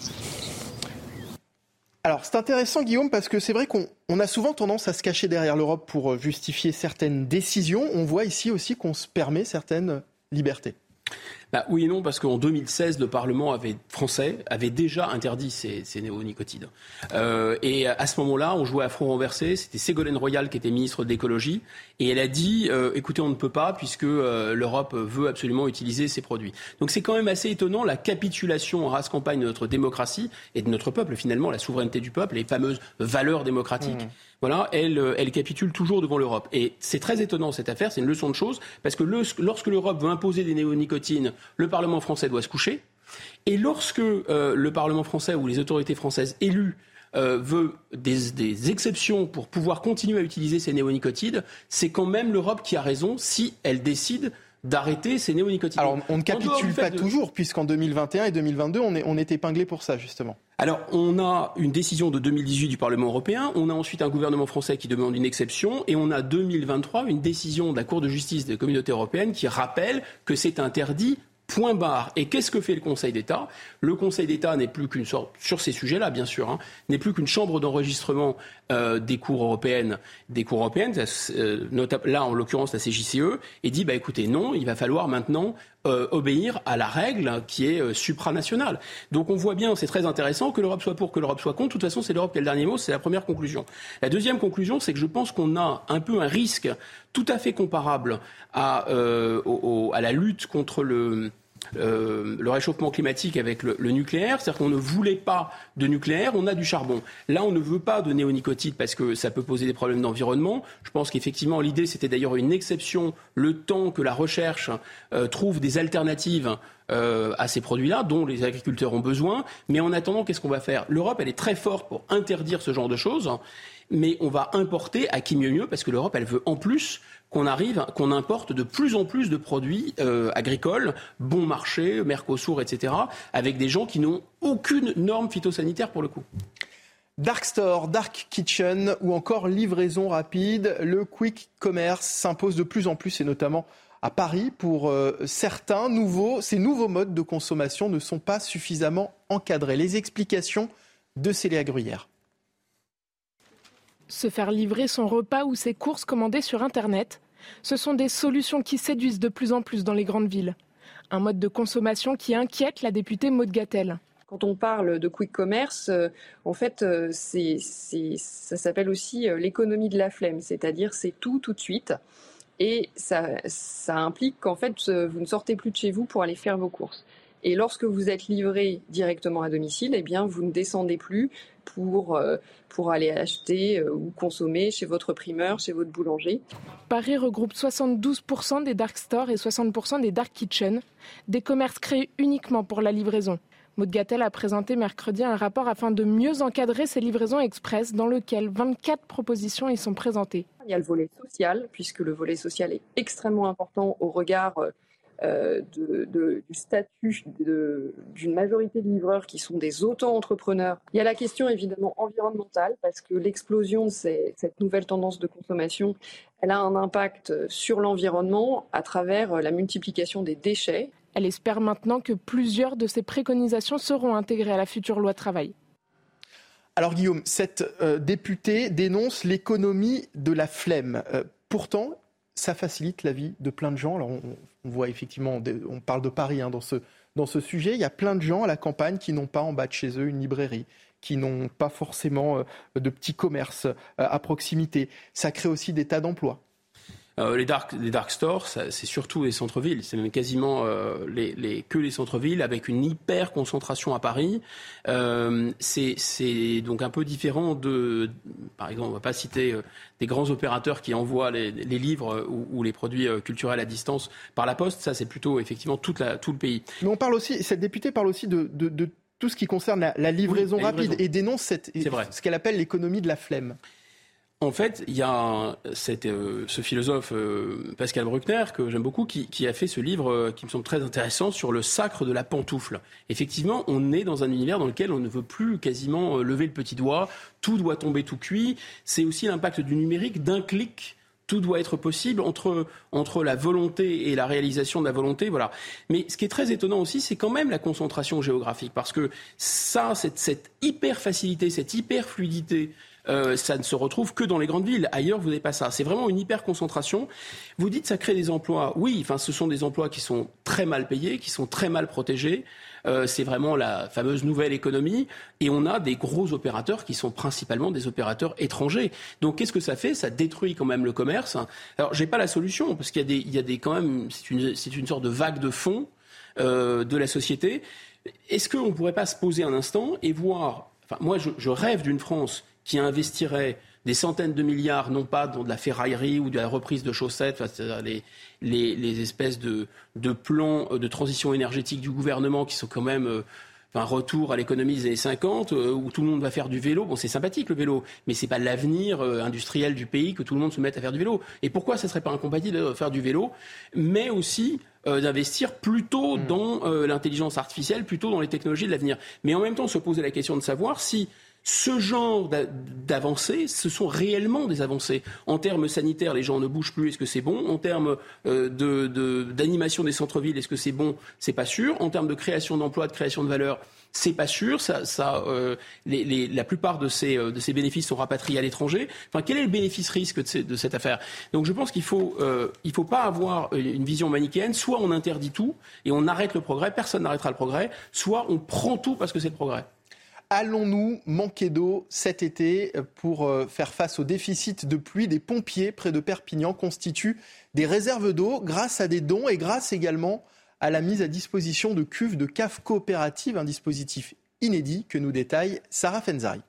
Alors c'est intéressant Guillaume parce que c'est vrai qu'on a souvent tendance à se cacher derrière l'Europe pour justifier certaines décisions. On voit ici aussi qu'on se permet certaines libertés. Oui et non, parce qu'en 2016, le Parlement français avait déjà interdit ces néonicotinoïdes. Et à ce moment-là, on jouait à front renversé. C'était Ségolène Royal qui était ministre de l'écologie. Et elle a dit, écoutez, on ne peut pas puisque l'Europe veut absolument utiliser ces produits. Donc c'est quand même assez étonnant la capitulation en race campagne de notre démocratie et de notre peuple, finalement, la souveraineté du peuple, les fameuses valeurs démocratiques. Voilà, elle capitule toujours devant l'Europe. Et c'est très étonnant cette affaire, c'est une leçon de choses, parce que lorsque l'Europe veut imposer des néonicotines, le Parlement français doit se coucher. Et lorsque le Parlement français ou les autorités françaises élues veut des exceptions pour pouvoir continuer à utiliser ces néonicotinoïdes, c'est quand même l'Europe qui a raison si elle décide d'arrêter ces néonicotinoïdes. Alors on ne capitule pas toujours, puisqu'en 2021 et 2022, on est épinglé pour ça, justement. Alors, on a une décision de 2018 du Parlement européen, on a ensuite un gouvernement français qui demande une exception, et on a 2023 une décision de la Cour de justice des communautés européennes qui rappelle que c'est interdit. Point barre. Et qu'est-ce que fait le Conseil d'État ? Le Conseil d'État n'est plus qu'une sorte, sur ces sujets-là bien sûr, n'est plus qu'une chambre d'enregistrement des cours européennes, là en l'occurrence la CJCE, et dit écoutez non, il va falloir maintenant obéir à la règle qui est supranationale. Donc on voit bien, c'est très intéressant que l'Europe soit pour, que l'Europe soit contre. De toute façon, c'est l'Europe qui a le dernier mot, c'est la première conclusion. La deuxième conclusion, c'est que je pense qu'on a un peu un risque tout à fait comparable à la lutte contre le réchauffement climatique avec le nucléaire, c'est-à-dire qu'on ne voulait pas de nucléaire, on a du charbon. Là, on ne veut pas de néonicotinoïdes parce que ça peut poser des problèmes d'environnement. Je pense qu'effectivement, l'idée, c'était d'ailleurs une exception, le temps que la recherche trouve des alternatives à ces produits-là, dont les agriculteurs ont besoin. Mais en attendant, qu'est-ce qu'on va faire ? L'Europe, elle est très forte pour interdire ce genre de choses, mais on va importer à qui mieux, parce que l'Europe, elle veut en plus qu'on importe de plus en plus de produits agricoles, bon marché, Mercosur, etc., avec des gens qui n'ont aucune norme phytosanitaire pour le coup. Dark Store, Dark Kitchen ou encore livraison rapide, le quick commerce s'impose de plus en plus et notamment à Paris, pour certains, ces nouveaux modes de consommation ne sont pas suffisamment encadrés. Les explications de Célia Gruyère. Se faire livrer son repas ou ses courses commandées sur Internet, ce sont des solutions qui séduisent de plus en plus dans les grandes villes. Un mode de consommation qui inquiète la députée Maud Gattel. Quand on parle de quick commerce, en fait, ça s'appelle aussi l'économie de la flemme, c'est-à-dire c'est tout de suite. Et ça implique qu'en fait, vous ne sortez plus de chez vous pour aller faire vos courses. Et lorsque vous êtes livré directement à domicile, eh bien, vous ne descendez plus pour aller acheter ou consommer chez votre primeur, chez votre boulanger. Paris regroupe 72% des dark stores et 60% des dark kitchens, des commerces créés uniquement pour la livraison. Maud Gattel a présenté mercredi un rapport afin de mieux encadrer ces livraisons express dans lequel 24 propositions y sont présentées. Il y a le volet social, puisque le volet social est extrêmement important au regard du statut d'une majorité de livreurs qui sont des auto-entrepreneurs. Il y a la question évidemment environnementale, parce que l'explosion de cette nouvelle tendance de consommation, elle a un impact sur l'environnement à travers la multiplication des déchets. Elle espère maintenant que plusieurs de ces préconisations seront intégrées à la future loi travail. Alors Guillaume, cette députée dénonce l'économie de la flemme. Pourtant, ça facilite la vie de plein de gens. Alors on voit effectivement, on parle de Paris dans ce sujet. Il y a plein de gens à la campagne qui n'ont pas en bas de chez eux une librairie, qui n'ont pas forcément de petits commerces à proximité. Ça crée aussi des tas d'emplois. Les dark stores, c'est surtout les centres-villes. C'est même quasiment que les centres-villes, avec une hyper concentration à Paris. C'est donc un peu différent de, par exemple, on ne va pas citer des grands opérateurs qui envoient les livres ou les produits culturels à distance par la poste. Ça, c'est plutôt effectivement tout le pays. Mais on parle aussi, cette députée parle aussi de tout ce qui concerne la livraison rapide et dénonce ce qu'elle appelle l'économie de la flemme. En fait, il y a ce philosophe Pascal Bruckner, que j'aime beaucoup, qui a fait ce livre qui me semble très intéressant sur le sacre de la pantoufle. Effectivement, on est dans un univers dans lequel on ne veut plus quasiment lever le petit doigt, tout doit tomber tout cuit. C'est aussi l'impact du numérique, d'un clic. Tout doit être possible entre la volonté et la réalisation de la volonté, voilà. Mais ce qui est très étonnant aussi, c'est quand même la concentration géographique, parce que ça, cette hyper facilité, cette hyper fluidité, ça ne se retrouve que dans les grandes villes. Ailleurs, vous n'avez pas ça. C'est vraiment une hyper concentration. Vous dites que ça crée des emplois. Oui, enfin, ce sont des emplois qui sont très mal payés, qui sont très mal protégés. C'est vraiment la fameuse nouvelle économie. Et on a des gros opérateurs qui sont principalement des opérateurs étrangers. Donc, qu'est-ce que ça fait ? Ça détruit quand même le commerce. Alors, j'ai pas la solution, parce qu'il y a des quand même, c'est une sorte de vague de fond de la société. Est-ce qu'on ne pourrait pas se poser un instant et voir... Enfin, moi, je rêve d'une France qui investirait des centaines de milliards, non pas dans de la ferraillerie ou de la reprise de chaussettes, c'est-à-dire les espèces de plans de transition énergétique du gouvernement qui sont quand même un retour à l'économie des années 50, où tout le monde va faire du vélo. Bon, c'est sympathique le vélo, mais c'est pas l'avenir industriel du pays que tout le monde se mette à faire du vélo. Et pourquoi ça serait pas incompatible de faire du vélo, mais aussi d'investir plutôt dans l'intelligence artificielle, plutôt dans les technologies de l'avenir. Mais en même temps, se poser la question de savoir si ce genre d'avancées, ce sont réellement des avancées. En termes sanitaires, les gens ne bougent plus, est-ce que c'est bon ? En termes d'animation des centres-villes, est-ce que c'est bon ? C'est pas sûr. En termes de création d'emplois, de création de valeur, c'est pas sûr. La plupart de ces bénéfices sont rapatriés à l'étranger. Enfin, quel est le bénéfice-risque de cette affaire ? Donc je pense qu'il faut pas avoir une vision manichéenne. Soit on interdit tout et on arrête le progrès, personne n'arrêtera le progrès, soit on prend tout parce que c'est le progrès. Allons-nous manquer d'eau cet été ? Pour faire face au déficit de pluie, des pompiers près de Perpignan constituent des réserves d'eau grâce à des dons et grâce également à la mise à disposition de cuves de caves coopératives, un dispositif inédit que nous détaille Sarah Fenzari.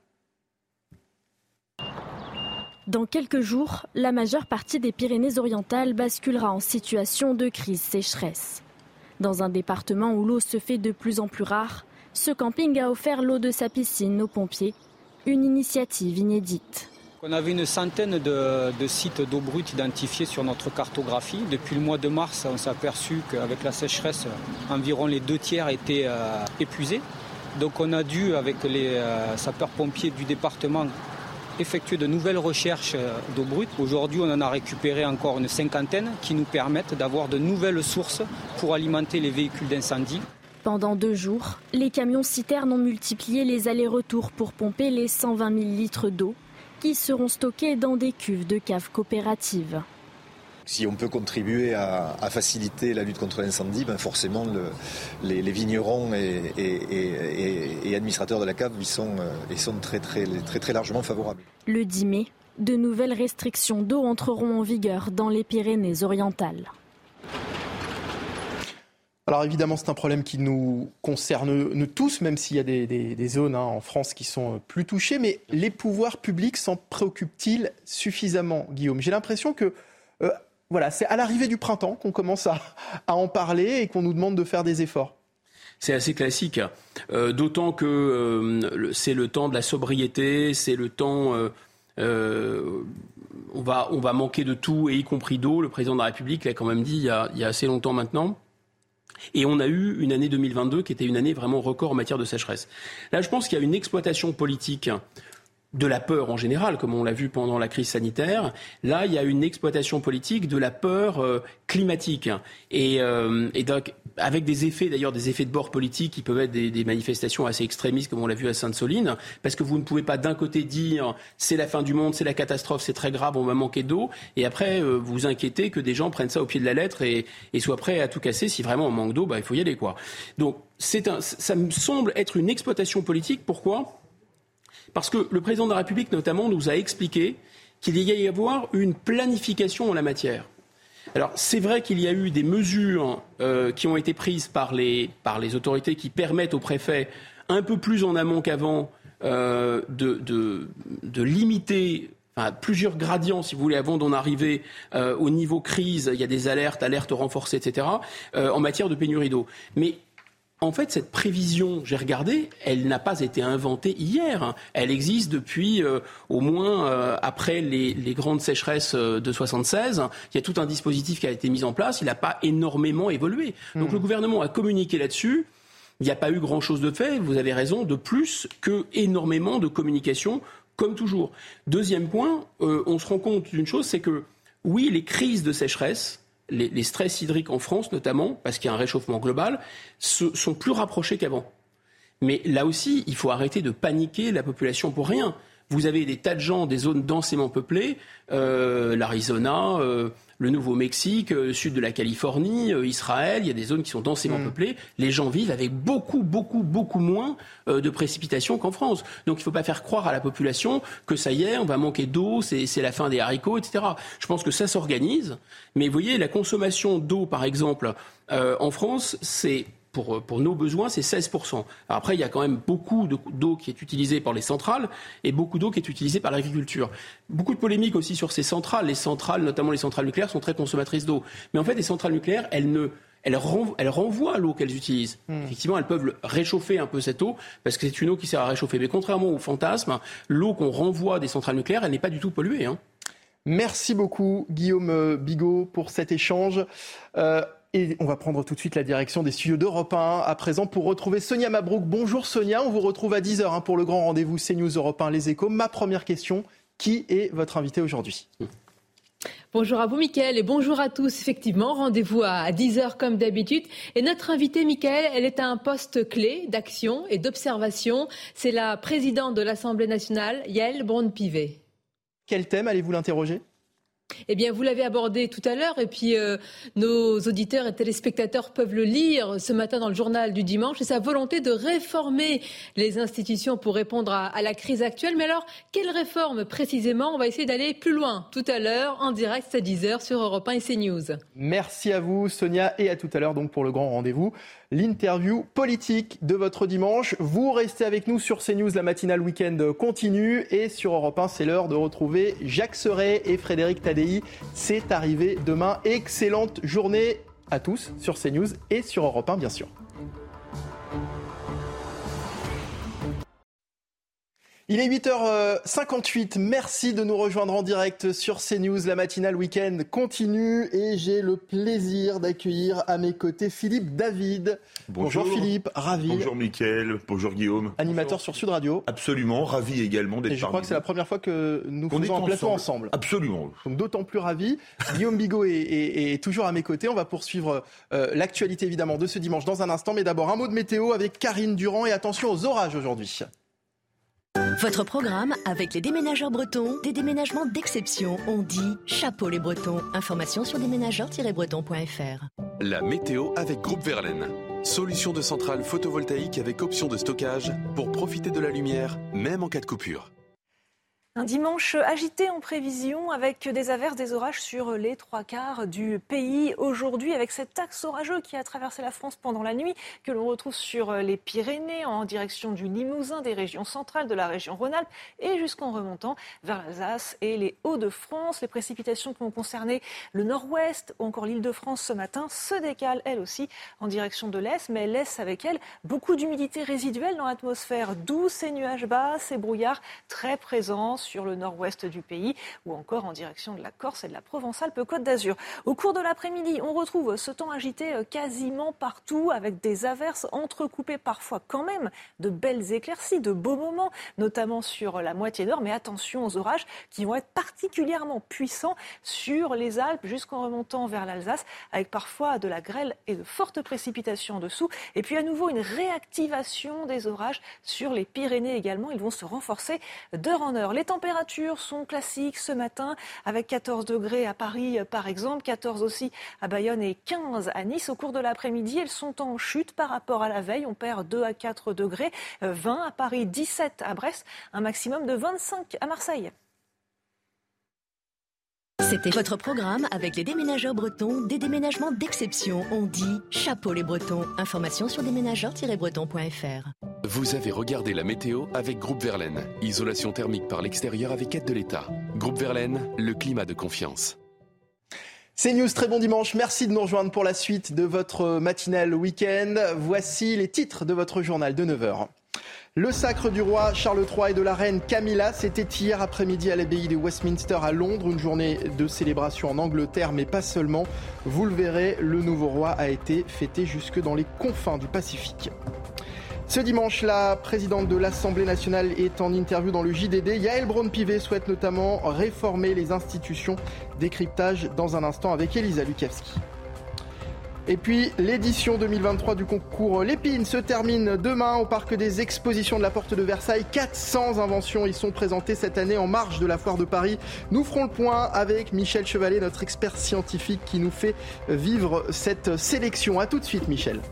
Dans quelques jours, la majeure partie des Pyrénées-Orientales basculera en situation de crise sécheresse. Dans un département où l'eau se fait de plus en plus rare, ce camping a offert l'eau de sa piscine aux pompiers, une initiative inédite. On avait une centaine de sites d'eau brute identifiés sur notre cartographie. Depuis le mois de mars, on s'est aperçu qu'avec la sécheresse, environ les 2/3 étaient épuisés. Donc on a dû, avec les sapeurs-pompiers du département effectué de nouvelles recherches d'eau brute. Aujourd'hui, on en a récupéré encore une 50aine qui nous permettent d'avoir de nouvelles sources pour alimenter les véhicules d'incendie. Pendant 2 jours, les camions citernes ont multiplié les allers-retours pour pomper les 120 000 litres d'eau qui seront stockés dans des cuves de caves coopératives. Si on peut contribuer à faciliter la lutte contre l'incendie, forcément les vignerons et administrateurs de la cave y sont très largement favorables. Le 10 mai, de nouvelles restrictions d'eau entreront en vigueur dans les Pyrénées-Orientales. Alors évidemment, c'est un problème qui nous concerne tous, même s'il y a des zones en France qui sont plus touchées. Mais les pouvoirs publics s'en préoccupent-ils suffisamment, Guillaume ? J'ai l'impression que c'est à l'arrivée du printemps qu'on commence à en parler et qu'on nous demande de faire des efforts. C'est assez classique, d'autant que c'est le temps de la sobriété, c'est le temps... on va manquer de tout, et y compris d'eau. Le président de la République l'a quand même dit il y a assez longtemps maintenant. Et on a eu une année 2022 qui était une année vraiment record en matière de sécheresse. Là, je pense qu'il y a une exploitation politique de la peur en général, comme on l'a vu pendant la crise sanitaire. Là, il y a une exploitation politique de la peur climatique. Et donc, avec des effets de bord politique qui peuvent être des manifestations assez extrémistes, comme on l'a vu à Sainte-Soline, parce que vous ne pouvez pas d'un côté dire c'est la fin du monde, c'est la catastrophe, c'est très grave, on va manquer d'eau, et après vous inquiétez que des gens prennent ça au pied de la lettre et soient prêts à tout casser. Si vraiment on manque d'eau, il faut y aller, quoi. Donc, ça me semble être une exploitation politique. Pourquoi ? Parce que le président de la République, notamment, nous a expliqué qu'il y avoir une planification en la matière. Alors, c'est vrai qu'il y a eu des mesures qui ont été prises par les autorités qui permettent aux préfets, un peu plus en amont qu'avant, de limiter plusieurs gradients, si vous voulez, avant d'en arriver au niveau crise. Il y a des alertes renforcées, etc., en matière de pénurie d'eau. Mais en fait, cette prévision, j'ai regardé, elle n'a pas été inventée hier. Elle existe depuis au moins après les grandes sécheresses de 1976. Il y a tout un dispositif qui a été mis en place. Il n'a pas énormément évolué. Donc le gouvernement a communiqué là-dessus. Il n'y a pas eu grand-chose de fait, vous avez raison, de plus que énormément de communication, comme toujours. Deuxième point, on se rend compte d'une chose, c'est que oui, les crises de sécheresse, les stress hydriques en France notamment, parce qu'il y a un réchauffement global, sont plus rapprochés qu'avant. Mais là aussi, il faut arrêter de paniquer la population pour rien. Vous avez des tas de gens des zones densément peuplées, l'Arizona, le Nouveau-Mexique, le sud de la Californie, Israël, il y a des zones qui sont densément peuplées. Les gens vivent avec beaucoup moins de précipitations qu'en France. Donc il ne faut pas faire croire à la population que ça y est, on va manquer d'eau, c'est la fin des haricots, etc. Je pense que ça s'organise. Mais vous voyez, la consommation d'eau, par exemple, en France, c'est... Pour nos besoins, c'est 16%. Alors après, il y a quand même beaucoup d'eau qui est utilisée par les centrales et beaucoup d'eau qui est utilisée par l'agriculture. Beaucoup de polémiques aussi sur ces centrales. Les centrales, notamment les centrales nucléaires, sont très consommatrices d'eau. Mais en fait, les centrales nucléaires, elles renvoient l'eau qu'elles utilisent. Effectivement, elles peuvent réchauffer un peu cette eau parce que c'est une eau qui sert à réchauffer. Mais contrairement au fantasme, l'eau qu'on renvoie des centrales nucléaires, elle n'est pas du tout polluée. Merci beaucoup, Guillaume Bigot, pour cet échange. Et on va prendre tout de suite la direction des studios d'Europe 1 à présent pour retrouver Sonia Mabrouk. Bonjour Sonia, on vous retrouve à 10h pour le grand rendez-vous CNews Europe 1 Les Échos. Ma première question, qui est votre invité aujourd'hui ? Bonjour à vous Mickaël et bonjour à tous. Effectivement, rendez-vous à 10h comme d'habitude. Et notre invitée Mickaël, elle est à un poste clé d'action et d'observation. C'est la présidente de l'Assemblée nationale, Yaël Braun-Pivet. Quel thème allez-vous l'interroger ? Eh bien, vous l'avez abordé tout à l'heure et puis nos auditeurs et téléspectateurs peuvent le lire ce matin dans le journal du dimanche. C'est sa volonté de réformer les institutions pour répondre à la crise actuelle. Mais alors, quelle réforme précisément ? On va essayer d'aller plus loin tout à l'heure en direct à 10h sur Europe 1 et CNews. Merci à vous Sonia et à tout à l'heure donc pour le grand rendez-vous. L'interview politique de votre dimanche. Vous restez avec nous sur CNews, la matinale week-end continue. Et sur Europe 1, c'est l'heure de retrouver Jacques Serret et Frédéric Tadei. C'est arrivé demain. Excellente journée à tous sur CNews et sur Europe 1, bien sûr. Il est 8h58, merci de nous rejoindre en direct sur CNews. La matinale week-end continue et j'ai le plaisir d'accueillir à mes côtés Philippe David. Bonjour Philippe, ravi. Bonjour Mickaël, bonjour Guillaume. Animateur bonjour. Sur Sud Radio. Absolument, ravi également d'être Et je crois que c'est la première fois que nous faisons un plateau ensemble. Absolument. Donc d'autant plus ravi. Guillaume Bigot est toujours à mes côtés. On va poursuivre l'actualité évidemment de ce dimanche dans un instant. Mais d'abord un mot de météo avec Karine Durand et attention aux orages aujourd'hui. Votre programme avec les déménageurs bretons, des déménagements d'exception. On dit chapeau les bretons. Information sur déménageurs-bretons.fr. La météo avec Groupe Verlaine. Solution de centrale photovoltaïque avec option de stockage pour profiter de la lumière, même en cas de coupure. Un dimanche agité en prévision avec des averses, des orages sur les 3/4 du pays. Aujourd'hui, avec cet axe orageux qui a traversé la France pendant la nuit, que l'on retrouve sur les Pyrénées, en direction du Limousin, des régions centrales, de la région Rhône-Alpes et jusqu'en remontant vers l'Alsace et les Hauts-de-France. Les précipitations qui ont concerné le nord-ouest ou encore l'Île-de-France ce matin se décalent, elles aussi, en direction de l'Est, mais elles laissent avec elles beaucoup d'humidité résiduelle dans l'atmosphère, d'où ces nuages bas, ces brouillards très présents sur le nord-ouest du pays ou encore en direction de la Corse et de la Provence-Alpes-Côte d'Azur. Au cours de l'après-midi, on retrouve ce temps agité quasiment partout avec des averses entrecoupées parfois quand même de belles éclaircies, de beaux moments, notamment sur la moitié nord. Mais attention aux orages qui vont être particulièrement puissants sur les Alpes jusqu'en remontant vers l'Alsace avec parfois de la grêle et de fortes précipitations en dessous. Et puis à nouveau une réactivation des orages sur les Pyrénées également. Ils vont se renforcer d'heure en heure. Les températures sont classiques ce matin avec 14 degrés à Paris par exemple, 14 aussi à Bayonne et 15 à Nice. Au cours de l'après-midi, elles sont en chute par rapport à la veille. On perd 2 à 4 degrés, 20 à Paris, 17 à Brest, un maximum de 25 à Marseille. C'était votre programme avec les déménageurs bretons, des déménagements d'exception. On dit chapeau les bretons. Information sur déménageurs-bretons.fr. Vous avez regardé la météo avec Groupe Verlaine. Isolation thermique par l'extérieur avec aide de l'État. Groupe Verlaine, le climat de confiance. C'est News, très bon dimanche. Merci de nous rejoindre pour la suite de votre matinale week-end. Voici les titres de votre journal de 9h. Le sacre du roi Charles III et de la reine Camilla, c'était hier après-midi à l'abbaye de Westminster à Londres. Une journée de célébration en Angleterre, mais pas seulement. Vous le verrez, le nouveau roi a été fêté jusque dans les confins du Pacifique. Ce dimanche, la présidente de l'Assemblée nationale est en interview dans le JDD. Yaël Braun-Pivet souhaite notamment réformer les institutions. Décryptage dans un instant avec Elisa Lukavski. Et puis, l'édition 2023 du concours Lépine se termine demain au Parc des Expositions de la Porte de Versailles. 400 inventions y sont présentées cette année en marge de la Foire de Paris. Nous ferons le point avec Michel Chevalet, notre expert scientifique qui nous fait vivre cette sélection. A tout de suite, Michel.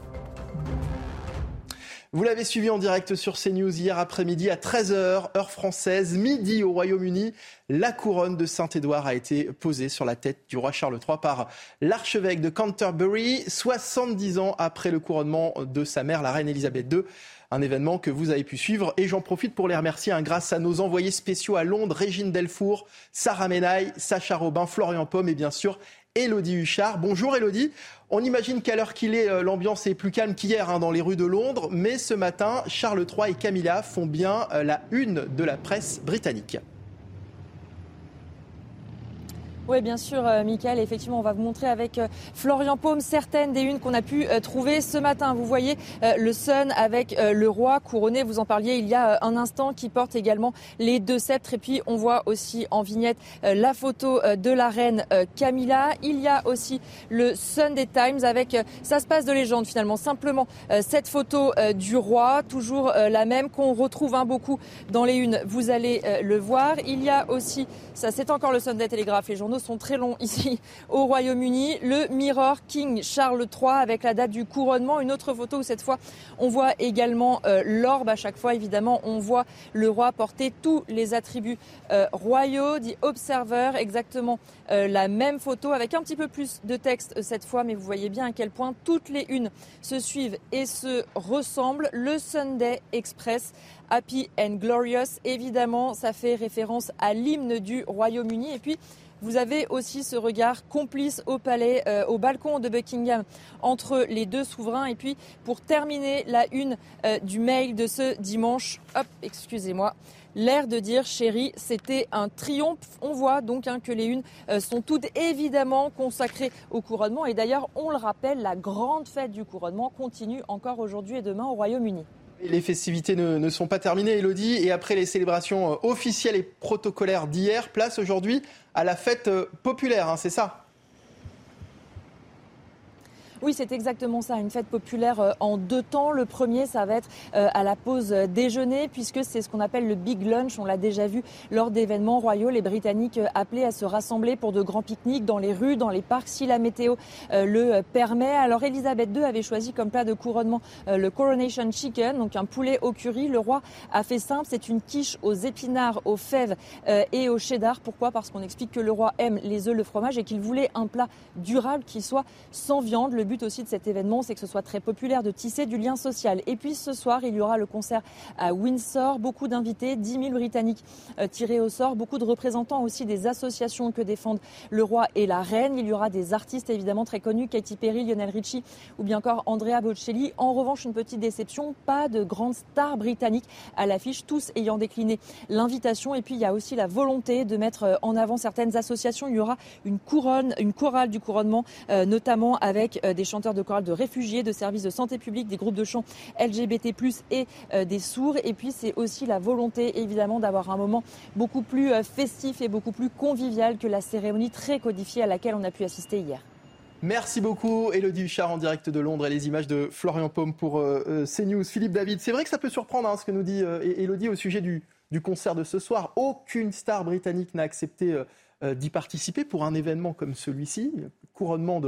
Vous l'avez suivi en direct sur CNews hier après-midi à 13h, heure française, midi au Royaume-Uni. La couronne de Saint-Édouard a été posée sur la tête du roi Charles III par l'archevêque de Canterbury, 70 ans après le couronnement de sa mère, la reine Elisabeth II. Un événement que vous avez pu suivre et j'en profite pour les remercier grâce à nos envoyés spéciaux à Londres, Régine Delfour, Sarah Menaille, Sacha Robin, Florian Paume et bien sûr Élodie Huchard. Bonjour Élodie. On imagine qu'à l'heure qu'il est, l'ambiance est plus calme qu'hier dans les rues de Londres, mais ce matin, Charles III et Camilla font bien la une de la presse britannique. Oui, bien sûr, Mickaël. Effectivement, on va vous montrer avec Florian Paume certaines des unes qu'on a pu trouver ce matin. Vous voyez le Sun avec le roi couronné, vous en parliez il y a un instant, qui porte également les 2 sceptres. Et puis, on voit aussi en vignette la photo de la reine Camilla. Il y a aussi le Sunday Times avec, ça se passe de légende finalement, simplement cette photo du roi, toujours la même qu'on retrouve beaucoup dans les unes. Vous allez le voir. Il y a aussi, ça c'est encore le Sunday Telegraph, les journaux sont très longs ici au Royaume-Uni. Le Mirror, King Charles III avec la date du couronnement. Une autre photo où cette fois on voit également l'orbe. À chaque fois évidemment on voit le roi porter tous les attributs royaux. The Observer, exactement la même photo avec un petit peu plus de texte cette fois, mais vous voyez bien à quel point toutes les unes se suivent et se ressemblent. Le Sunday Express, Happy and Glorious, évidemment ça fait référence à l'hymne du Royaume-Uni. Et puis Vous avez aussi ce regard complice au palais, au balcon de Buckingham entre les deux souverains. Et puis pour terminer la une du Mail de ce dimanche, excusez-moi, l'air de dire chérie, c'était un triomphe. On voit donc que les unes sont toutes évidemment consacrées au couronnement. Et d'ailleurs, on le rappelle, la grande fête du couronnement continue encore aujourd'hui et demain au Royaume-Uni. Les festivités ne sont pas terminées, Élodie. Et après les célébrations officielles et protocolaires d'hier, place aujourd'hui à la fête populaire, c'est ça ? Oui, c'est exactement ça, une fête populaire en 2 temps. Le premier, ça va être à la pause déjeuner, puisque c'est ce qu'on appelle le Big Lunch. On l'a déjà vu lors d'événements royaux, les Britanniques appelés à se rassembler pour de grands pique-niques dans les rues, dans les parcs, si la météo le permet. Alors, Elisabeth II avait choisi comme plat de couronnement le Coronation Chicken, donc un poulet au curry. Le roi a fait simple, c'est une quiche aux épinards, aux fèves et au cheddar. Pourquoi ? Parce qu'on explique que le roi aime les œufs, le fromage et qu'il voulait un plat durable qui soit sans viande. Le but aussi de cet événement, c'est que ce soit très populaire, de tisser du lien social. Et puis ce soir, il y aura le concert à Windsor. Beaucoup d'invités, 10 000 Britanniques tirés au sort. Beaucoup de représentants aussi des associations que défendent le roi et la reine. Il y aura des artistes évidemment très connus, Katy Perry, Lionel Richie ou bien encore Andrea Bocelli. En revanche, une petite déception, pas de grandes stars britanniques à l'affiche, tous ayant décliné l'invitation. Et puis il y a aussi la volonté de mettre en avant certaines associations. Il y aura une chorale du couronnement, notamment avec des chanteurs de chorale de réfugiés, de services de santé publique, des groupes de chant LGBT+, et des sourds. Et puis c'est aussi la volonté évidemment d'avoir un moment beaucoup plus festif et beaucoup plus convivial que la cérémonie très codifiée à laquelle on a pu assister hier. Merci beaucoup Élodie Huchard en direct de Londres et les images de Florian Paume pour CNews. Philippe David, c'est vrai que ça peut surprendre ce que nous dit Élodie au sujet du concert de ce soir. Aucune star britannique n'a accepté d'y participer pour un événement comme celui-ci, couronnement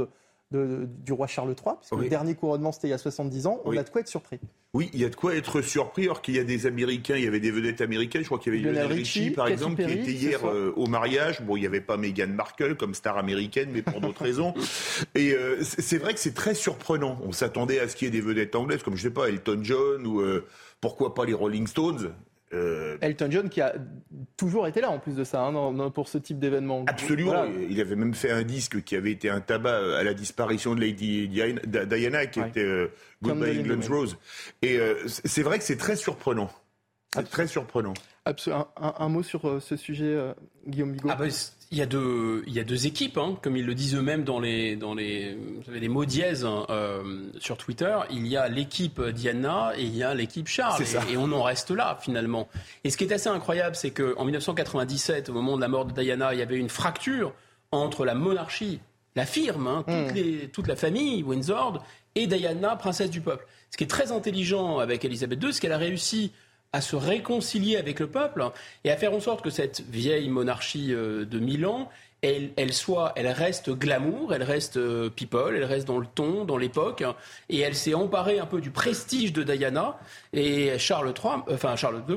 du roi Charles III, parce que le dernier couronnement c'était il y a 70 ans, on a de quoi être surpris. Oui, il y a de quoi être surpris, alors qu'il y a des Américains, il y avait des vedettes américaines, je crois qu'il y avait Lionel Richie par exemple, Perry, qui était hier au mariage. Bon, il n'y avait pas Meghan Markle comme star américaine, mais pour d'autres raisons. Et c'est vrai que c'est très surprenant. On s'attendait à ce qu'il y ait des vedettes anglaises, comme je sais pas, Elton John ou pourquoi pas les Rolling Stones. Elton John qui a toujours été là en plus de ça pour ce type d'événement. Absolument, voilà. Il avait même fait un disque qui avait été un tabac à la disparition de Lady Diana qui était Goodbye England's Rose. Et c'est vrai que c'est très surprenant. C'est très surprenant. Un mot sur ce sujet, Guillaume Bigot. Il y a deux équipes, comme ils le disent eux-mêmes dans les vous savez, les mots dièses sur Twitter. Il y a l'équipe Diana et il y a l'équipe Charles. Et on en reste là, finalement. Et ce qui est assez incroyable, c'est qu'en 1997, au moment de la mort de Diana, il y avait une fracture entre la monarchie, la firme, toute la famille, Windsor, et Diana, princesse du peuple. Ce qui est très intelligent avec Elisabeth II, c'est qu'elle a réussi à se réconcilier avec le peuple et à faire en sorte que cette vieille monarchie de 1000 ans, elle reste glamour, elle reste people, elle reste dans le ton, dans l'époque, et elle s'est emparée un peu du prestige de Diana. Et Charles II,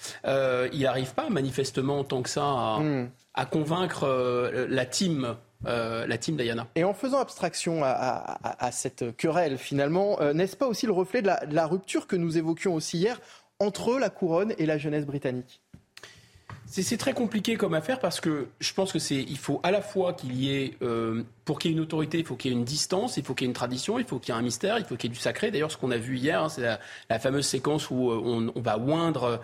il n'arrive pas manifestement tant que ça à convaincre la team Diana. Et en faisant abstraction à cette querelle finalement, n'est-ce pas aussi le reflet de la rupture que nous évoquions aussi hier entre la couronne et la jeunesse britannique? C'est très compliqué comme affaire parce que je pense que il faut à la fois qu'il y ait, pour qu'il y ait une autorité, il faut qu'il y ait une distance, il faut qu'il y ait une tradition, il faut qu'il y ait un mystère, il faut qu'il y ait du sacré. D'ailleurs, ce qu'on a vu hier, c'est la fameuse séquence où on va oindre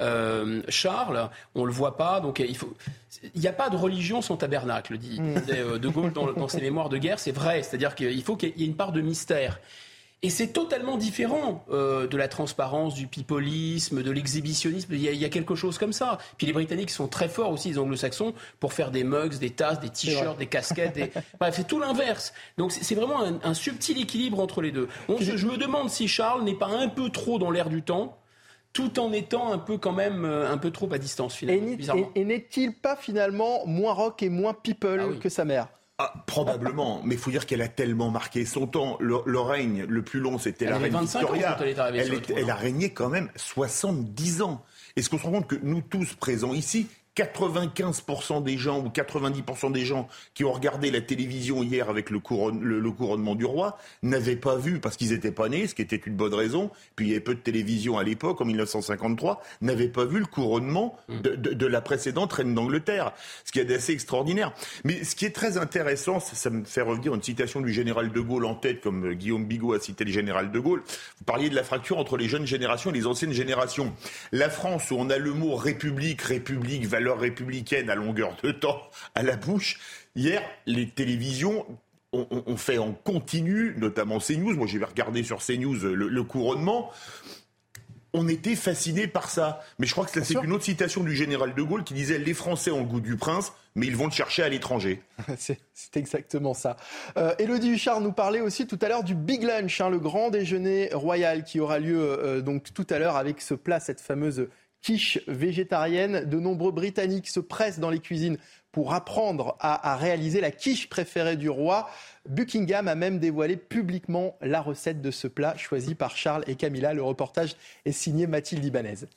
Charles, on le voit pas, donc il n'y a pas de religion sans tabernacle, disait De Gaulle dans ses mémoires de guerre. C'est vrai, c'est-à-dire qu'il faut qu'il y ait une part de mystère. Et c'est totalement différent de la transparence, du pipolisme, de l'exhibitionnisme. Il y a quelque chose comme ça. Puis les Britanniques sont très forts aussi, les Anglo-Saxons, pour faire des mugs, des tasses, des t-shirts, des casquettes. Bref, c'est tout l'inverse. Donc c'est vraiment un subtil équilibre entre les deux. Donc, je me demande si Charles n'est pas un peu trop dans l'air du temps, tout en étant un peu quand même un peu trop à distance finalement. Et n'est-il pas finalement moins rock et moins people que sa mère ? Probablement, mais il faut dire qu'elle a tellement marqué son temps. Le règne le plus long, c'était la reine Victoria. Elle a régné quand même 70 ans. Est-ce qu'on se rend compte que nous tous présents ici, 95% des gens ou 90% des gens qui ont regardé la télévision hier avec le couronnement du roi n'avaient pas vu, parce qu'ils n'étaient pas nés, ce qui était une bonne raison, puis il y avait peu de télévision à l'époque, en 1953, n'avaient pas vu le couronnement de la précédente reine d'Angleterre, ce qui est assez extraordinaire. Mais ce qui est très intéressant, ça me fait revenir une citation du général de Gaulle en tête, comme Guillaume Bigot a cité le général de Gaulle. Vous parliez de la fracture entre les jeunes générations et les anciennes générations. La France, où on a le mot république, valeur républicaine à longueur de temps à la bouche. Hier, les télévisions ont fait en continu, notamment CNews. Moi, j'ai regardé sur CNews le couronnement. On était fascinés par ça. Mais je crois que c'est une autre citation du général de Gaulle qui disait « Les Français ont le goût du prince, mais ils vont le chercher à l'étranger. » C'est exactement ça. Élodie Huchard nous parlait aussi tout à l'heure du Big Lunch, le grand déjeuner royal qui aura lieu donc tout à l'heure avec ce plat, cette fameuse quiche végétarienne. De nombreux Britanniques se pressent dans les cuisines pour apprendre à réaliser la quiche préférée du roi. Buckingham a même dévoilé publiquement la recette de ce plat choisi par Charles et Camilla. Le reportage est signé Mathilde Ibanez.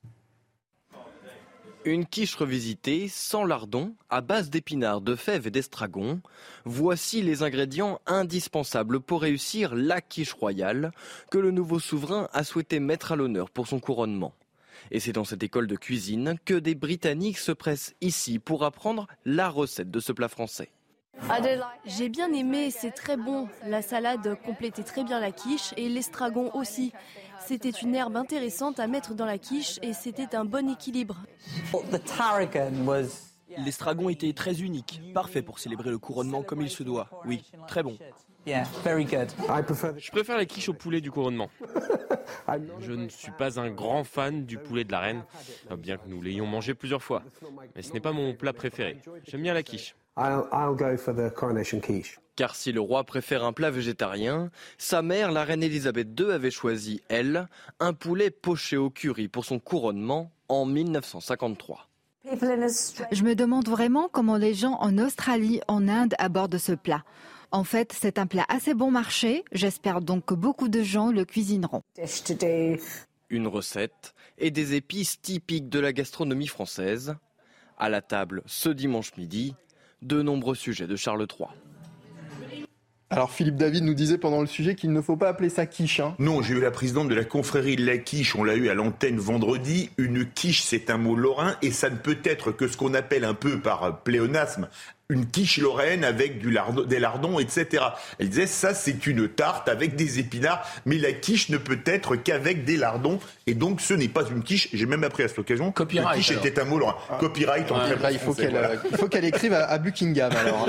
Une quiche revisitée, sans lardons, à base d'épinards, de fèves et d'estragon. Voici les ingrédients indispensables pour réussir la quiche royale que le nouveau souverain a souhaité mettre à l'honneur pour son couronnement. Et c'est dans cette école de cuisine que des Britanniques se pressent ici pour apprendre la recette de ce plat français. J'ai bien aimé, c'est très bon. La salade complétait très bien la quiche et l'estragon aussi. C'était une herbe intéressante à mettre dans la quiche et c'était un bon équilibre. L'estragon était très unique, parfait pour célébrer le couronnement comme il se doit. Oui, très bon. Je préfère la quiche au poulet du couronnement. Je ne suis pas un grand fan du poulet de la reine, bien que nous l'ayons mangé plusieurs fois. Mais ce n'est pas mon plat préféré. J'aime bien la quiche. Car si le roi préfère un plat végétarien, sa mère, la reine Elisabeth II, avait choisi, elle, un poulet poché au curry pour son couronnement en 1953. Je me demande vraiment comment les gens en Australie, en Inde abordent ce plat. En fait, c'est un plat assez bon marché. J'espère donc que beaucoup de gens le cuisineront. Une recette et des épices typiques de la gastronomie française. À la table, ce dimanche midi, de nombreux sujets de Charles III. Alors Philippe David nous disait pendant le sujet qu'il ne faut pas appeler ça quiche. Non, j'ai eu la présidente de la confrérie de la quiche, on l'a eu à l'antenne vendredi. Une quiche, c'est un mot lorrain et ça ne peut être que ce qu'on appelle un peu par pléonasme une quiche lorraine avec des lardons, etc. Elle disait, ça c'est une tarte avec des épinards, mais la quiche ne peut être qu'avec des lardons, et donc ce n'est pas une quiche. J'ai même appris à cette occasion que la quiche était un mot lorrain. Copyright en très bon français. Il faut qu'elle écrive à Buckingham alors.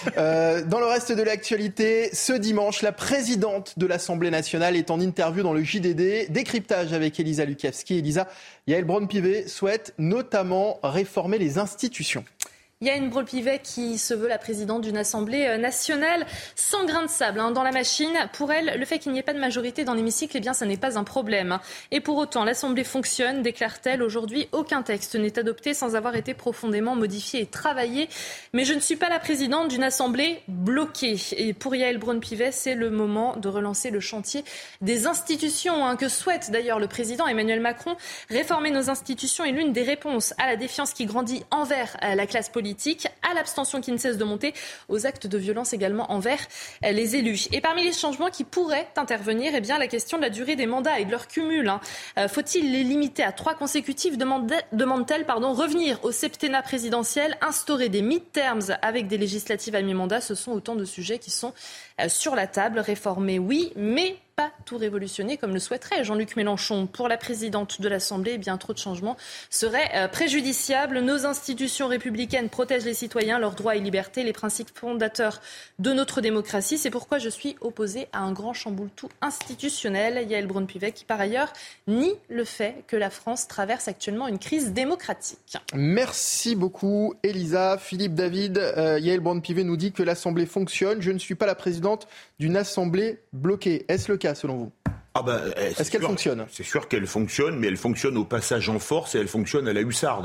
Dans le reste de l'actualité, ce dimanche, la présidente de l'Assemblée nationale est en interview dans le JDD. Décryptage avec Elisa Lukavski. Elisa, Yael Braun-Pivet souhaite notamment réformer les institutions. Yael Braun-Pivet qui se veut la présidente d'une Assemblée nationale sans grain de sable dans la machine. Pour elle, le fait qu'il n'y ait pas de majorité dans l'hémicycle, ça n'est pas un problème. Et pour autant, l'Assemblée fonctionne, déclare-t-elle. Aujourd'hui, aucun texte n'est adopté sans avoir été profondément modifié et travaillé. Mais je ne suis pas la présidente d'une Assemblée bloquée. Et pour Yael Braun-Pivet, c'est le moment de relancer le chantier des institutions que souhaite d'ailleurs le président Emmanuel Macron. Réformer nos institutions est l'une des réponses à la défiance qui grandit envers la classe politique, à l'abstention qui ne cesse de monter, aux actes de violence également envers les élus. Et parmi les changements qui pourraient intervenir, la question de la durée des mandats et de leur cumul. Faut-il les limiter à 3 consécutifs, demande-t-elle, revenir au septennat présidentiel, instaurer des mid-terms avec des législatives à mi-mandat. Ce sont autant de sujets qui sont sur la table. Réformer, oui, mais pas tout révolutionner comme le souhaiterait Jean-Luc Mélenchon. Pour la présidente de l'Assemblée, trop de changements seraient préjudiciables. Nos institutions républicaines protègent les citoyens, leurs droits et libertés, les principes fondateurs de notre démocratie. C'est pourquoi je suis opposée à un grand chamboule-tout institutionnel. Yael Braun-Pivet qui, par ailleurs, nie le fait que la France traverse actuellement une crise démocratique. Merci beaucoup, Elisa. Philippe David, Yael Braun-Pivet nous dit que l'Assemblée fonctionne. Je ne suis pas la présidente d'une Assemblée bloquée. Est-ce le cas selon vous ? Est-ce qu'elle fonctionne ? C'est sûr qu'elle fonctionne, mais elle fonctionne au passage en force et elle fonctionne à la hussarde.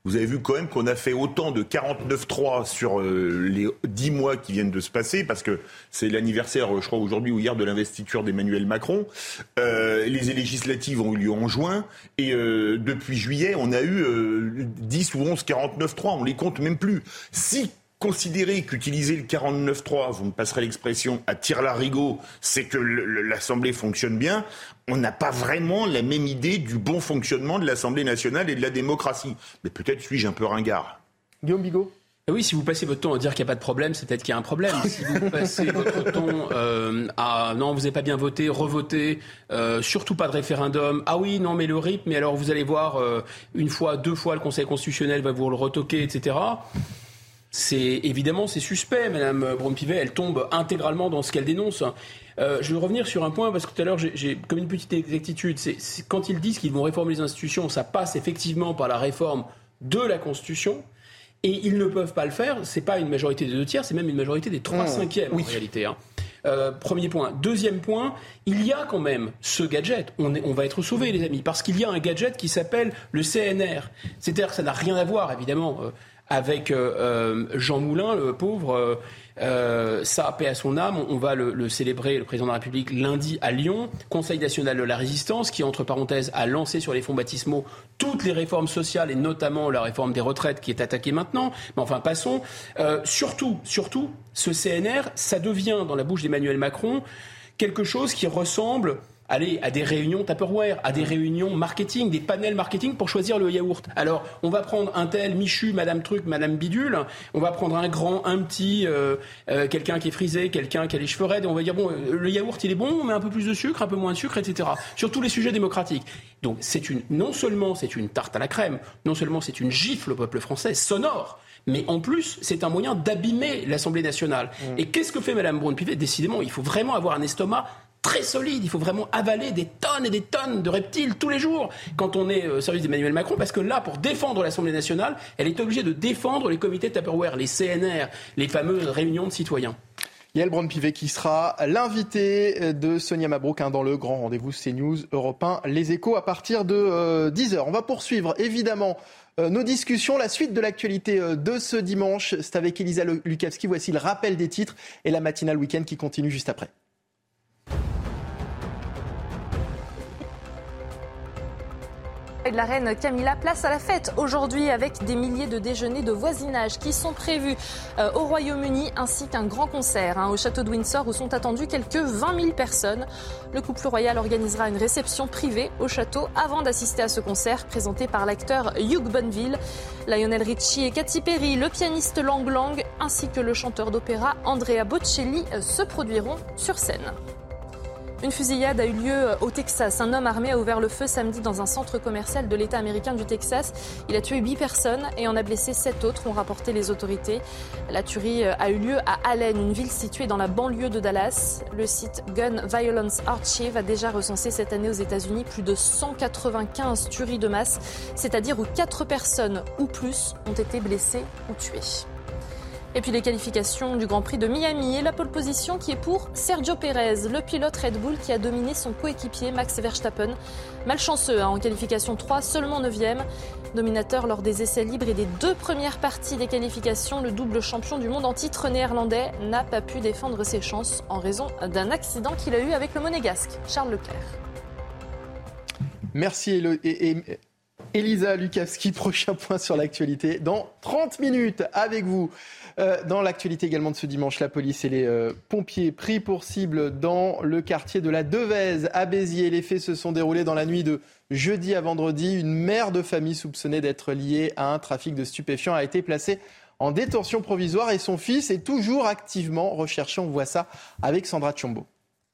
Vous avez vu quand même qu'on a fait autant de 49.3 sur les 10 mois qui viennent de se passer, parce que c'est l'anniversaire, je crois, aujourd'hui ou hier, de l'investiture d'Emmanuel Macron. Les législatives ont eu lieu en juin, et depuis juillet, on a eu 10 ou 11 49.3, on les compte même plus. Si considérer qu'utiliser le 49.3, vous me passerez l'expression, à tire-larigot, c'est que l'Assemblée fonctionne bien, on n'a pas vraiment la même idée du bon fonctionnement de l'Assemblée nationale et de la démocratie. Mais peut-être suis-je un peu ringard. Guillaume Bigot. Oui, si vous passez votre temps à dire qu'il n'y a pas de problème, c'est peut-être qu'il y a un problème. Si vous passez votre temps à non, vous n'avez pas bien voté, revoter, surtout pas de référendum. Ah oui, non, mais le RIP, mais alors vous allez voir, une fois, 2 fois, le Conseil constitutionnel va vous le retoquer, etc. C'est suspect. Madame Braun-Pivet, elle tombe intégralement dans ce qu'elle dénonce. Je vais revenir sur un point parce que tout à l'heure j'ai comme une petite exactitude. C'est quand ils disent qu'ils vont réformer les institutions, ça passe effectivement par la réforme de la Constitution. Et ils ne peuvent pas le faire. C'est pas une majorité des 2/3, c'est même une majorité des 3/5 en réalité. Premier point. Deuxième point, il y a quand même ce gadget. On va être sauvés, les amis, parce qu'il y a un gadget qui s'appelle le CNR. C'est-à-dire que ça n'a rien à voir, évidemment, avec Jean Moulin, le pauvre. Ça, paix à son âme, on va le célébrer, le président de la République, lundi à Lyon. Conseil national de la résistance, qui, entre parenthèses, a lancé sur les fonds baptismaux toutes les réformes sociales, et notamment la réforme des retraites qui est attaquée maintenant. Mais enfin, passons. Surtout, ce CNR, ça devient, dans la bouche d'Emmanuel Macron, quelque chose qui ressemble à des réunions Tupperware, à des réunions marketing, des panels marketing pour choisir le yaourt. Alors, on va prendre un tel, Michu, Madame Truc, Madame Bidule, on va prendre un grand, un petit, quelqu'un qui est frisé, quelqu'un qui a les cheveux raides, et on va dire, bon, le yaourt, il est bon, on met un peu plus de sucre, un peu moins de sucre, etc. Sur tous les sujets démocratiques. Donc, non seulement c'est une tarte à la crème, non seulement c'est une gifle au peuple français, sonore, mais en plus, c'est un moyen d'abîmer l'Assemblée nationale. Et qu'est-ce que fait Madame Braun-Pivet ? Décidément, il faut vraiment avoir un estomac très solide, il faut vraiment avaler des tonnes et des tonnes de reptiles tous les jours quand on est au service d'Emmanuel Macron, parce que là, pour défendre l'Assemblée nationale, elle est obligée de défendre les comités Tupperware, les CNR, les fameuses réunions de citoyens. Yael Braun-Pivet qui sera l'invité de Sonia Mabrouk dans le grand rendez-vous CNews Europe 1 Les Échos à partir de 10h. On va poursuivre évidemment nos discussions. La suite de l'actualité de ce dimanche, c'est avec Elisa Lukavski. Voici le rappel des titres et la matinale week-end qui continue juste après. De la reine Camilla, place à la fête aujourd'hui avec des milliers de déjeuners de voisinage qui sont prévus au Royaume-Uni ainsi qu'un grand concert au château de Windsor où sont attendues quelques 20 000 personnes. Le couple royal organisera une réception privée au château avant d'assister à ce concert présenté par l'acteur Hugh Bonneville. Lionel Richie et Katy Perry, le pianiste Lang Lang ainsi que le chanteur d'opéra Andrea Bocelli se produiront sur scène. Une fusillade a eu lieu au Texas. Un homme armé a ouvert le feu samedi dans un centre commercial de l'État américain du Texas. Il a tué 8 personnes et en a blessé 7 autres, ont rapporté les autorités. La tuerie a eu lieu à Allen, une ville située dans la banlieue de Dallas. Le site Gun Violence Archive a déjà recensé cette année aux États-Unis plus de 195 tueries de masse, c'est-à-dire où 4 personnes ou plus ont été blessées ou tuées. Et puis les qualifications du Grand Prix de Miami et la pole position qui est pour Sergio Pérez, le pilote Red Bull qui a dominé son coéquipier Max Verstappen. Malchanceux en qualification 3, seulement 9e. Dominateur lors des essais libres et des 2 premières parties des qualifications, le double champion du monde en titre néerlandais n'a pas pu défendre ses chances en raison d'un accident qu'il a eu avec le monégasque Charles Leclerc. Merci Elisa Lukavski. Prochain point sur l'actualité dans 30 minutes avec vous. Dans l'actualité également de ce dimanche, la police et les pompiers pris pour cible dans le quartier de la Devèze à Béziers. Les faits se sont déroulés dans la nuit de jeudi à vendredi. Une mère de famille soupçonnée d'être liée à un trafic de stupéfiants a été placée en détention provisoire et son fils est toujours activement recherché. On voit ça avec Sandra Tchombo.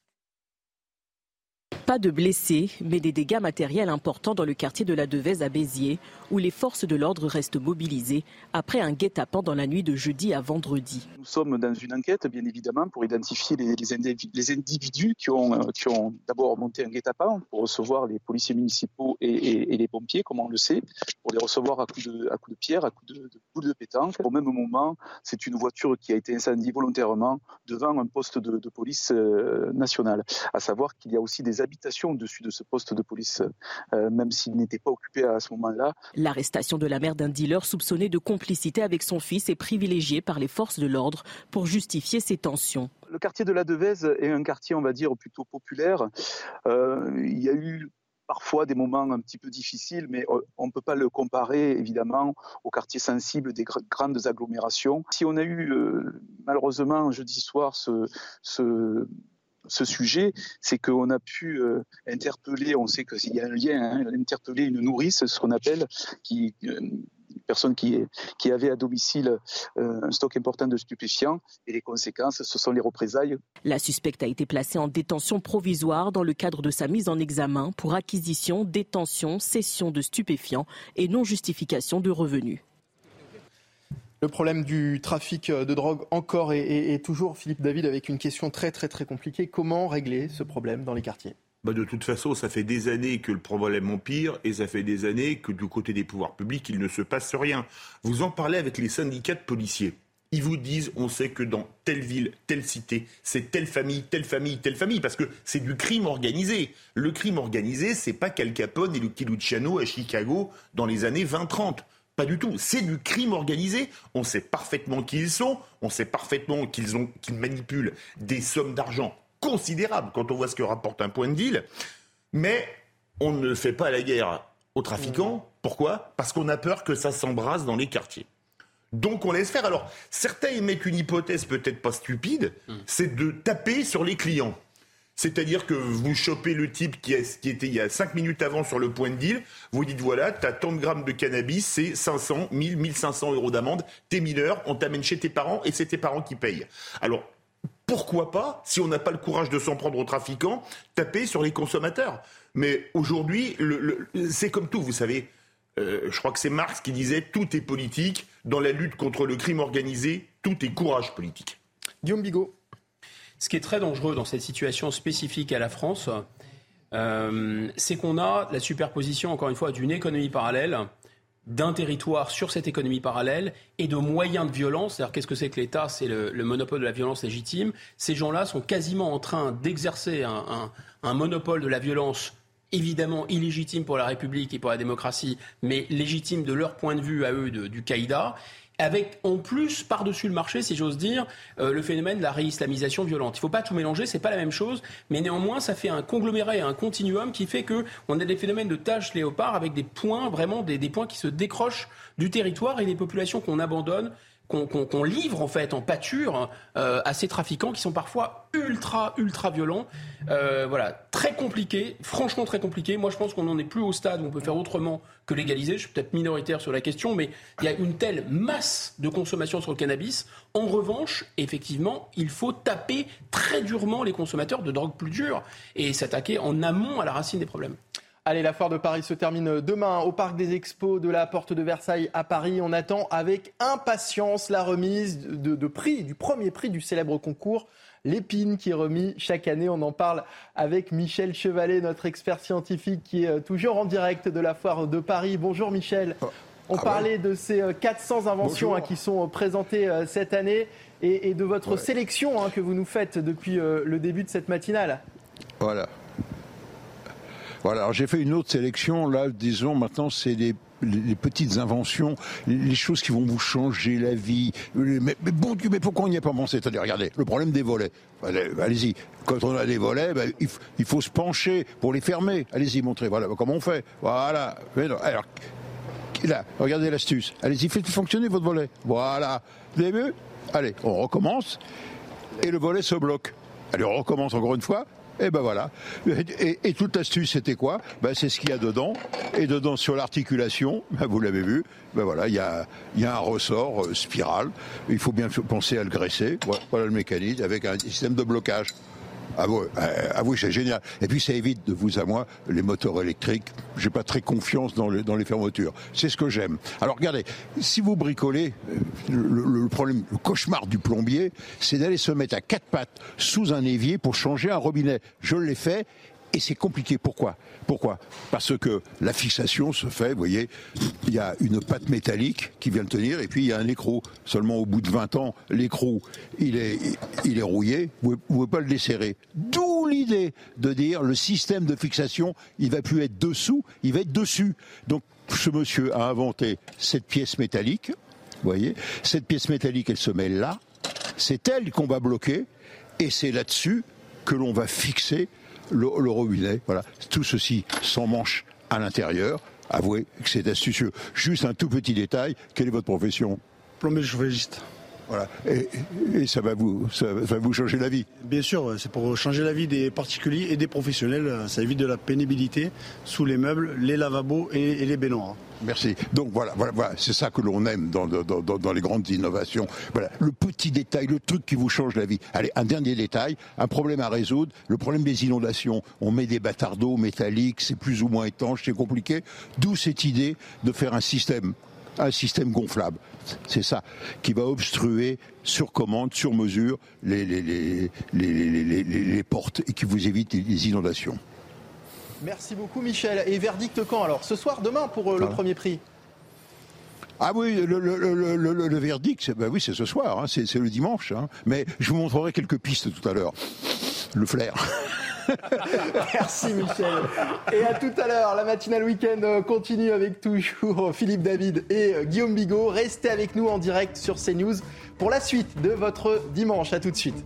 Pas de blessés, mais des dégâts matériels importants dans le quartier de la Devèze à Béziers, où les forces de l'ordre restent mobilisées après un guet-apens dans la nuit de jeudi à vendredi. Nous sommes dans une enquête, bien évidemment, pour identifier les individus qui ont d'abord monté un guet-apens pour recevoir les policiers municipaux et les pompiers, comme on le sait, pour les recevoir à coups de pierre, à coups de boules de pétanque. Au même moment, c'est une voiture qui a été incendiée volontairement devant un poste de police nationale. À savoir qu'il y a aussi des habitants habitation au-dessus de ce poste de police, même s'il n'était pas occupé à ce moment-là. L'arrestation de la mère d'un dealer soupçonné de complicité avec son fils est privilégiée par les forces de l'ordre pour justifier ces tensions. Le quartier de la Devèze est un quartier, on va dire, plutôt populaire. Il y a eu parfois des moments un petit peu difficiles, mais on ne peut pas le comparer évidemment au quartier sensible des grandes agglomérations. Si on a eu malheureusement jeudi soir ce sujet, c'est qu'on a pu interpeller, on sait qu'il y a un lien, interpeller une nourrice, ce qu'on appelle, une personne qui avait à domicile un stock important de stupéfiants, et les conséquences, ce sont les représailles. La suspecte a été placée en détention provisoire dans le cadre de sa mise en examen pour acquisition, détention, cession de stupéfiants et non-justification de revenus. Le problème du trafic de drogue encore et toujours, Philippe David, avec une question très très très compliquée. Comment régler ce problème dans les quartiers ? De toute façon, ça fait des années que le problème empire et ça fait des années que du côté des pouvoirs publics, il ne se passe rien. Vous en parlez avec les syndicats de policiers. Ils vous disent, on sait que dans telle ville, telle cité, c'est telle famille, telle famille, telle famille, parce que c'est du crime organisé. Le crime organisé, c'est pas Al Capone et Lucky Luciano à Chicago dans les années 20-30. Pas du tout. C'est du crime organisé. On sait parfaitement qui ils sont. On sait parfaitement qu'ils manipulent des sommes d'argent considérables quand on voit ce que rapporte un point de deal. Mais on ne fait pas la guerre aux trafiquants. Pourquoi ? Parce qu'on a peur que ça s'embrase dans les quartiers. Donc on laisse faire. Alors, certains émettent une hypothèse peut-être pas stupide, c'est de taper sur les clients. C'est-à-dire que vous chopez le type qui était il y a 5 minutes avant sur le point de deal, vous dites voilà, t'as tant de grammes de cannabis, c'est 500, 1000, 1500 euros d'amende, t'es mineur, on t'amène chez tes parents et c'est tes parents qui payent. Alors, pourquoi pas, si on n'a pas le courage de s'en prendre aux trafiquants, taper sur les consommateurs ? Mais aujourd'hui, c'est comme tout, vous savez, je crois que c'est Marx qui disait « Tout est politique, dans la lutte contre le crime organisé, tout est courage politique ». Guillaume Bigot. Ce qui est très dangereux dans cette situation spécifique à la France, c'est qu'on a la superposition, encore une fois, d'une économie parallèle, d'un territoire sur cette économie parallèle et de moyens de violence. C'est-à-dire, qu'est-ce que c'est que l'État ? C'est le monopole de la violence légitime. Ces gens-là sont quasiment en train d'exercer un monopole de la violence évidemment illégitime pour la République et pour la démocratie, mais légitime de leur point de vue à eux du caïda. Avec, en plus, par-dessus le marché, si j'ose dire, le phénomène de la réislamisation violente. Il ne faut pas tout mélanger, c'est pas la même chose, mais néanmoins, ça fait un conglomérat et un continuum qui fait qu'on a des phénomènes de taches léopard avec des points, vraiment des points qui se décrochent du territoire et des populations qu'on abandonne, qu'on livre en fait en pâture à ces trafiquants qui sont parfois ultra violents. Voilà, très compliqué, franchement très compliqué. Moi je pense qu'on n'en est plus au stade où on peut faire autrement que légaliser. Je suis peut-être minoritaire sur la question, mais il y a une telle masse de consommation sur le cannabis. En revanche, effectivement, il faut taper très durement les consommateurs de drogue plus dures et s'attaquer en amont à la racine des problèmes. Allez, la foire de Paris se termine demain au Parc des Expos de la Porte de Versailles à Paris. On attend avec impatience la remise du premier prix du célèbre concours L'Épine qui est remis chaque année. On en parle avec Michel Chevalet, notre expert scientifique qui est toujours en direct de la foire de Paris. Bonjour Michel. On parlait de ces 400 inventions qui sont présentées cette année et de votre sélection que vous nous faites depuis le début de cette matinale. Voilà, alors j'ai fait une autre sélection, là, disons, maintenant, c'est les petites inventions, les choses qui vont vous changer la vie. Mais bon Dieu, mais pourquoi on n'y a pas pensé ? C'est-à-dire, regardez, le problème des volets. Allez-y, quand on a des volets, il faut se pencher pour les fermer. Allez-y, montrez, voilà, comment on fait ? Voilà. Alors, là, regardez l'astuce. Allez-y, faites fonctionner votre volet. Voilà. Vous avez vu ? Allez, on recommence, et le volet se bloque. Allez, on recommence encore une fois. Et ben voilà. Et toute l'astuce, c'était quoi ? C'est ce qu'il y a dedans. Et dedans, sur l'articulation, vous l'avez vu, voilà, il y a un ressort spirale. Il faut bien penser à le graisser. Voilà le mécanisme avec un système de blocage. Avouez, c'est génial. Et puis ça évite de vous à moi les moteurs électriques. J'ai pas très confiance dans les fermetures. C'est ce que j'aime. Alors regardez, si vous bricolez, le problème, le cauchemar du plombier, c'est d'aller se mettre à 4 pattes sous un évier pour changer un robinet. Je l'ai fait. Et c'est compliqué. Pourquoi ? Parce que la fixation se fait, vous voyez, il y a une patte métallique qui vient le tenir, et puis il y a un écrou. Seulement au bout de 20 ans, l'écrou, il est rouillé, vous ne pouvez pas le desserrer. D'où d'où l'idée de dire le système de fixation, il va plus être dessous, il va être dessus. Donc ce monsieur a inventé cette pièce métallique, vous voyez, cette pièce métallique, elle se met là, c'est elle qu'on va bloquer, et c'est là-dessus que l'on va fixer le robinet. Voilà, tout ceci sans manche à l'intérieur. Avouez que c'est astucieux. Juste un tout petit détail, quelle est votre profession ? Plombier chauffagiste. Voilà, et ça va vous changer la vie. Bien sûr, c'est pour changer la vie des particuliers et des professionnels. Ça évite de la pénibilité sous les meubles, les lavabos et les baignoires. Merci. Donc voilà, c'est ça que l'on aime dans les grandes innovations. Voilà, le petit détail, le truc qui vous change la vie. Allez, un dernier détail, un problème à résoudre, le problème des inondations. On met des bâtards d'eau métalliques, c'est plus ou moins étanche, c'est compliqué. D'où cette idée de faire un système gonflable. C'est ça qui va obstruer sur commande, sur mesure les portes et qui vous évite les inondations. Merci beaucoup Michel. Et verdict quand alors ? Ce soir, demain pour le premier prix ? Ah oui, le verdict, c'est ce soir, hein, c'est le dimanche. Hein. Mais je vous montrerai quelques pistes tout à l'heure. Le flair. Merci Michel. Et à tout à l'heure, la matinale week-end continue avec toujours Philippe David et Guillaume Bigot. Restez avec nous en direct sur CNews pour la suite de votre dimanche. À tout de suite.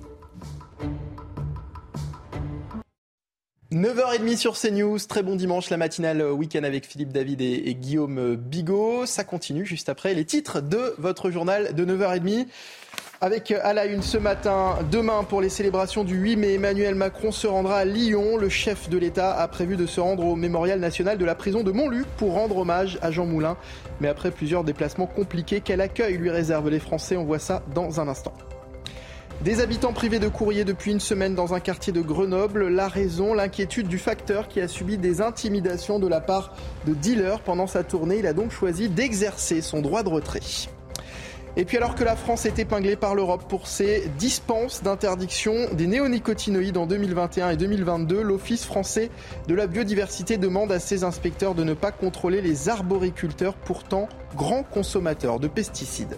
9h30 sur CNews, très bon dimanche, la matinale week-end avec Philippe David et Guillaume Bigot. Ça continue juste après les titres de votre journal de 9h30. Avec à la une ce matin, demain pour les célébrations du 8 mai, Emmanuel Macron se rendra à Lyon. Le chef de l'État a prévu de se rendre au mémorial national de la prison de Montluc pour rendre hommage à Jean Moulin. Mais après plusieurs déplacements compliqués, quel accueil lui réservent les Français ? On voit ça dans un instant. Des habitants privés de courrier depuis une semaine dans un quartier de Grenoble. La raison, l'inquiétude du facteur qui a subi des intimidations de la part de dealers pendant sa tournée. Il a donc choisi d'exercer son droit de retrait. Et puis alors que la France est épinglée par l'Europe pour ses dispenses d'interdiction des néonicotinoïdes en 2021 et 2022, l'Office français de la biodiversité demande à ses inspecteurs de ne pas contrôler les arboriculteurs, pourtant grands consommateurs de pesticides.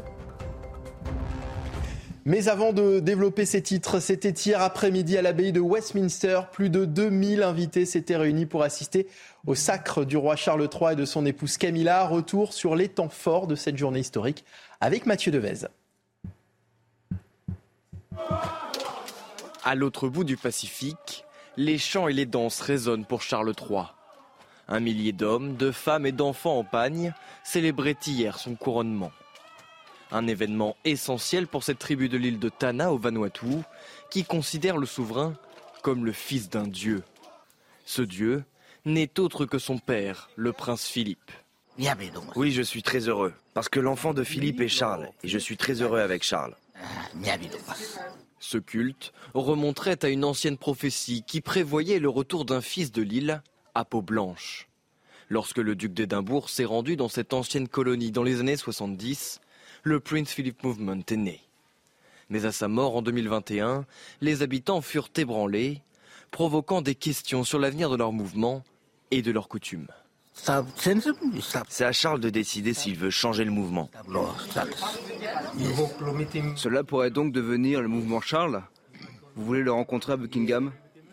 Mais avant de développer ces titres, c'était hier après-midi à l'abbaye de Westminster. Plus de 2000 invités s'étaient réunis pour assister au sacre du roi Charles III et de son épouse Camilla. Retour sur les temps forts de cette journée historique avec Mathieu Devez. À l'autre bout du Pacifique, les chants et les danses résonnent pour Charles III. 1 millier d'hommes, de femmes et d'enfants en pagne célébraient hier son couronnement. Un événement essentiel pour cette tribu de l'île de Tanna au Vanuatu, qui considère le souverain comme le fils d'un dieu. Ce dieu n'est autre que son père, le prince Philippe. Oui, je suis très heureux, parce que l'enfant de Philippe est Charles, et je suis très heureux avec Charles. Ce culte remonterait à une ancienne prophétie qui prévoyait le retour d'un fils de l'île à peau blanche. Lorsque le duc d'Édimbourg s'est rendu dans cette ancienne colonie dans les années 70, le Prince Philip Movement est né. Mais à sa mort en 2021, les habitants furent ébranlés, provoquant des questions sur l'avenir de leur mouvement et de leurs coutumes. C'est à Charles de décider s'il veut changer le mouvement. Cela pourrait donc devenir le mouvement Charles ? Vous voulez le rencontrer à Buckingham ?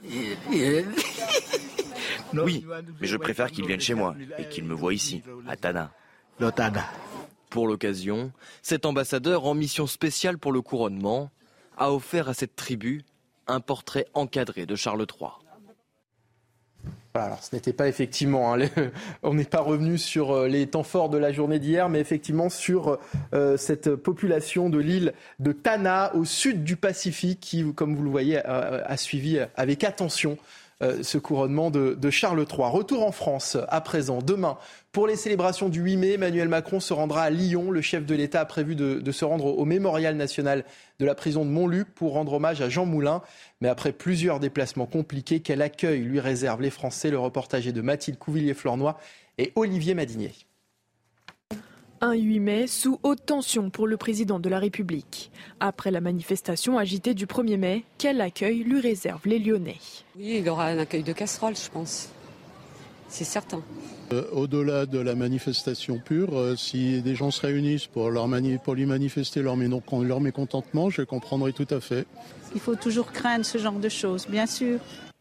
Oui, mais je préfère qu'il vienne chez moi et qu'il me voie ici, à Tanna. Pour l'occasion, cet ambassadeur en mission spéciale pour le couronnement a offert à cette tribu un portrait encadré de Charles III. Voilà, alors ce n'était pas effectivement, on n'est pas revenu sur les temps forts de la journée d'hier, mais effectivement sur cette population de l'île de Tanna au sud du Pacifique qui, comme vous le voyez, a suivi avec attention ce couronnement de Charles III. Retour en France à présent, demain. Pour les célébrations du 8 mai, Emmanuel Macron se rendra à Lyon. Le chef de l'État a prévu de se rendre au mémorial national de la prison de Montluc pour rendre hommage à Jean Moulin. Mais après plusieurs déplacements compliqués, quel accueil lui réservent les Français ? Le reportage est de Mathilde Couvillier-Flornoy et Olivier Madinier. Un 8 mai sous haute tension pour le président de la République. Après la manifestation agitée du 1er mai, quel accueil lui réservent les Lyonnais ? Oui, il aura un accueil de casserole, je pense. C'est certain. Au-delà de la manifestation pure, si des gens se réunissent pour lui manifester leur mécontentement, je comprendrai tout à fait. Il faut toujours craindre ce genre de choses, bien sûr.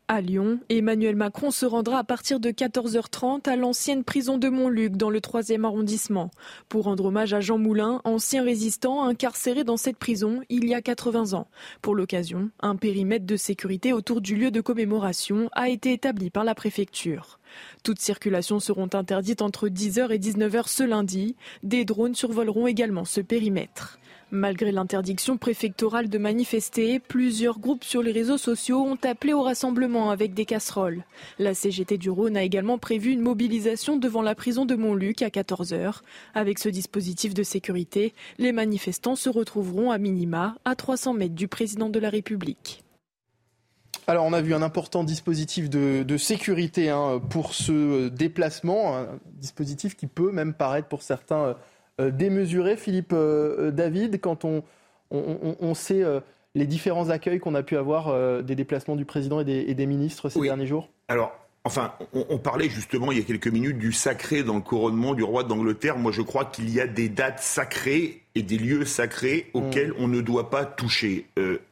À Lyon, Emmanuel Macron se rendra à partir de 14h30 à l'ancienne prison de Montluc dans le 3e arrondissement pour rendre hommage à Jean Moulin, ancien résistant incarcéré dans cette prison il y a 80 ans. Pour l'occasion, un périmètre de sécurité autour du lieu de commémoration a été établi par la préfecture. Toutes circulations seront interdites entre 10h et 19h ce lundi. Des drones survoleront également ce périmètre. Malgré l'interdiction préfectorale de manifester, plusieurs groupes sur les réseaux sociaux ont appelé au rassemblement avec des casseroles. La CGT du Rhône a également prévu une mobilisation devant la prison de Montluc à 14h. Avec ce dispositif de sécurité, les manifestants se retrouveront à minima à 300 mètres du président de la République. Alors on a vu un important dispositif de sécurité pour ce déplacement, un dispositif qui peut même paraître pour certains démesuré. Philippe David, quand on sait les différents accueils qu'on a pu avoir des déplacements du président et des ministres ces derniers jours? Alors, on parlait justement il y a quelques minutes du sacré dans le couronnement du roi d'Angleterre. Moi, je crois qu'il y a des dates sacrées et des lieux sacrés auxquels on ne doit pas toucher.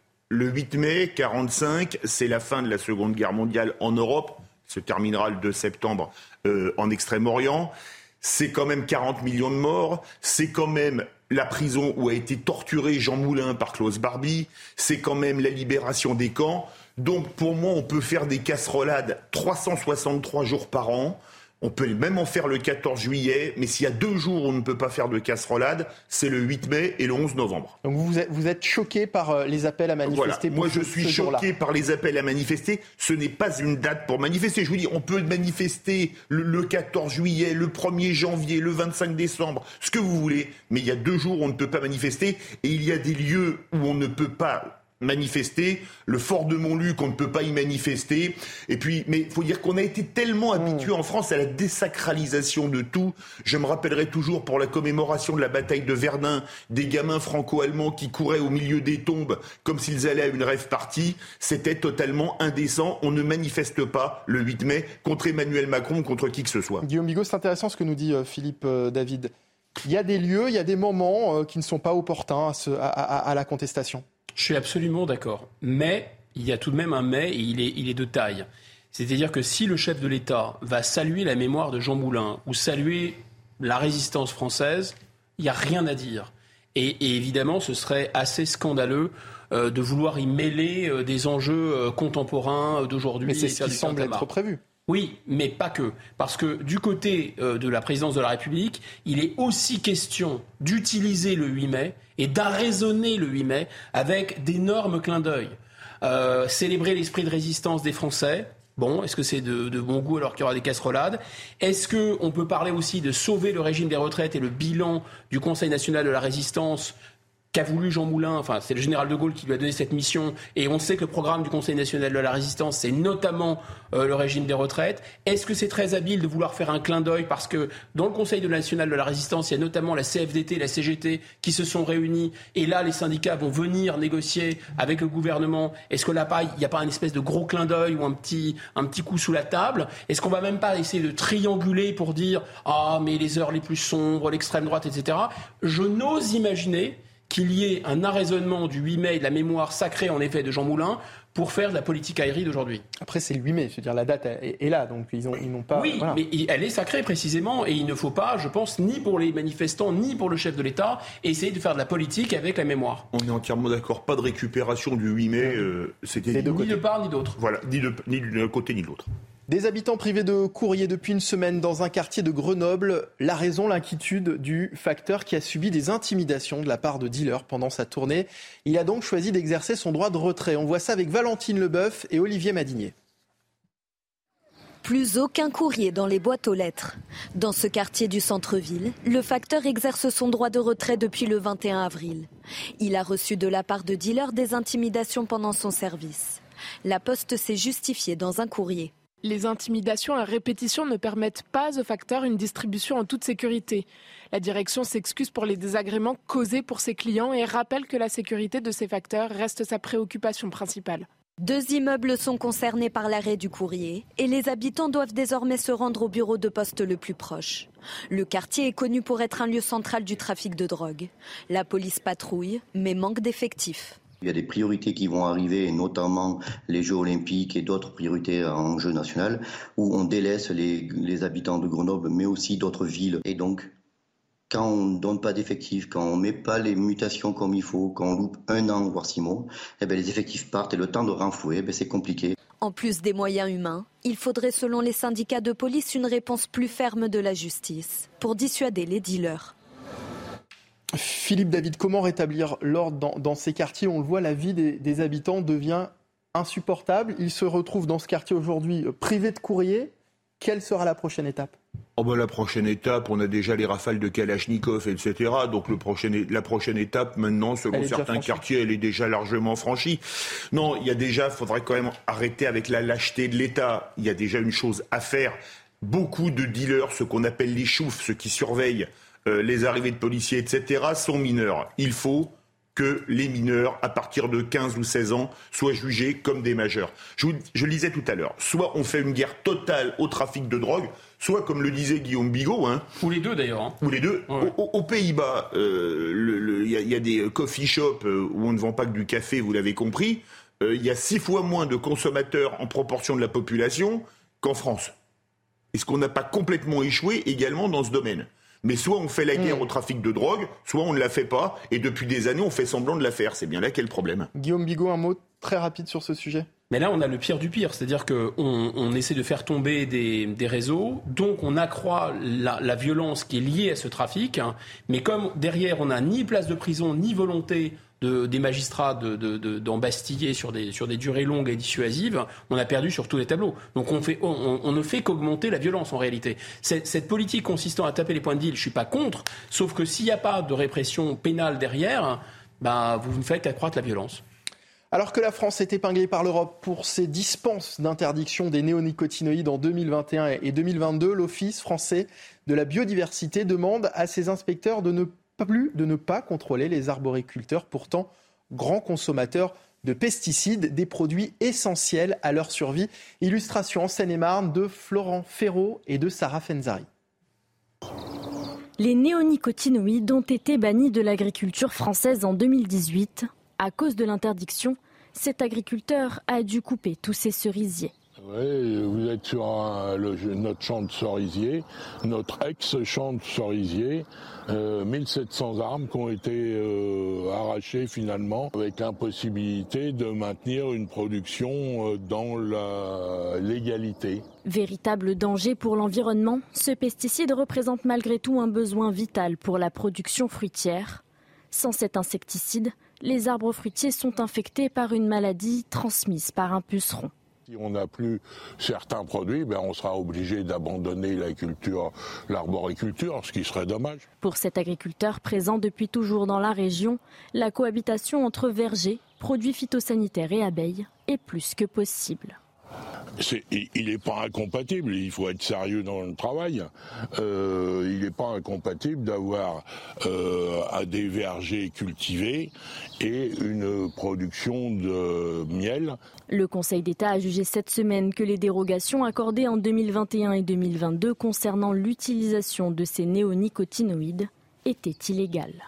Le 8 mai 1945, c'est la fin de la Seconde Guerre mondiale en Europe. Se terminera le 2 septembre en Extrême-Orient. C'est quand même 40 millions de morts, c'est quand même la prison où a été torturé Jean Moulin par Klaus Barbie, c'est quand même la libération des camps. Donc pour moi, on peut faire des casserolades 363 jours par an. On peut même en faire le 14 juillet, mais s'il y a 2 jours où on ne peut pas faire de casserolade, c'est le 8 mai et le 11 novembre. Donc vous êtes choqué par les appels à manifester? Voilà. Moi je suis choqué par les appels à manifester. Ce n'est pas une date pour manifester. Je vous dis, on peut manifester le 14 juillet, le 1er janvier, le 25 décembre, ce que vous voulez. Mais il y a 2 jours où on ne peut pas manifester et il y a des lieux où on ne peut pas manifester. Le fort de Montluc, on ne peut pas y manifester. Et puis, mais il faut dire qu'on a été tellement habitués en France à la désacralisation de tout. Je me rappellerai toujours pour la commémoration de la bataille de Verdun, des gamins franco-allemands qui couraient au milieu des tombes comme s'ils allaient à une rave party. C'était totalement indécent. On ne manifeste pas le 8 mai contre Emmanuel Macron ou contre qui que ce soit. Guillaume Bigot, c'est intéressant ce que nous dit Philippe David. Il y a des lieux, il y a des moments qui ne sont pas opportuns à la contestation. Je suis absolument d'accord. Mais il y a tout de même un mais, et il est de taille. C'est-à-dire que si le chef de l'État va saluer la mémoire de Jean Moulin ou saluer la résistance française, il n'y a rien à dire. Et évidemment, ce serait assez scandaleux de vouloir y mêler des enjeux contemporains d'aujourd'hui. Mais c'est ce qui semble être prévu. Oui, mais pas que. Parce que du côté de la présidence de la République, il est aussi question d'utiliser le 8 mai et d'arraisonner le 8 mai avec d'énormes clins d'œil. Célébrer l'esprit de résistance des Français. Bon, est-ce que c'est de bon goût alors qu'il y aura des casserolades? Est-ce qu'on peut parler aussi de sauver le régime des retraites et le bilan du Conseil national de la résistance qu'a voulu Jean Moulin, enfin c'est le général de Gaulle qui lui a donné cette mission, et on sait que le programme du Conseil national de la résistance, c'est notamment le régime des retraites. Est-ce que c'est très habile de vouloir faire un clin d'œil parce que dans le Conseil national de la résistance, il y a notamment la CFDT et la CGT qui se sont réunis, et là les syndicats vont venir négocier avec le gouvernement. Est-ce que là, il n'y a pas une espèce de gros clin d'œil ou un petit coup sous la table? Est-ce qu'on va même pas essayer de trianguler pour dire « Ah, mais les heures les plus sombres, l'extrême droite, etc. » Je n'ose imaginer qu'il y ait un arraisonnement du 8 mai et de la mémoire sacrée, en effet, de Jean Moulin pour faire de la politique aérienne d'aujourd'hui. Après, c'est le 8 mai, je veux dire, la date est là, donc ils n'ont pas... Oui, voilà. Mais elle est sacrée, précisément, et il ne faut pas, je pense, ni pour les manifestants, ni pour le chef de l'État, essayer de faire de la politique avec la mémoire. On est entièrement d'accord, pas de récupération du 8 mai, c'était ni de part ni d'autre. Voilà, ni d'un côté ni de l'autre. Des habitants privés de courrier depuis une semaine dans un quartier de Grenoble. La raison, l'inquiétude du facteur qui a subi des intimidations de la part de dealers pendant sa tournée. Il a donc choisi d'exercer son droit de retrait. On voit ça avec Valentine Leboeuf et Olivier Madinier. Plus aucun courrier dans les boîtes aux lettres. Dans ce quartier du centre-ville, le facteur exerce son droit de retrait depuis le 21 avril. Il a reçu de la part de dealers des intimidations pendant son service. La Poste s'est justifiée dans un courrier. Les intimidations à répétition ne permettent pas au facteur une distribution en toute sécurité. La direction s'excuse pour les désagréments causés pour ses clients et rappelle que la sécurité de ces facteurs reste sa préoccupation principale. 2 immeubles sont concernés par l'arrêt du courrier et les habitants doivent désormais se rendre au bureau de poste le plus proche. Le quartier est connu pour être un lieu central du trafic de drogue. La police patrouille, mais manque d'effectifs. Il y a des priorités qui vont arriver, notamment les Jeux Olympiques et d'autres priorités en Jeux national, où on délaisse les habitants de Grenoble, mais aussi d'autres villes. Et donc, quand on ne donne pas d'effectifs, quand on ne met pas les mutations comme il faut, quand on loupe 1 an, voire 6 mois, les effectifs partent et le temps de renflouer, c'est compliqué. En plus des moyens humains, il faudrait selon les syndicats de police une réponse plus ferme de la justice pour dissuader les dealers. Philippe David, comment rétablir l'ordre dans ces quartiers ? On le voit, la vie des habitants devient insupportable. Ils se retrouvent dans ce quartier aujourd'hui privés de courrier. Quelle sera la prochaine étape ? La prochaine étape, on a déjà les rafales de Kalachnikov, etc. Donc la prochaine étape, maintenant, selon certains quartiers, elle est déjà largement franchie. Non, faudrait quand même arrêter avec la lâcheté de l'État. Il y a déjà une chose à faire. Beaucoup de dealers, ce qu'on appelle les choufs, ceux qui surveillent les arrivées de policiers, etc., sont mineurs. Il faut que les mineurs, à partir de 15 ou 16 ans, soient jugés comme des majeurs. Je le disais tout à l'heure, soit on fait une guerre totale au trafic de drogue, soit, comme le disait Guillaume Bigot... Ou les deux, d'ailleurs. Ou les deux. Ouais. Aux Pays-Bas, il y a des coffee shops où on ne vend pas que du café, vous l'avez compris. Il y a 6 fois moins de consommateurs en proportion de la population qu'en France. Est-ce qu'on n'a pas complètement échoué également dans ce domaine ? Mais soit on fait la guerre au trafic de drogue, soit on ne la fait pas, et depuis des années, on fait semblant de la faire. C'est bien là qu'est le problème. Guillaume Bigot, un mot très rapide sur ce sujet. Mais là, on a le pire du pire, c'est-à-dire qu'on essaie de faire tomber des réseaux, donc on accroît la violence qui est liée à ce trafic, mais comme derrière, on n'a ni place de prison, ni volonté des magistrats d'embastiller sur des durées longues et dissuasives, on a perdu sur tous les tableaux. Donc on ne fait qu'augmenter la violence en réalité. Cette politique consistant à taper les points de deal, je ne suis pas contre, sauf que s'il n'y a pas de répression pénale derrière, vous ne faites qu'accroître la violence. Alors que la France est épinglée par l'Europe pour ses dispenses d'interdiction des néonicotinoïdes en 2021 et 2022, l'Office français de la biodiversité demande à ses inspecteurs de ne pas contrôler les arboriculteurs, pourtant grands consommateurs de pesticides, des produits essentiels à leur survie. Illustration en Seine-et-Marne de Florent Ferraud et de Sarah Fenzari. Les néonicotinoïdes ont été bannis de l'agriculture française en 2018. À cause de l'interdiction, cet agriculteur a dû couper tous ses cerisiers. Oui, vous êtes sur notre champ de cerisier, notre ex-champ de cerisier, 1700 arbres qui ont été arrachés finalement, avec l'impossibilité de maintenir une production dans la légalité. Véritable danger pour l'environnement, ce pesticide représente malgré tout un besoin vital pour la production fruitière. Sans cet insecticide, les arbres fruitiers sont infectés par une maladie transmise par un puceron. Si on n'a plus certains produits, on sera obligé d'abandonner l'arboriculture, ce qui serait dommage. Pour cet agriculteur présent depuis toujours dans la région, la cohabitation entre vergers, produits phytosanitaires et abeilles est plus que possible. Il n'est pas incompatible, il faut être sérieux dans le travail. Il n'est pas incompatible d'avoir des vergers cultivés et une production de miel. Le Conseil d'État a jugé cette semaine que les dérogations accordées en 2021 et 2022 concernant l'utilisation de ces néonicotinoïdes étaient illégales.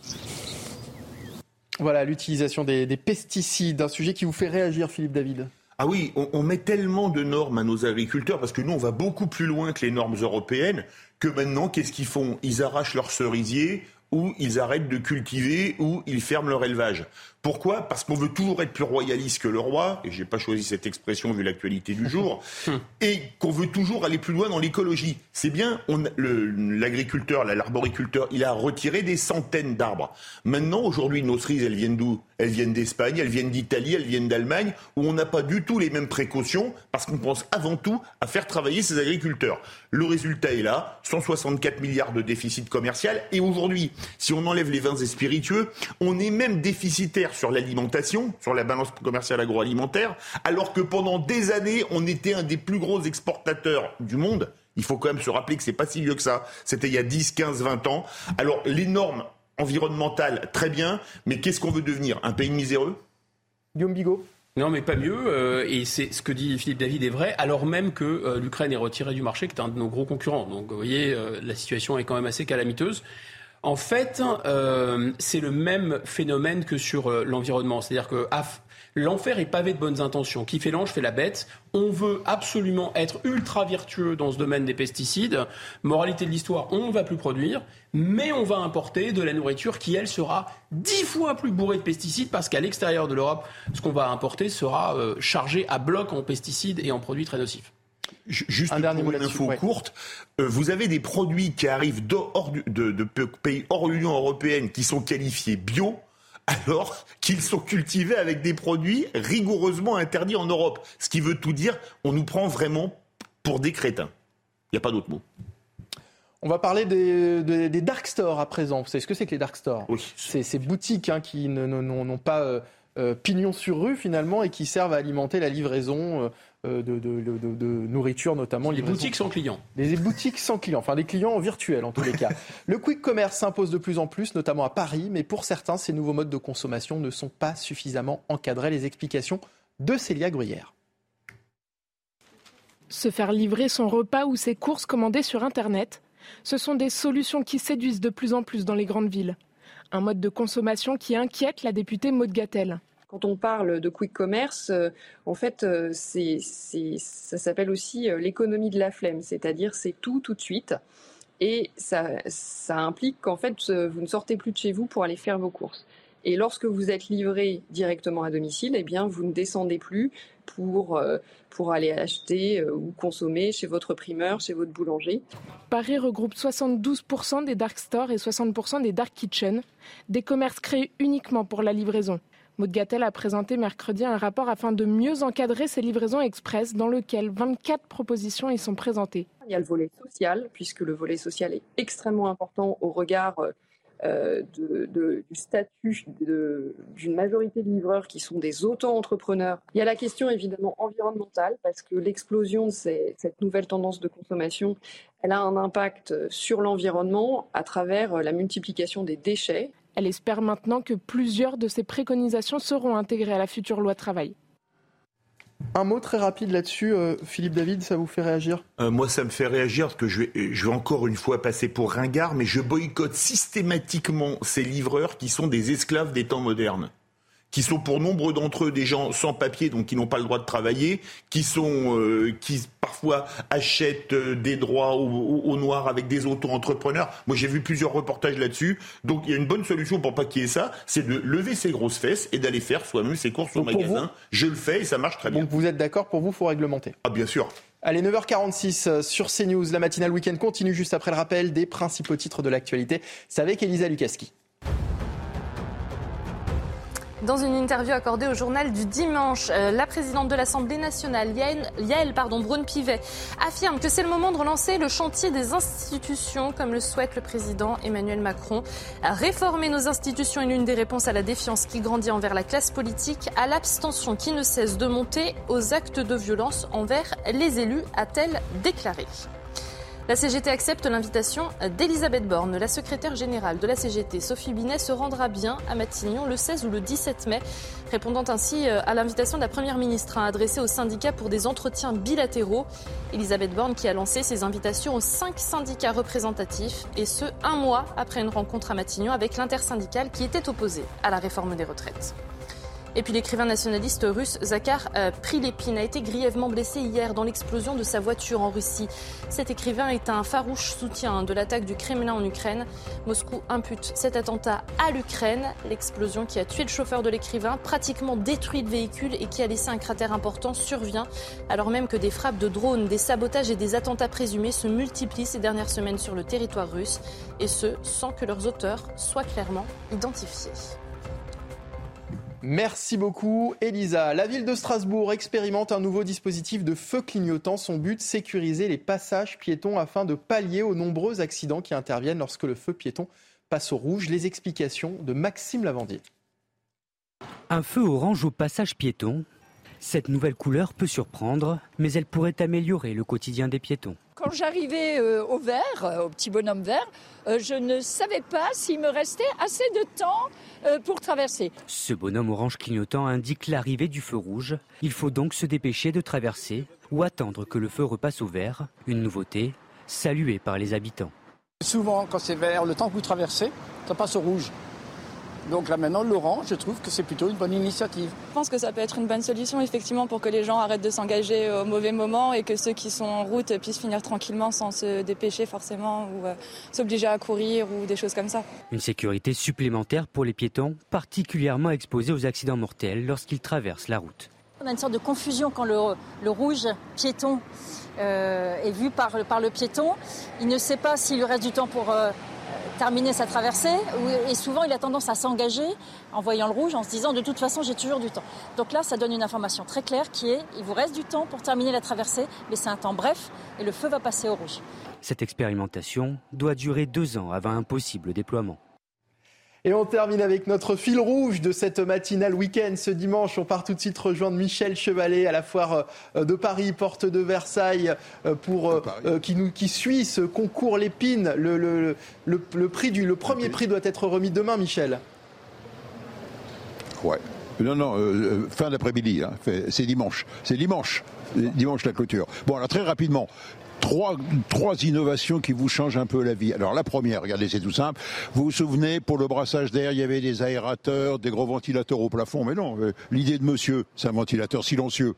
Voilà l'utilisation des pesticides, un sujet qui vous fait réagir, Philippe David. Ah oui, on met tellement de normes à nos agriculteurs, parce que nous, on va beaucoup plus loin que les normes européennes, que maintenant, qu'est-ce qu'ils font ? Ils arrachent leurs cerisiers, ou ils arrêtent de cultiver, ou ils ferment leur élevage. Pourquoi ? Parce qu'on veut toujours être plus royaliste que le roi, et je n'ai pas choisi cette expression vu l'actualité du jour, et qu'on veut toujours aller plus loin dans l'écologie. C'est bien, l'agriculteur, l'arboriculteur, il a retiré des centaines d'arbres. Maintenant, aujourd'hui, nos cerises, elles viennent d'où ? Elles viennent d'Espagne, elles viennent d'Italie, elles viennent d'Allemagne, où on n'a pas du tout les mêmes précautions, parce qu'on pense avant tout à faire travailler ces agriculteurs. Le résultat est là, 164 milliards de déficit commercial, et aujourd'hui, si on enlève les vins et spiritueux, on est même déficitaire sur l'alimentation, sur la balance commerciale agroalimentaire, alors que pendant des années, on était un des plus gros exportateurs du monde. Il faut quand même se rappeler que c'est pas si vieux que ça. C'était il y a 10, 15, 20 ans. Alors, les normes environnementales, très bien, mais qu'est-ce qu'on veut devenir ? Un pays miséreux ? Guillaume Bigot ? Non, mais pas mieux. Et c'est ce que dit Philippe David est vrai, alors même que l'Ukraine est retirée du marché, qui est un de nos gros concurrents. Donc, vous voyez, la situation est quand même assez calamiteuse. En fait, c'est le même phénomène que sur l'environnement. C'est-à-dire que l'enfer est pavé de bonnes intentions. Qui fait l'ange fait la bête. On veut absolument être ultra vertueux dans ce domaine des pesticides. Moralité de l'histoire, on ne va plus produire, mais on va importer de la nourriture qui, elle, sera 10 fois plus bourrée de pesticides parce qu'à l'extérieur de l'Europe, ce qu'on va importer sera chargé à bloc en pesticides et en produits très nocifs. Juste une info courte, vous avez des produits qui arrivent de pays hors Union européenne qui sont qualifiés bio, alors qu'ils sont cultivés avec des produits rigoureusement interdits en Europe. Ce qui veut tout dire, on nous prend vraiment pour des crétins. Il n'y a pas d'autre mot. On va parler des dark stores à présent. Vous savez ce que c'est que les dark stores ? Oui. C'est ces boutiques qui n'ont pas pignon sur rue finalement et qui servent à alimenter la livraison de nourriture notamment. Les boutiques sans clients. Des boutiques sans clients, enfin des clients virtuels en tous les cas. Le quick commerce s'impose de plus en plus, notamment à Paris, mais pour certains, ces nouveaux modes de consommation ne sont pas suffisamment encadrés. Les explications de Célia Gruyère. Se faire livrer son repas ou ses courses commandées sur Internet, ce sont des solutions qui séduisent de plus en plus dans les grandes villes. Un mode de consommation qui inquiète la députée Maud Gattel. Quand on parle de quick commerce, en fait, ça s'appelle aussi l'économie de la flemme, c'est-à-dire c'est tout de suite. Et ça implique qu'en fait, vous ne sortez plus de chez vous pour aller faire vos courses. Et lorsque vous êtes livré directement à domicile, eh bien, vous ne descendez plus pour aller acheter ou consommer chez votre primeur, chez votre boulanger. Paris regroupe 72% des dark stores et 60% des dark kitchens, des commerces créés uniquement pour la livraison. Maud Gattel a présenté mercredi un rapport afin de mieux encadrer ces livraisons express dans lequel 24 propositions y sont présentées. Il y a le volet social, puisque le volet social est extrêmement important au regard du statut d'une majorité de livreurs qui sont des auto-entrepreneurs. Il y a la question évidemment environnementale, parce que l'explosion de cette nouvelle tendance de consommation, elle a un impact sur l'environnement à travers la multiplication des déchets. Elle espère maintenant que plusieurs de ces préconisations seront intégrées à la future loi travail. Un mot très rapide là-dessus, Philippe David, ça vous fait réagir ? Moi, ça me fait réagir parce que je vais encore une fois passer pour ringard, mais je boycotte systématiquement ces livreurs qui sont des esclaves des temps modernes, qui sont pour nombre d'entre eux des gens sans papier, donc qui n'ont pas le droit de travailler, qui parfois achètent des droits au noir avec des auto-entrepreneurs. Moi, j'ai vu plusieurs reportages là-dessus. Donc, il y a une bonne solution pour pas qu'il y ait ça, c'est de lever ses grosses fesses et d'aller faire soi-même ses courses au magasin. Je le fais et ça marche très bien. Donc, vous êtes d'accord, pour vous, il faut réglementer ? Ah, bien sûr. Allez, 9h46 sur CNews. La matinale week-end continue juste après le rappel des principaux titres de l'actualité. C'est avec Elisa Lukaski. Dans une interview accordée au journal du dimanche, la présidente de l'Assemblée nationale, Yaël Braun-Pivet, affirme que c'est le moment de relancer le chantier des institutions, comme le souhaite le président Emmanuel Macron. Réformer nos institutions est l'une des réponses à la défiance qui grandit envers la classe politique, à l'abstention qui ne cesse de monter, aux actes de violence envers les élus, a-t-elle déclaré. La CGT accepte l'invitation d'Elisabeth Borne. La secrétaire générale de la CGT, Sophie Binet, se rendra bien à Matignon le 16 ou le 17 mai, répondant ainsi à l'invitation de la Première ministre adressée aux syndicats pour des entretiens bilatéraux. Elisabeth Borne qui a lancé ses invitations aux 5 syndicats représentatifs, et ce, un mois après une rencontre à Matignon avec l'intersyndicale qui était opposée à la réforme des retraites. Et puis l'écrivain nationaliste russe Zakhar Prilepine a été grièvement blessé hier dans l'explosion de sa voiture en Russie. Cet écrivain est un farouche soutien de l'attaque du Kremlin en Ukraine. Moscou impute cet attentat à l'Ukraine. L'explosion qui a tué le chauffeur de l'écrivain, pratiquement détruit le véhicule et qui a laissé un cratère important survient, alors même que des frappes de drones, des sabotages et des attentats présumés se multiplient ces dernières semaines sur le territoire russe, et ce, sans que leurs auteurs soient clairement identifiés. Merci beaucoup, Elisa. La ville de Strasbourg expérimente un nouveau dispositif de feu clignotant. Son but, sécuriser les passages piétons afin de pallier aux nombreux accidents qui interviennent lorsque le feu piéton passe au rouge. Les explications de Maxime Lavandier. Un feu orange au passage piéton. Cette nouvelle couleur peut surprendre, mais elle pourrait améliorer le quotidien des piétons. Quand j'arrivais au vert, au petit bonhomme vert, je ne savais pas s'il me restait assez de temps pour traverser. Ce bonhomme orange clignotant indique l'arrivée du feu rouge. Il faut donc se dépêcher de traverser ou attendre que le feu repasse au vert. Une nouveauté saluée par les habitants. Souvent, quand c'est vert, le temps que vous traversez, ça passe au rouge. Donc là maintenant, l'orange, je trouve que c'est plutôt une bonne initiative. Je pense que ça peut être une bonne solution, effectivement, pour que les gens arrêtent de s'engager au mauvais moment et que ceux qui sont en route puissent finir tranquillement sans se dépêcher forcément ou s'obliger à courir ou des choses comme ça. Une sécurité supplémentaire pour les piétons, particulièrement exposés aux accidents mortels lorsqu'ils traversent la route. On a une sorte de confusion quand le rouge piéton est vu par le piéton. Il ne sait pas s'il lui reste du temps pour terminer sa traversée et souvent il a tendance à s'engager en voyant le rouge en se disant de toute façon j'ai toujours du temps. Donc là ça donne une information très claire qui est il vous reste du temps pour terminer la traversée mais c'est un temps bref et le feu va passer au rouge. Cette expérimentation doit durer 2 ans avant un possible déploiement. Et on termine avec notre fil rouge de cette matinale week-end. Ce dimanche, on part tout de suite rejoindre Michel Chevalet à la foire de Paris, porte de Versailles, qui suit ce concours Lépine. Le premier prix doit être remis demain, Michel. Ouais. Non, fin d'après-midi, hein. C'est dimanche. C'est dimanche la clôture. Bon, alors très rapidement. Trois innovations qui vous changent un peu la vie. Alors la première, regardez, c'est tout simple. Vous vous souvenez, pour le brassage d'air, il y avait des aérateurs, des gros ventilateurs au plafond. Mais non, l'idée de monsieur, c'est un ventilateur silencieux.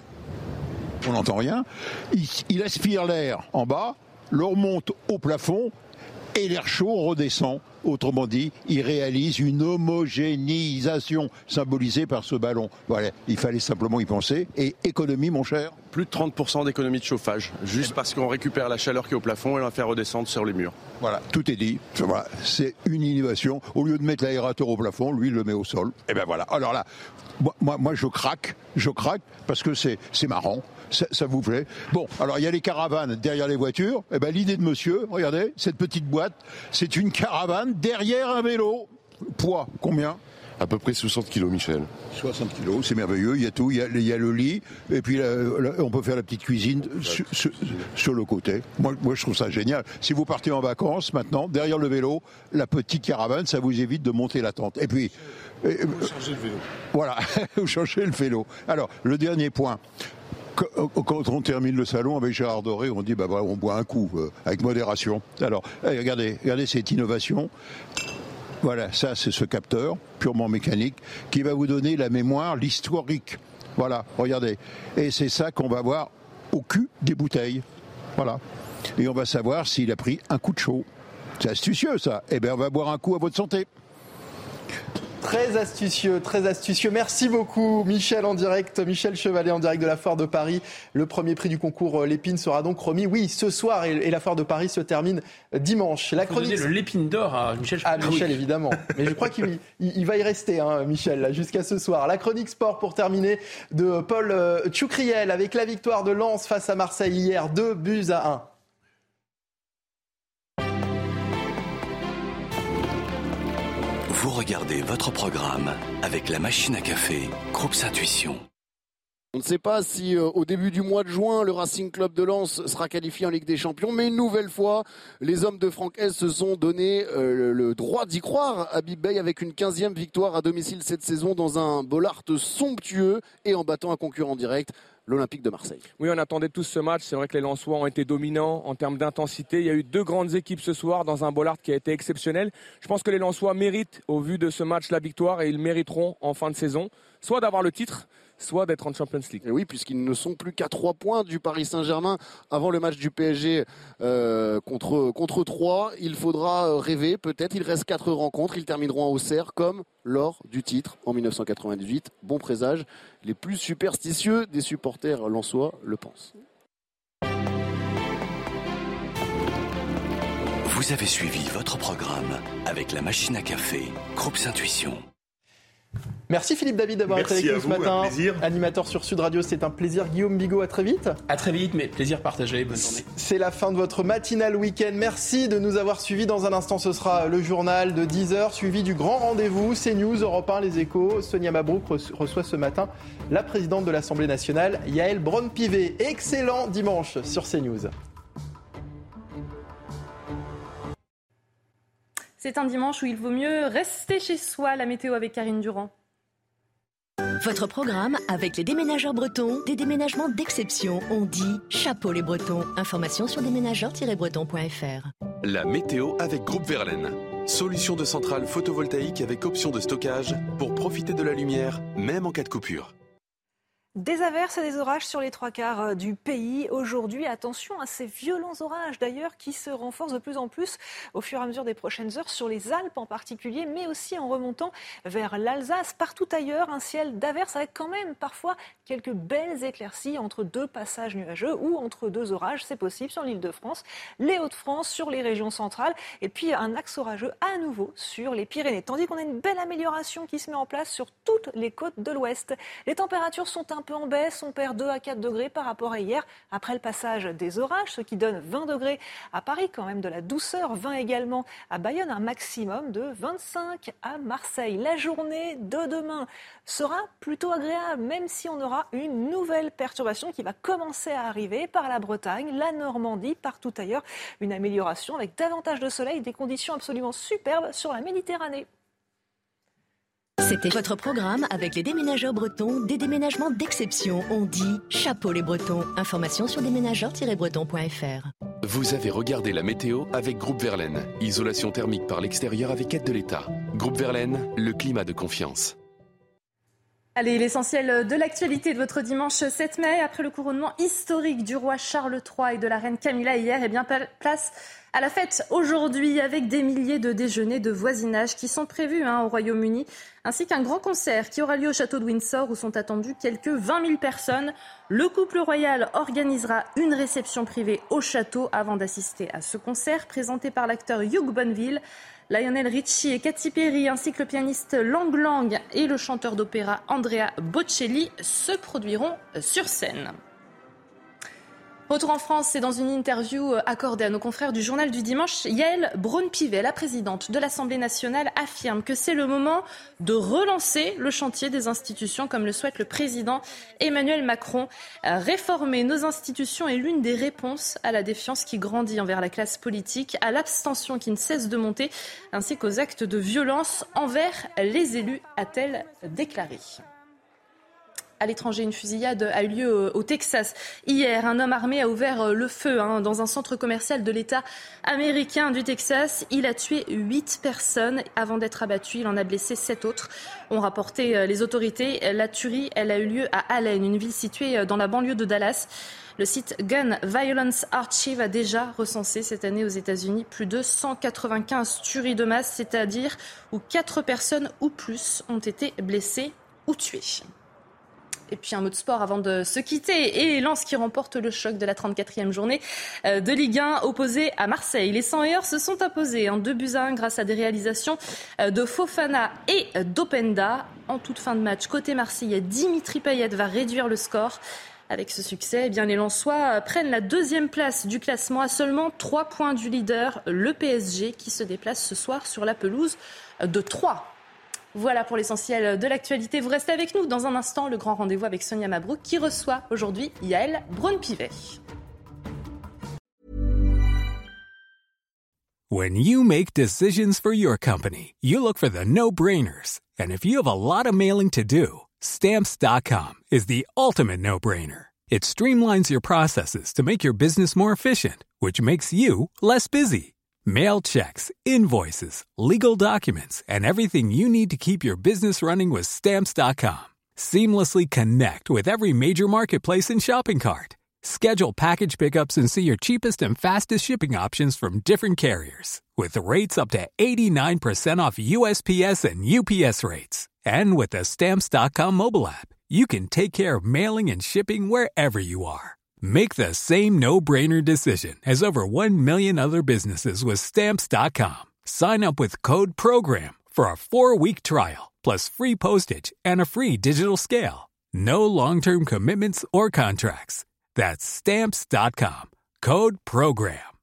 On n'entend rien. Il aspire l'air en bas, le remonte au plafond et l'air chaud redescend. Autrement dit, il réalise une homogénéisation symbolisée par ce ballon. Voilà, il fallait simplement y penser. Et économie, mon cher ? Plus de 30% d'économie de chauffage, juste parce qu'on récupère la chaleur qui est au plafond et on la fait redescendre sur les murs. Voilà, tout est dit. Voilà, c'est une innovation. Au lieu de mettre l'aérateur au plafond, lui, il le met au sol. Et ben voilà. Alors là, moi je craque parce que c'est marrant. Ça vous plaît? Bon, alors il y a les caravanes derrière les voitures. Eh ben l'idée de monsieur, regardez, cette petite boîte, c'est une caravane derrière un vélo. Poids, combien? À peu près 60 kilos, Michel. 60 kilos, c'est merveilleux, il y a tout, il y a le lit, et puis on peut faire la petite cuisine sur le côté. Moi, je trouve ça génial. Si vous partez en vacances, maintenant, derrière le vélo, la petite caravane, ça vous évite de monter la tente. Et puis... vous changez le vélo. Voilà, vous changez le vélo. Alors, le dernier point... Quand on termine le salon avec Gérard Doré, on dit on boit un coup avec modération. Alors regardez cette innovation. Voilà, ça c'est ce capteur purement mécanique qui va vous donner la mémoire, l'historique. Voilà, regardez. Et c'est ça qu'on va voir au cul des bouteilles. Voilà. Et on va savoir s'il a pris un coup de chaud. C'est astucieux ça. Eh bien on va boire un coup à votre santé. Très astucieux. Merci beaucoup, Michel Chevalet en direct de la Foire de Paris. Le premier prix du concours Lépine sera donc remis, ce soir, et la Foire de Paris se termine dimanche. La chronique... le Lépine d'or à Michel Chevalet. Ah, Michel, évidemment. Mais je crois qu'il va y rester, Michel, là, jusqu'à ce soir. La chronique sport pour terminer de Paul Tchoucriel avec la victoire de Lens face à Marseille hier, 2-1. Vous regardez votre programme avec la machine à café, Groupe Intuition. On ne sait pas si au début du mois de juin, le Racing Club de Lens sera qualifié en Ligue des Champions, mais une nouvelle fois, les hommes de Franck Hez se sont donné le droit d'y croire à Bib Bay avec une 15e victoire à domicile cette saison dans un Bollaert somptueux et en battant un concurrent direct, l'Olympique de Marseille. Oui, on attendait tous ce match. C'est vrai que les Lensois ont été dominants en termes d'intensité. Il y a eu 2 grandes équipes ce soir dans un Bollaert qui a été exceptionnel. Je pense que les Lensois méritent, au vu de ce match, la victoire et ils mériteront en fin de saison, soit d'avoir le titre, soit d'être en Champions League. Et oui, puisqu'ils ne sont plus qu'à 3 points du Paris Saint-Germain avant le match du PSG contre 3. Il faudra rêver, peut-être. Il reste 4 rencontres. Ils termineront en Auxerre comme lors du titre en 1998. Bon présage. Les plus superstitieux des supporters lensois le pensent. Vous avez suivi votre programme avec la machine à café, Groupe Intuition. Merci Philippe David d'avoir été avec nous ce matin. Animateur sur Sud Radio, c'est un plaisir. Guillaume Bigot, à très vite. À très vite, mais plaisir partagé. Bonne journée. C'est la fin de votre matinale week-end. Merci de nous avoir suivis. Dans un instant, ce sera le journal de 10h, suivi du grand rendez-vous CNews, Europe 1, Les Échos. Sonia Mabrouk reçoit ce matin la présidente de l'Assemblée nationale, Yaël Braun-Pivet. Excellent dimanche sur CNews. C'est un dimanche où il vaut mieux rester chez soi. La météo avec Karine Durand. Votre programme avec les déménageurs bretons, des déménagements d'exception. On dit chapeau les Bretons. Information sur déménageurs-bretons.fr. La météo avec Groupe Verlaine. Solution de centrale photovoltaïque avec option de stockage pour profiter de la lumière, même en cas de coupure. Des averses et des orages sur les 3/4 du pays aujourd'hui. Attention à ces violents orages d'ailleurs qui se renforcent de plus en plus au fur et à mesure des prochaines heures sur les Alpes en particulier, mais aussi en remontant vers l'Alsace. Partout ailleurs, un ciel d'averses avec quand même parfois quelques belles éclaircies entre deux passages nuageux ou entre deux orages. C'est possible sur l'Île-de-France, les Hauts-de-France, sur les régions centrales et puis un axe orageux à nouveau sur les Pyrénées. Tandis qu'on a une belle amélioration qui se met en place sur toutes les côtes de l'Ouest. Les températures sont un peu en baisse, on perd 2 à 4 degrés par rapport à hier après le passage des orages, ce qui donne 20 degrés à Paris, quand même de la douceur, 20 également à Bayonne, un maximum de 25 à Marseille. La journée de demain sera plutôt agréable, même si on aura une nouvelle perturbation qui va commencer à arriver par la Bretagne, la Normandie, partout ailleurs. Une amélioration avec davantage de soleil, des conditions absolument superbes sur la Méditerranée. C'était votre programme avec les déménageurs bretons, des déménagements d'exception. On dit chapeau les Bretons. Information sur déménageurs-bretons.fr. Vous avez regardé la météo avec Groupe Verlaine. Isolation thermique par l'extérieur avec aide de l'État. Groupe Verlaine, le climat de confiance. Allez, l'essentiel de l'actualité de votre dimanche 7 mai. Après le couronnement historique du roi Charles III et de la reine Camilla hier, place à la fête aujourd'hui avec des milliers de déjeuners de voisinage qui sont prévus au Royaume-Uni, ainsi qu'un grand concert qui aura lieu au château de Windsor où sont attendues quelques 20 000 personnes. Le couple royal organisera une réception privée au château avant d'assister à ce concert présenté par l'acteur Hugh Bonneville. Lionel Richie et Katy Perry, ainsi que le pianiste Lang Lang et le chanteur d'opéra Andrea Bocelli se produiront sur scène. Retour en France, c'est dans une interview accordée à nos confrères du Journal du Dimanche. Yaël Braun-Pivet, la présidente de l'Assemblée nationale, affirme que c'est le moment de relancer le chantier des institutions, comme le souhaite le président Emmanuel Macron. Réformer nos institutions est l'une des réponses à la défiance qui grandit envers la classe politique, à l'abstention qui ne cesse de monter, ainsi qu'aux actes de violence envers les élus, a-t-elle déclaré. À l'étranger, une fusillade a eu lieu au Texas. Hier, un homme armé a ouvert le feu dans un centre commercial de l'État américain du Texas. Il a tué 8 personnes avant d'être abattu. Il en a blessé 7 autres, ont rapporté les autorités. La tuerie, elle a eu lieu à Allen, une ville située dans la banlieue de Dallas. Le site Gun Violence Archive a déjà recensé cette année aux États-Unis plus de 195 tueries de masse, c'est-à-dire où 4 personnes ou plus ont été blessées ou tuées. Et puis un mot de sport avant de se quitter. Et Lens qui remporte le choc de la 34e journée de Ligue 1 opposé à Marseille. Les 100 se sont imposés 2-1 grâce à des réalisations de Fofana et d'Openda. En toute fin de match, côté Marseillais, Dimitri Payet va réduire le score. Avec ce succès, les Lensois prennent la 2e place du classement à seulement 3 points du leader, le PSG, qui se déplace ce soir sur la pelouse de Troyes. Voilà pour l'essentiel de l'actualité. Vous restez avec nous. Dans un instant, le grand rendez-vous avec Sonia Mabrouk qui reçoit aujourd'hui Yaël Braun-Pivet. When you make decisions for your company, you look for the no-brainers. And if you have a lot of mailing to do, Stamps.com is the ultimate no-brainer. It streamlines your processes to make your business more efficient, which makes you less busy. Mail checks, invoices, legal documents, and everything you need to keep your business running with Stamps.com. Seamlessly connect with every major marketplace and shopping cart. Schedule package pickups and see your cheapest and fastest shipping options from different carriers. With rates up to 89% off USPS and UPS rates. And with the Stamps.com mobile app, you can take care of mailing and shipping wherever you are. Make the same no-brainer decision as over 1 million other businesses with Stamps.com. Sign up with code PROGRAM for a 4-week trial, plus free postage and a free digital scale. No long-term commitments or contracts. That's Stamps.com. Code PROGRAM.